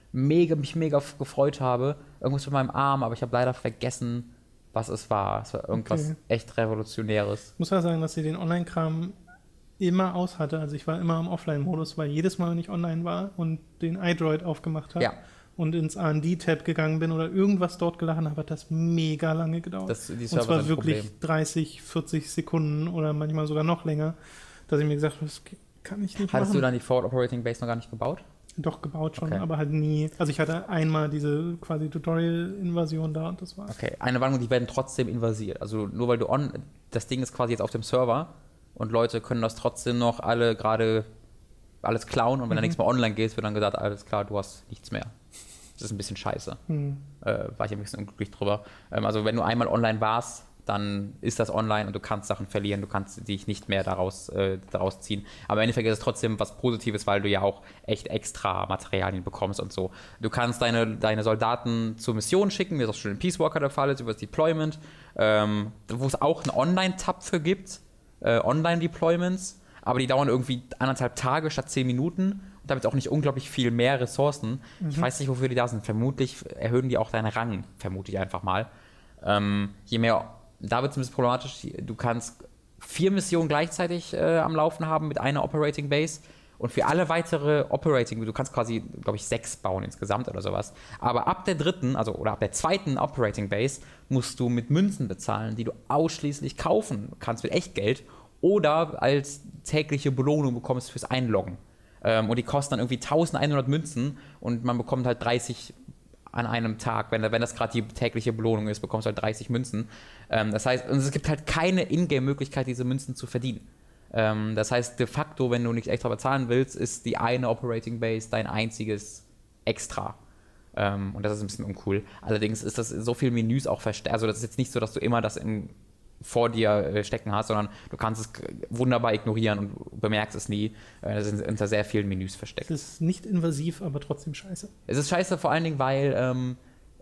mega, mich mega gefreut habe. Irgendwas mit meinem Arm, aber ich habe leider vergessen, was es war. Es war irgendwas okay. echt Revolutionäres. Ich muss ja sagen, dass sie den Online-Kram immer aus hatte. Also ich war immer im Offline-Modus, weil jedes Mal, wenn ich online war und den iDroid aufgemacht habe, ja. und ins A und D-Tab gegangen bin oder irgendwas dort geladen habe, hat das mega lange gedauert. Das, und zwar wirklich Problem. dreißig, vierzig Sekunden oder manchmal sogar noch länger, dass ich mir gesagt habe, das kann ich nicht Hattest machen. Hattest du dann die Forward Operating Base noch gar nicht gebaut? Doch, gebaut schon, okay. aber halt nie. Also ich hatte einmal diese quasi Tutorial-Invasion da und das war's. Okay, eine Warnung, die werden trotzdem invasiert. Also nur weil du on, das Ding ist quasi jetzt auf dem Server und Leute können das trotzdem noch alle gerade alles klauen und wenn mhm. da nichts mehr online geht, wird dann gesagt, alles klar, du hast nichts mehr. Das ist ein bisschen scheiße. Mhm. Äh, war ich ein bisschen unglücklich drüber. Ähm, also wenn du einmal online warst, dann ist das online und du kannst Sachen verlieren, du kannst dich nicht mehr daraus, äh, daraus ziehen. Aber im Endeffekt ist es trotzdem was Positives, weil du ja auch echt extra Materialien bekommst und so. Du kannst deine, deine Soldaten zur Mission schicken, wie das auch schon in Peace Walker der Fall ist, über das Deployment, ähm, wo es auch einen Online-Tab für gibt, äh, Online-Deployments, aber die dauern irgendwie anderthalb Tage statt zehn Minuten und damit auch nicht unglaublich viel mehr Ressourcen. Mhm. Ich weiß nicht, wofür die da sind. Vermutlich erhöhen die auch deinen Rang, vermute ich einfach mal. Ähm, je mehr Da wird es ein bisschen problematisch. Du kannst vier Missionen gleichzeitig äh, am Laufen haben mit einer Operating Base und für alle weitere Operating, du kannst quasi, glaube ich, sechs bauen insgesamt oder sowas. Aber ab der dritten, also oder ab der zweiten Operating Base musst du mit Münzen bezahlen, die du ausschließlich kaufen kannst mit Echtgeld oder als tägliche Belohnung bekommst fürs Einloggen. Ähm, und die kosten dann irgendwie eintausendeinhundert Münzen und man bekommt halt dreißig an einem Tag, wenn, wenn das gerade die tägliche Belohnung ist, bekommst du halt dreißig Münzen. Ähm, das heißt, es gibt halt keine Ingame-Möglichkeit, diese Münzen zu verdienen. Ähm, das heißt, de facto, wenn du nicht extra bezahlen willst, ist die eine Operating Base dein einziges Extra. Ähm, und das ist ein bisschen uncool. Allerdings ist das so viel Menüs auch verstärkt. Also das ist jetzt nicht so, dass du immer das in, vor dir äh, stecken hast, sondern du kannst es wunderbar ignorieren und bemerkst es nie. Äh, das sind unter sehr vielen Menüs versteckt. Es ist nicht invasiv, aber trotzdem scheiße. Es ist scheiße vor allen Dingen, weil ähm,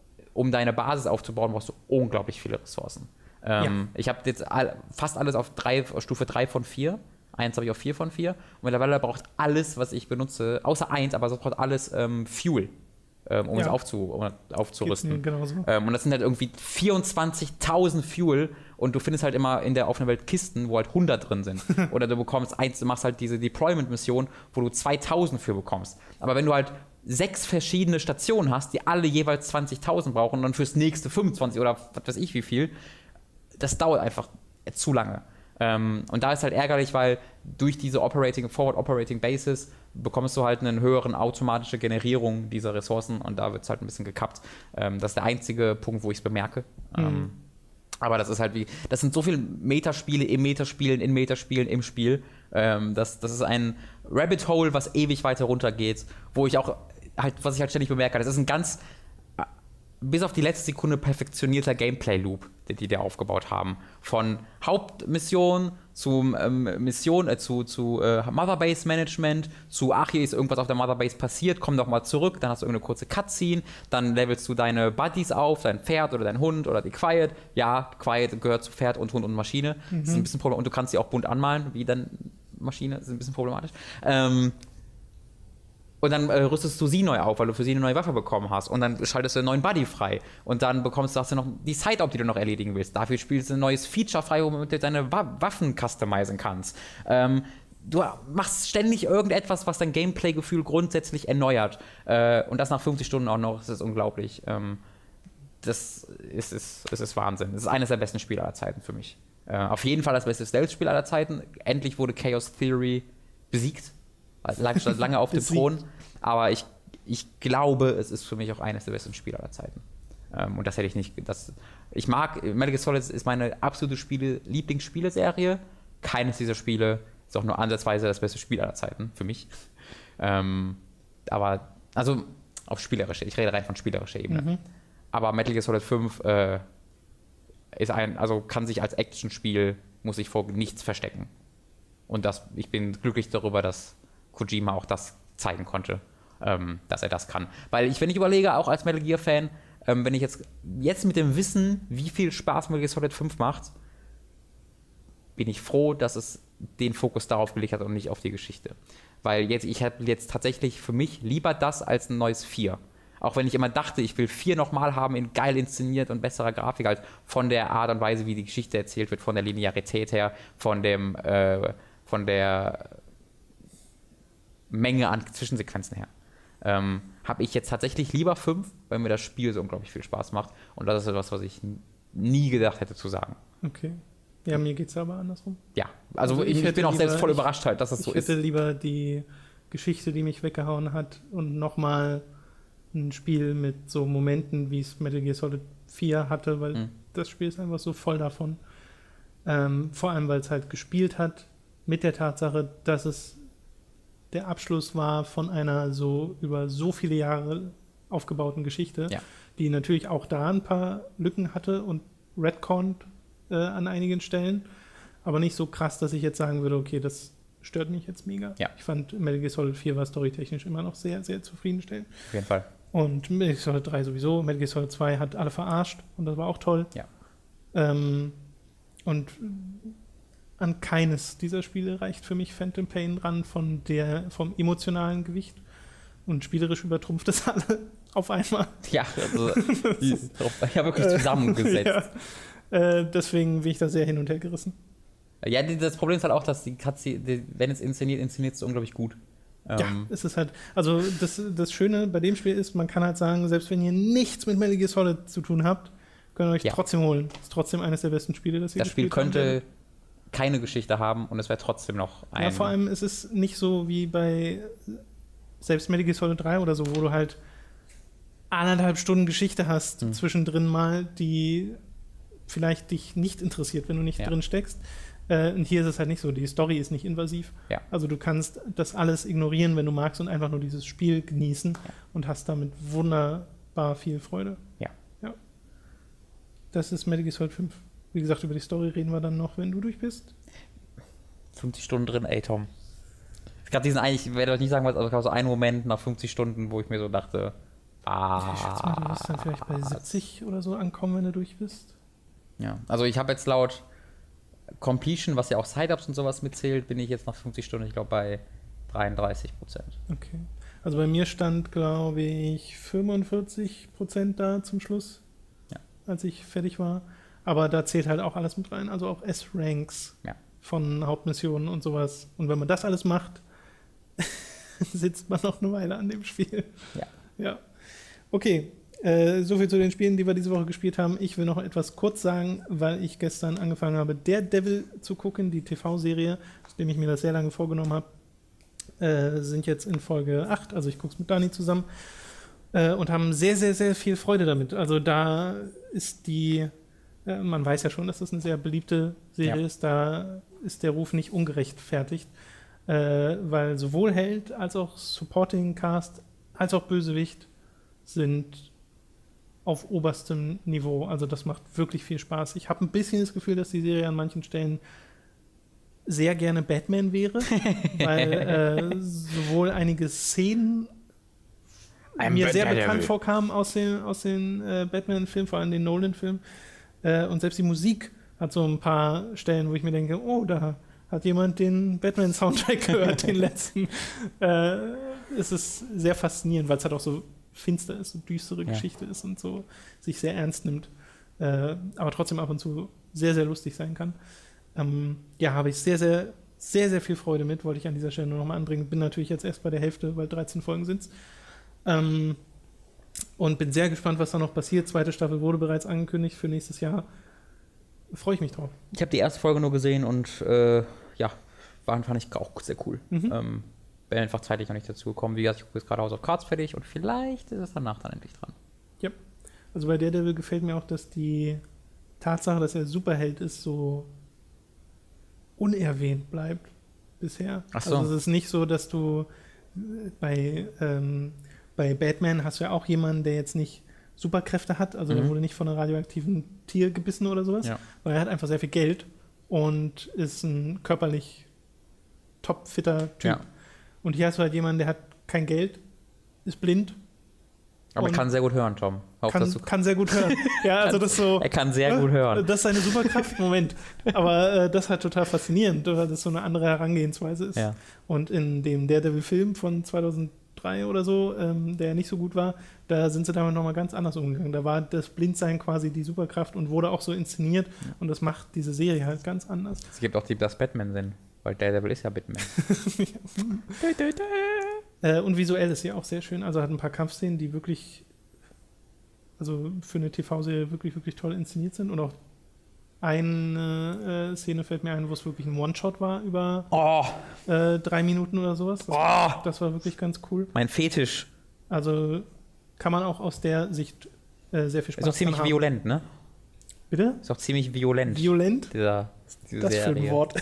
um deine Basis aufzubauen, brauchst du unglaublich viele Ressourcen. Ähm, ja. Ich habe jetzt all, fast alles auf drei, Stufe drei von vier. Eins habe ich auf vier von vier. Und mittlerweile braucht alles, was ich benutze, außer eins, aber es braucht alles ähm, Fuel. Um ja. es aufzu, um aufzurüsten. Ähm, und das sind halt irgendwie vierundzwanzigtausend Fuel und du findest halt immer in der offenen Welt Kisten, wo halt hundert drin sind. Oder du bekommst eins, du machst halt diese Deployment-Mission, wo du zweitausend für bekommst. Aber wenn du halt sechs verschiedene Stationen hast, die alle jeweils zwanzigtausend brauchen und dann fürs nächste fünfundzwanzig oder was weiß ich wie viel, das dauert einfach zu lange. Ähm, und da ist halt ärgerlich, weil durch diese Operating, Forward Operating Bases bekommst du halt eine höhere automatische Generierung dieser Ressourcen und da wird es halt ein bisschen gekappt. Ähm, das ist der einzige Punkt, wo ich es bemerke. Mhm. Ähm, aber das ist halt wie, das sind so viele Metaspiele im Metaspielen, in Metaspielen, im Spiel. Ähm, das, das ist ein Rabbit Hole, was ewig weiter runtergeht, wo ich auch halt, was ich halt ständig bemerke, das ist ein ganz bis auf die letzte Sekunde perfektionierter Gameplay-Loop, den die da aufgebaut haben. Von Hauptmission zu ähm, Mission, äh, zu, zu äh, Motherbase-Management, zu ach, hier ist irgendwas auf der Motherbase passiert, komm doch mal zurück, dann hast du irgendeine kurze Cutscene, dann levelst du deine Buddies auf, dein Pferd oder dein Hund oder die Quiet. Ja, Quiet gehört zu Pferd und Hund und Maschine. Mhm. Das ist ein bisschen problematisch. Und du kannst sie auch bunt anmalen, wie dann Maschine, das ist ein bisschen problematisch. Ähm, Und dann äh, rüstest du sie neu auf, weil du für sie eine neue Waffe bekommen hast. Und dann schaltest du einen neuen Buddy frei. Und dann bekommst du, hast du noch die Side-Op, die du noch erledigen willst. Dafür spielst du ein neues Feature frei, womit du deine Wa- Waffen customizen kannst. Ähm, du machst ständig irgendetwas, was dein Gameplay-Gefühl grundsätzlich erneuert. Äh, und das nach fünfzig Stunden auch noch. Das ist unglaublich. Ähm, das ist, ist, ist, ist Wahnsinn. Das ist eines der besten Spiele aller Zeiten für mich. Äh, auf jeden Fall das beste Stealth-Spiel aller Zeiten. Endlich wurde Chaos Theory besiegt. Lang, stand lange auf dem Thron, aber ich, ich glaube, es ist für mich auch eines der besten Spiele aller Zeiten. Ähm, und das hätte ich nicht. Das, ich mag, Metal Gear Solid ist meine absolute Spiele, Lieblingsspieleserie. Keines dieser Spiele ist auch nur ansatzweise das beste Spiel aller Zeiten für mich. Ähm, aber, also auf spielerische, ich rede rein von spielerischer Ebene. Mhm. Aber Metal Gear Solid fünf äh, ist ein, also kann sich als Actionspiel, muss sich vor nichts verstecken. Und das, ich bin glücklich darüber, dass Kojima auch das zeigen konnte, ähm, dass er das kann. Weil ich, wenn ich überlege, auch als Metal Gear-Fan, ähm, wenn ich jetzt, jetzt mit dem Wissen, wie viel Spaß Metal Gear Solid fünf macht, bin ich froh, dass es den Fokus darauf gelegt hat und nicht auf die Geschichte. Weil jetzt, ich habe jetzt tatsächlich für mich lieber das als ein neues vier. Auch wenn ich immer dachte, ich will vier nochmal haben, in geil inszeniert und besserer Grafik, halt von der Art und Weise, wie die Geschichte erzählt wird, von der Linearität her, von dem, äh, von der Menge an Zwischensequenzen her. Ähm, habe ich jetzt tatsächlich lieber fünf, weil mir das Spiel so unglaublich viel Spaß macht. Und das ist etwas, was ich nie gedacht hätte zu sagen. Okay. Ja, mir geht es aber andersrum. Ja, also, Also ich, ich ich bin auch lieber, selbst voll ich, überrascht halt, dass das so ich ist. hätte lieber die Geschichte, die mich weggehauen hat und nochmal ein Spiel mit so Momenten, wie es Metal Gear Solid vier hatte, weil mhm. das Spiel ist einfach so voll davon. Ähm, vor allem, weil es halt gespielt hat mit der Tatsache, dass es der Abschluss war von einer so über so viele Jahre aufgebauten Geschichte, ja. die natürlich auch da ein paar Lücken hatte und retconnt äh, an einigen Stellen, aber nicht so krass, dass ich jetzt sagen würde, okay, das stört mich jetzt mega. Ja. Ich fand Metal Gear Solid vier war storytechnisch immer noch sehr, sehr zufriedenstellend. Auf jeden Fall. Und Metal Gear Solid drei sowieso. Metal Gear Solid zwei hat alle verarscht und das war auch toll. Ja. Ähm, und an keines dieser Spiele reicht für mich Phantom Pain ran von der, vom emotionalen Gewicht. Und spielerisch übertrumpft es alle auf einmal. Ja, also die ist ja wirklich zusammengesetzt. Ja. Äh, deswegen bin ich da sehr hin und her gerissen. Ja, das Problem ist halt auch, dass die Cutscene, die, wenn es inszeniert, inszeniert es unglaublich gut. Ja, ähm, es ist halt, also das, das Schöne bei dem Spiel ist, man kann halt sagen, selbst wenn ihr nichts mit Metal Gear Solid zu tun habt, könnt ihr euch ja. trotzdem holen. Das ist trotzdem eines der besten Spiele, das ihr das Spiel gespielt könnte habt. keine Geschichte haben und es wäre trotzdem noch ein... Ja, vor allem ist es nicht so wie bei selbst Metal Gear Solid drei oder so, wo du halt anderthalb Stunden Geschichte hast, hm. zwischendrin mal, die vielleicht dich nicht interessiert, wenn du nicht ja. drin steckst. Äh, und hier ist es halt nicht so. Die Story ist nicht invasiv. Ja. Also du kannst das alles ignorieren, wenn du magst und einfach nur dieses Spiel genießen ja. und hast damit wunderbar viel Freude. Ja. ja. Das ist Metal Gear Solid fünf. Wie gesagt, über die Story reden wir dann noch, wenn du durch bist. fünfzig Stunden drin, ey Tom. Ich glaube, diesen eigentlich, ich werde euch nicht sagen, was, also es gab so einen Moment nach fünfzig Stunden, wo ich mir so dachte, ah. Ich schätze mal, du wirst dann vielleicht bei siebzig oder so ankommen, wenn du durch bist. Ja, also ich habe jetzt laut Completion, was ja auch Side-Ups und sowas mitzählt, bin ich jetzt nach fünfzig Stunden, ich glaube, bei dreiunddreißig Prozent. Okay. Also bei mir stand, glaube ich, fünfundvierzig Prozent da zum Schluss, ja. als ich fertig war. Aber da zählt halt auch alles mit rein, also auch S-Ranks ja. von Hauptmissionen und sowas. Und wenn man das alles macht, sitzt man noch eine Weile an dem Spiel. Ja. Ja. Okay. Äh, soviel zu den Spielen, die wir diese Woche gespielt haben. Ich will noch etwas kurz sagen, weil ich gestern angefangen habe, Daredevil zu gucken, die T V-Serie, nachdem ich mir das sehr lange vorgenommen habe, äh, sind jetzt in Folge acht, also ich gucke es mit Dani zusammen, äh, und haben sehr, sehr, sehr viel Freude damit. Also da ist die, äh, man weiß ja schon, dass das eine sehr beliebte Serie ja. ist, da ist der Ruf nicht ungerechtfertigt, äh, weil sowohl Held als auch Supporting Cast als auch Bösewicht sind auf oberstem Niveau. Also das macht wirklich viel Spaß. Ich habe ein bisschen das Gefühl, dass die Serie an manchen Stellen sehr gerne Batman wäre, weil äh, sowohl einige Szenen I'm mir sehr bekannt vorkamen aus den, aus den äh, Batman-Filmen, vor allem den Nolan-Filmen. Äh, und selbst die Musik hat so ein paar Stellen, wo ich mir denke, oh, da hat jemand den Batman-Soundtrack gehört, den letzten. Äh, es ist sehr faszinierend, weil es halt auch so finster ist, so düstere ja. Geschichte ist und so sich sehr ernst nimmt, äh, aber trotzdem ab und zu sehr, sehr lustig sein kann. Ähm, ja, habe ich sehr, sehr, sehr, sehr viel Freude mit, wollte ich an dieser Stelle nur nochmal anbringen. Bin natürlich jetzt erst bei der Hälfte, weil dreizehn Folgen sind es. Ähm, und bin sehr gespannt, was da noch passiert. Zweite Staffel wurde bereits angekündigt für nächstes Jahr. Freue ich mich drauf. Ich habe die erste Folge nur gesehen und äh, ja, war, fand ich auch sehr cool. Mhm. Ähm, bin einfach zeitlich noch nicht dazu gekommen. Wie gesagt, ich gucke jetzt gerade House of Cards fertig und vielleicht ist es danach dann endlich dran. Ja, also bei Daredevil gefällt mir auch, dass die Tatsache, dass er Superheld ist, so unerwähnt bleibt bisher. Ach so. Also es ist nicht so, dass du bei, ähm, bei Batman hast du ja auch jemanden, der jetzt nicht Superkräfte hat, also mhm. der wurde nicht von einem radioaktiven Tier gebissen oder sowas, ja. weil er hat einfach sehr viel Geld und ist ein körperlich topfitter Typ. Ja. Und hier hast du halt jemanden, der hat kein Geld, ist blind. Aber er kann sehr gut hören, Tom. Auf, kann, kann sehr gut hören. Ja, also das so. Er kann sehr gut hören. Das ist seine Superkraft. Moment. Aber äh, das ist halt total faszinierend, weil das so eine andere Herangehensweise ist. Ja. Und in dem Daredevil-Film von zwanzig drei oder so, ähm, der nicht so gut war, da sind sie damit nochmal ganz anders umgegangen. Da war das Blindsein quasi die Superkraft und wurde auch so inszeniert ja. und das macht diese Serie halt ganz anders. Es gibt auch die das Batman-Sinn, weil Daredevil ist ja Batman. ja. äh, und visuell ist sie auch sehr schön, also hat ein paar Kampfszenen, die wirklich, also für eine T V-Serie wirklich, wirklich toll inszeniert sind und auch eine äh, Szene fällt mir ein, wo es wirklich ein One-Shot war über oh. äh, drei Minuten oder sowas. Das, oh. das war wirklich ganz cool. Mein Fetisch. Also kann man auch aus der Sicht äh, sehr viel Spaß haben. Ist auch ziemlich violent, ne? Bitte? Ist auch ziemlich violent. Violent? Dieser, diese das Serie. für ein Wort.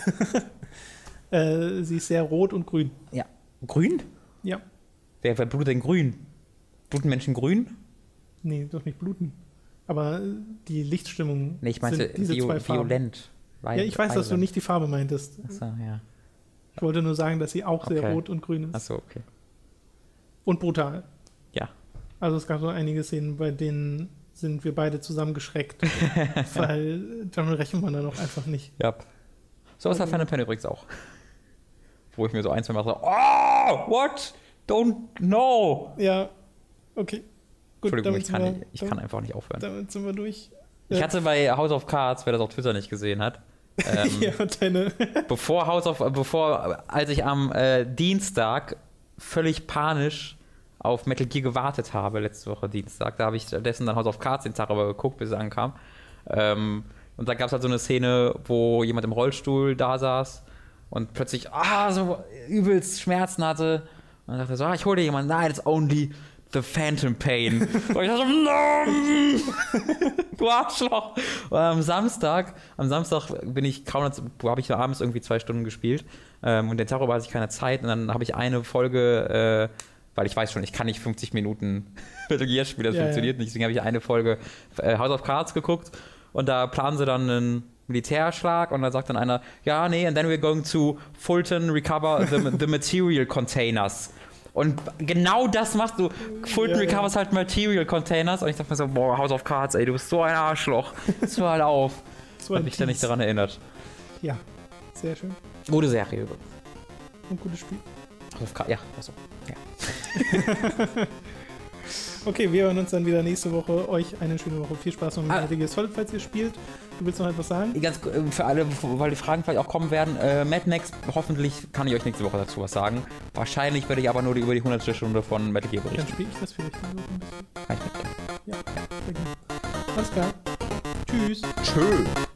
äh, sie ist sehr rot und grün. Ja. Grün? Ja. Wer, wer blutet denn grün? Bluten Menschen grün? Nee, doch nicht bluten. Aber die Lichtstimmung nee, ich meinte sind diese Vio zwei Farben. Violent. Ja, ich weiß, dass du nicht die Farbe meintest. Achso, ja. Ich wollte nur sagen, dass sie auch okay. sehr rot und grün ist. Achso, okay. Und brutal. Ja. Also es gab so einige Szenen, bei denen sind wir beide zusammengeschreckt, weil damit rechnet man dann auch einfach nicht. Ja. So ist das Phantom Pen übrigens auch. Wo ich mir so ein, zwei Mal so, oh, what? Don't know. Ja, okay. Gut, Entschuldigung, ich, kann, wir, nicht, ich kann einfach nicht aufhören. Damit sind wir durch. Ich hatte bei House of Cards, wer das auf Twitter nicht gesehen hat, ähm, ja, deine bevor House of, bevor, als ich am äh, Dienstag völlig panisch auf Metal Gear gewartet habe, letzte Woche Dienstag, da habe ich stattdessen dann House of Cards den Tag aber geguckt, bis es ankam. Ähm, und da gab es halt so eine Szene, wo jemand im Rollstuhl da saß und plötzlich ah, so übelst Schmerzen hatte. Und dann dachte er so, ah, ich hole dir jemanden. Nein, it's only the Phantom Pain. Und ich dachte so, nein! Du Arschloch! Und am Samstag, am Samstag bin ich kaum, habe ich abends irgendwie zwei Stunden gespielt. Ähm, und den Tag über hatte ich keine Zeit. Und dann habe ich eine Folge, äh, weil ich weiß schon, ich kann nicht fünfzig Minuten Metal Gear spielen, das ja, funktioniert ja. nicht. Deswegen habe ich eine Folge äh, House of Cards geguckt. Und da planen sie dann einen Militärschlag und da sagt dann einer, ja, nee, and then we're going to Fulton recover the, the material containers. Und genau das machst du. Fulton ja, recovers ja. halt Material Containers. Und ich dachte mir so, boah, House of Cards, ey, du bist so ein Arschloch. Jetzt hör halt auf. So hat mich da nicht daran erinnert. Ja, sehr schön. Gute Serie übrigens. Und gutes Spiel. House of Cards, ja, achso. Ja. Okay, wir hören uns dann wieder nächste Woche. Euch eine schöne Woche. Viel Spaß noch mit Metal Gear Solid, falls ihr spielt. Du willst noch etwas sagen? Ganz für alle, weil die Fragen vielleicht auch kommen werden. Äh, Mad Max, hoffentlich kann ich euch nächste Woche dazu was sagen. Wahrscheinlich werde ich aber nur die, über die hundertste Stunde von Metal Gear berichten. Dann spiele ich das vielleicht ein bisschen. Kann ich mit. Ja, sehr gerne. Alles klar. Tschüss. Tschö.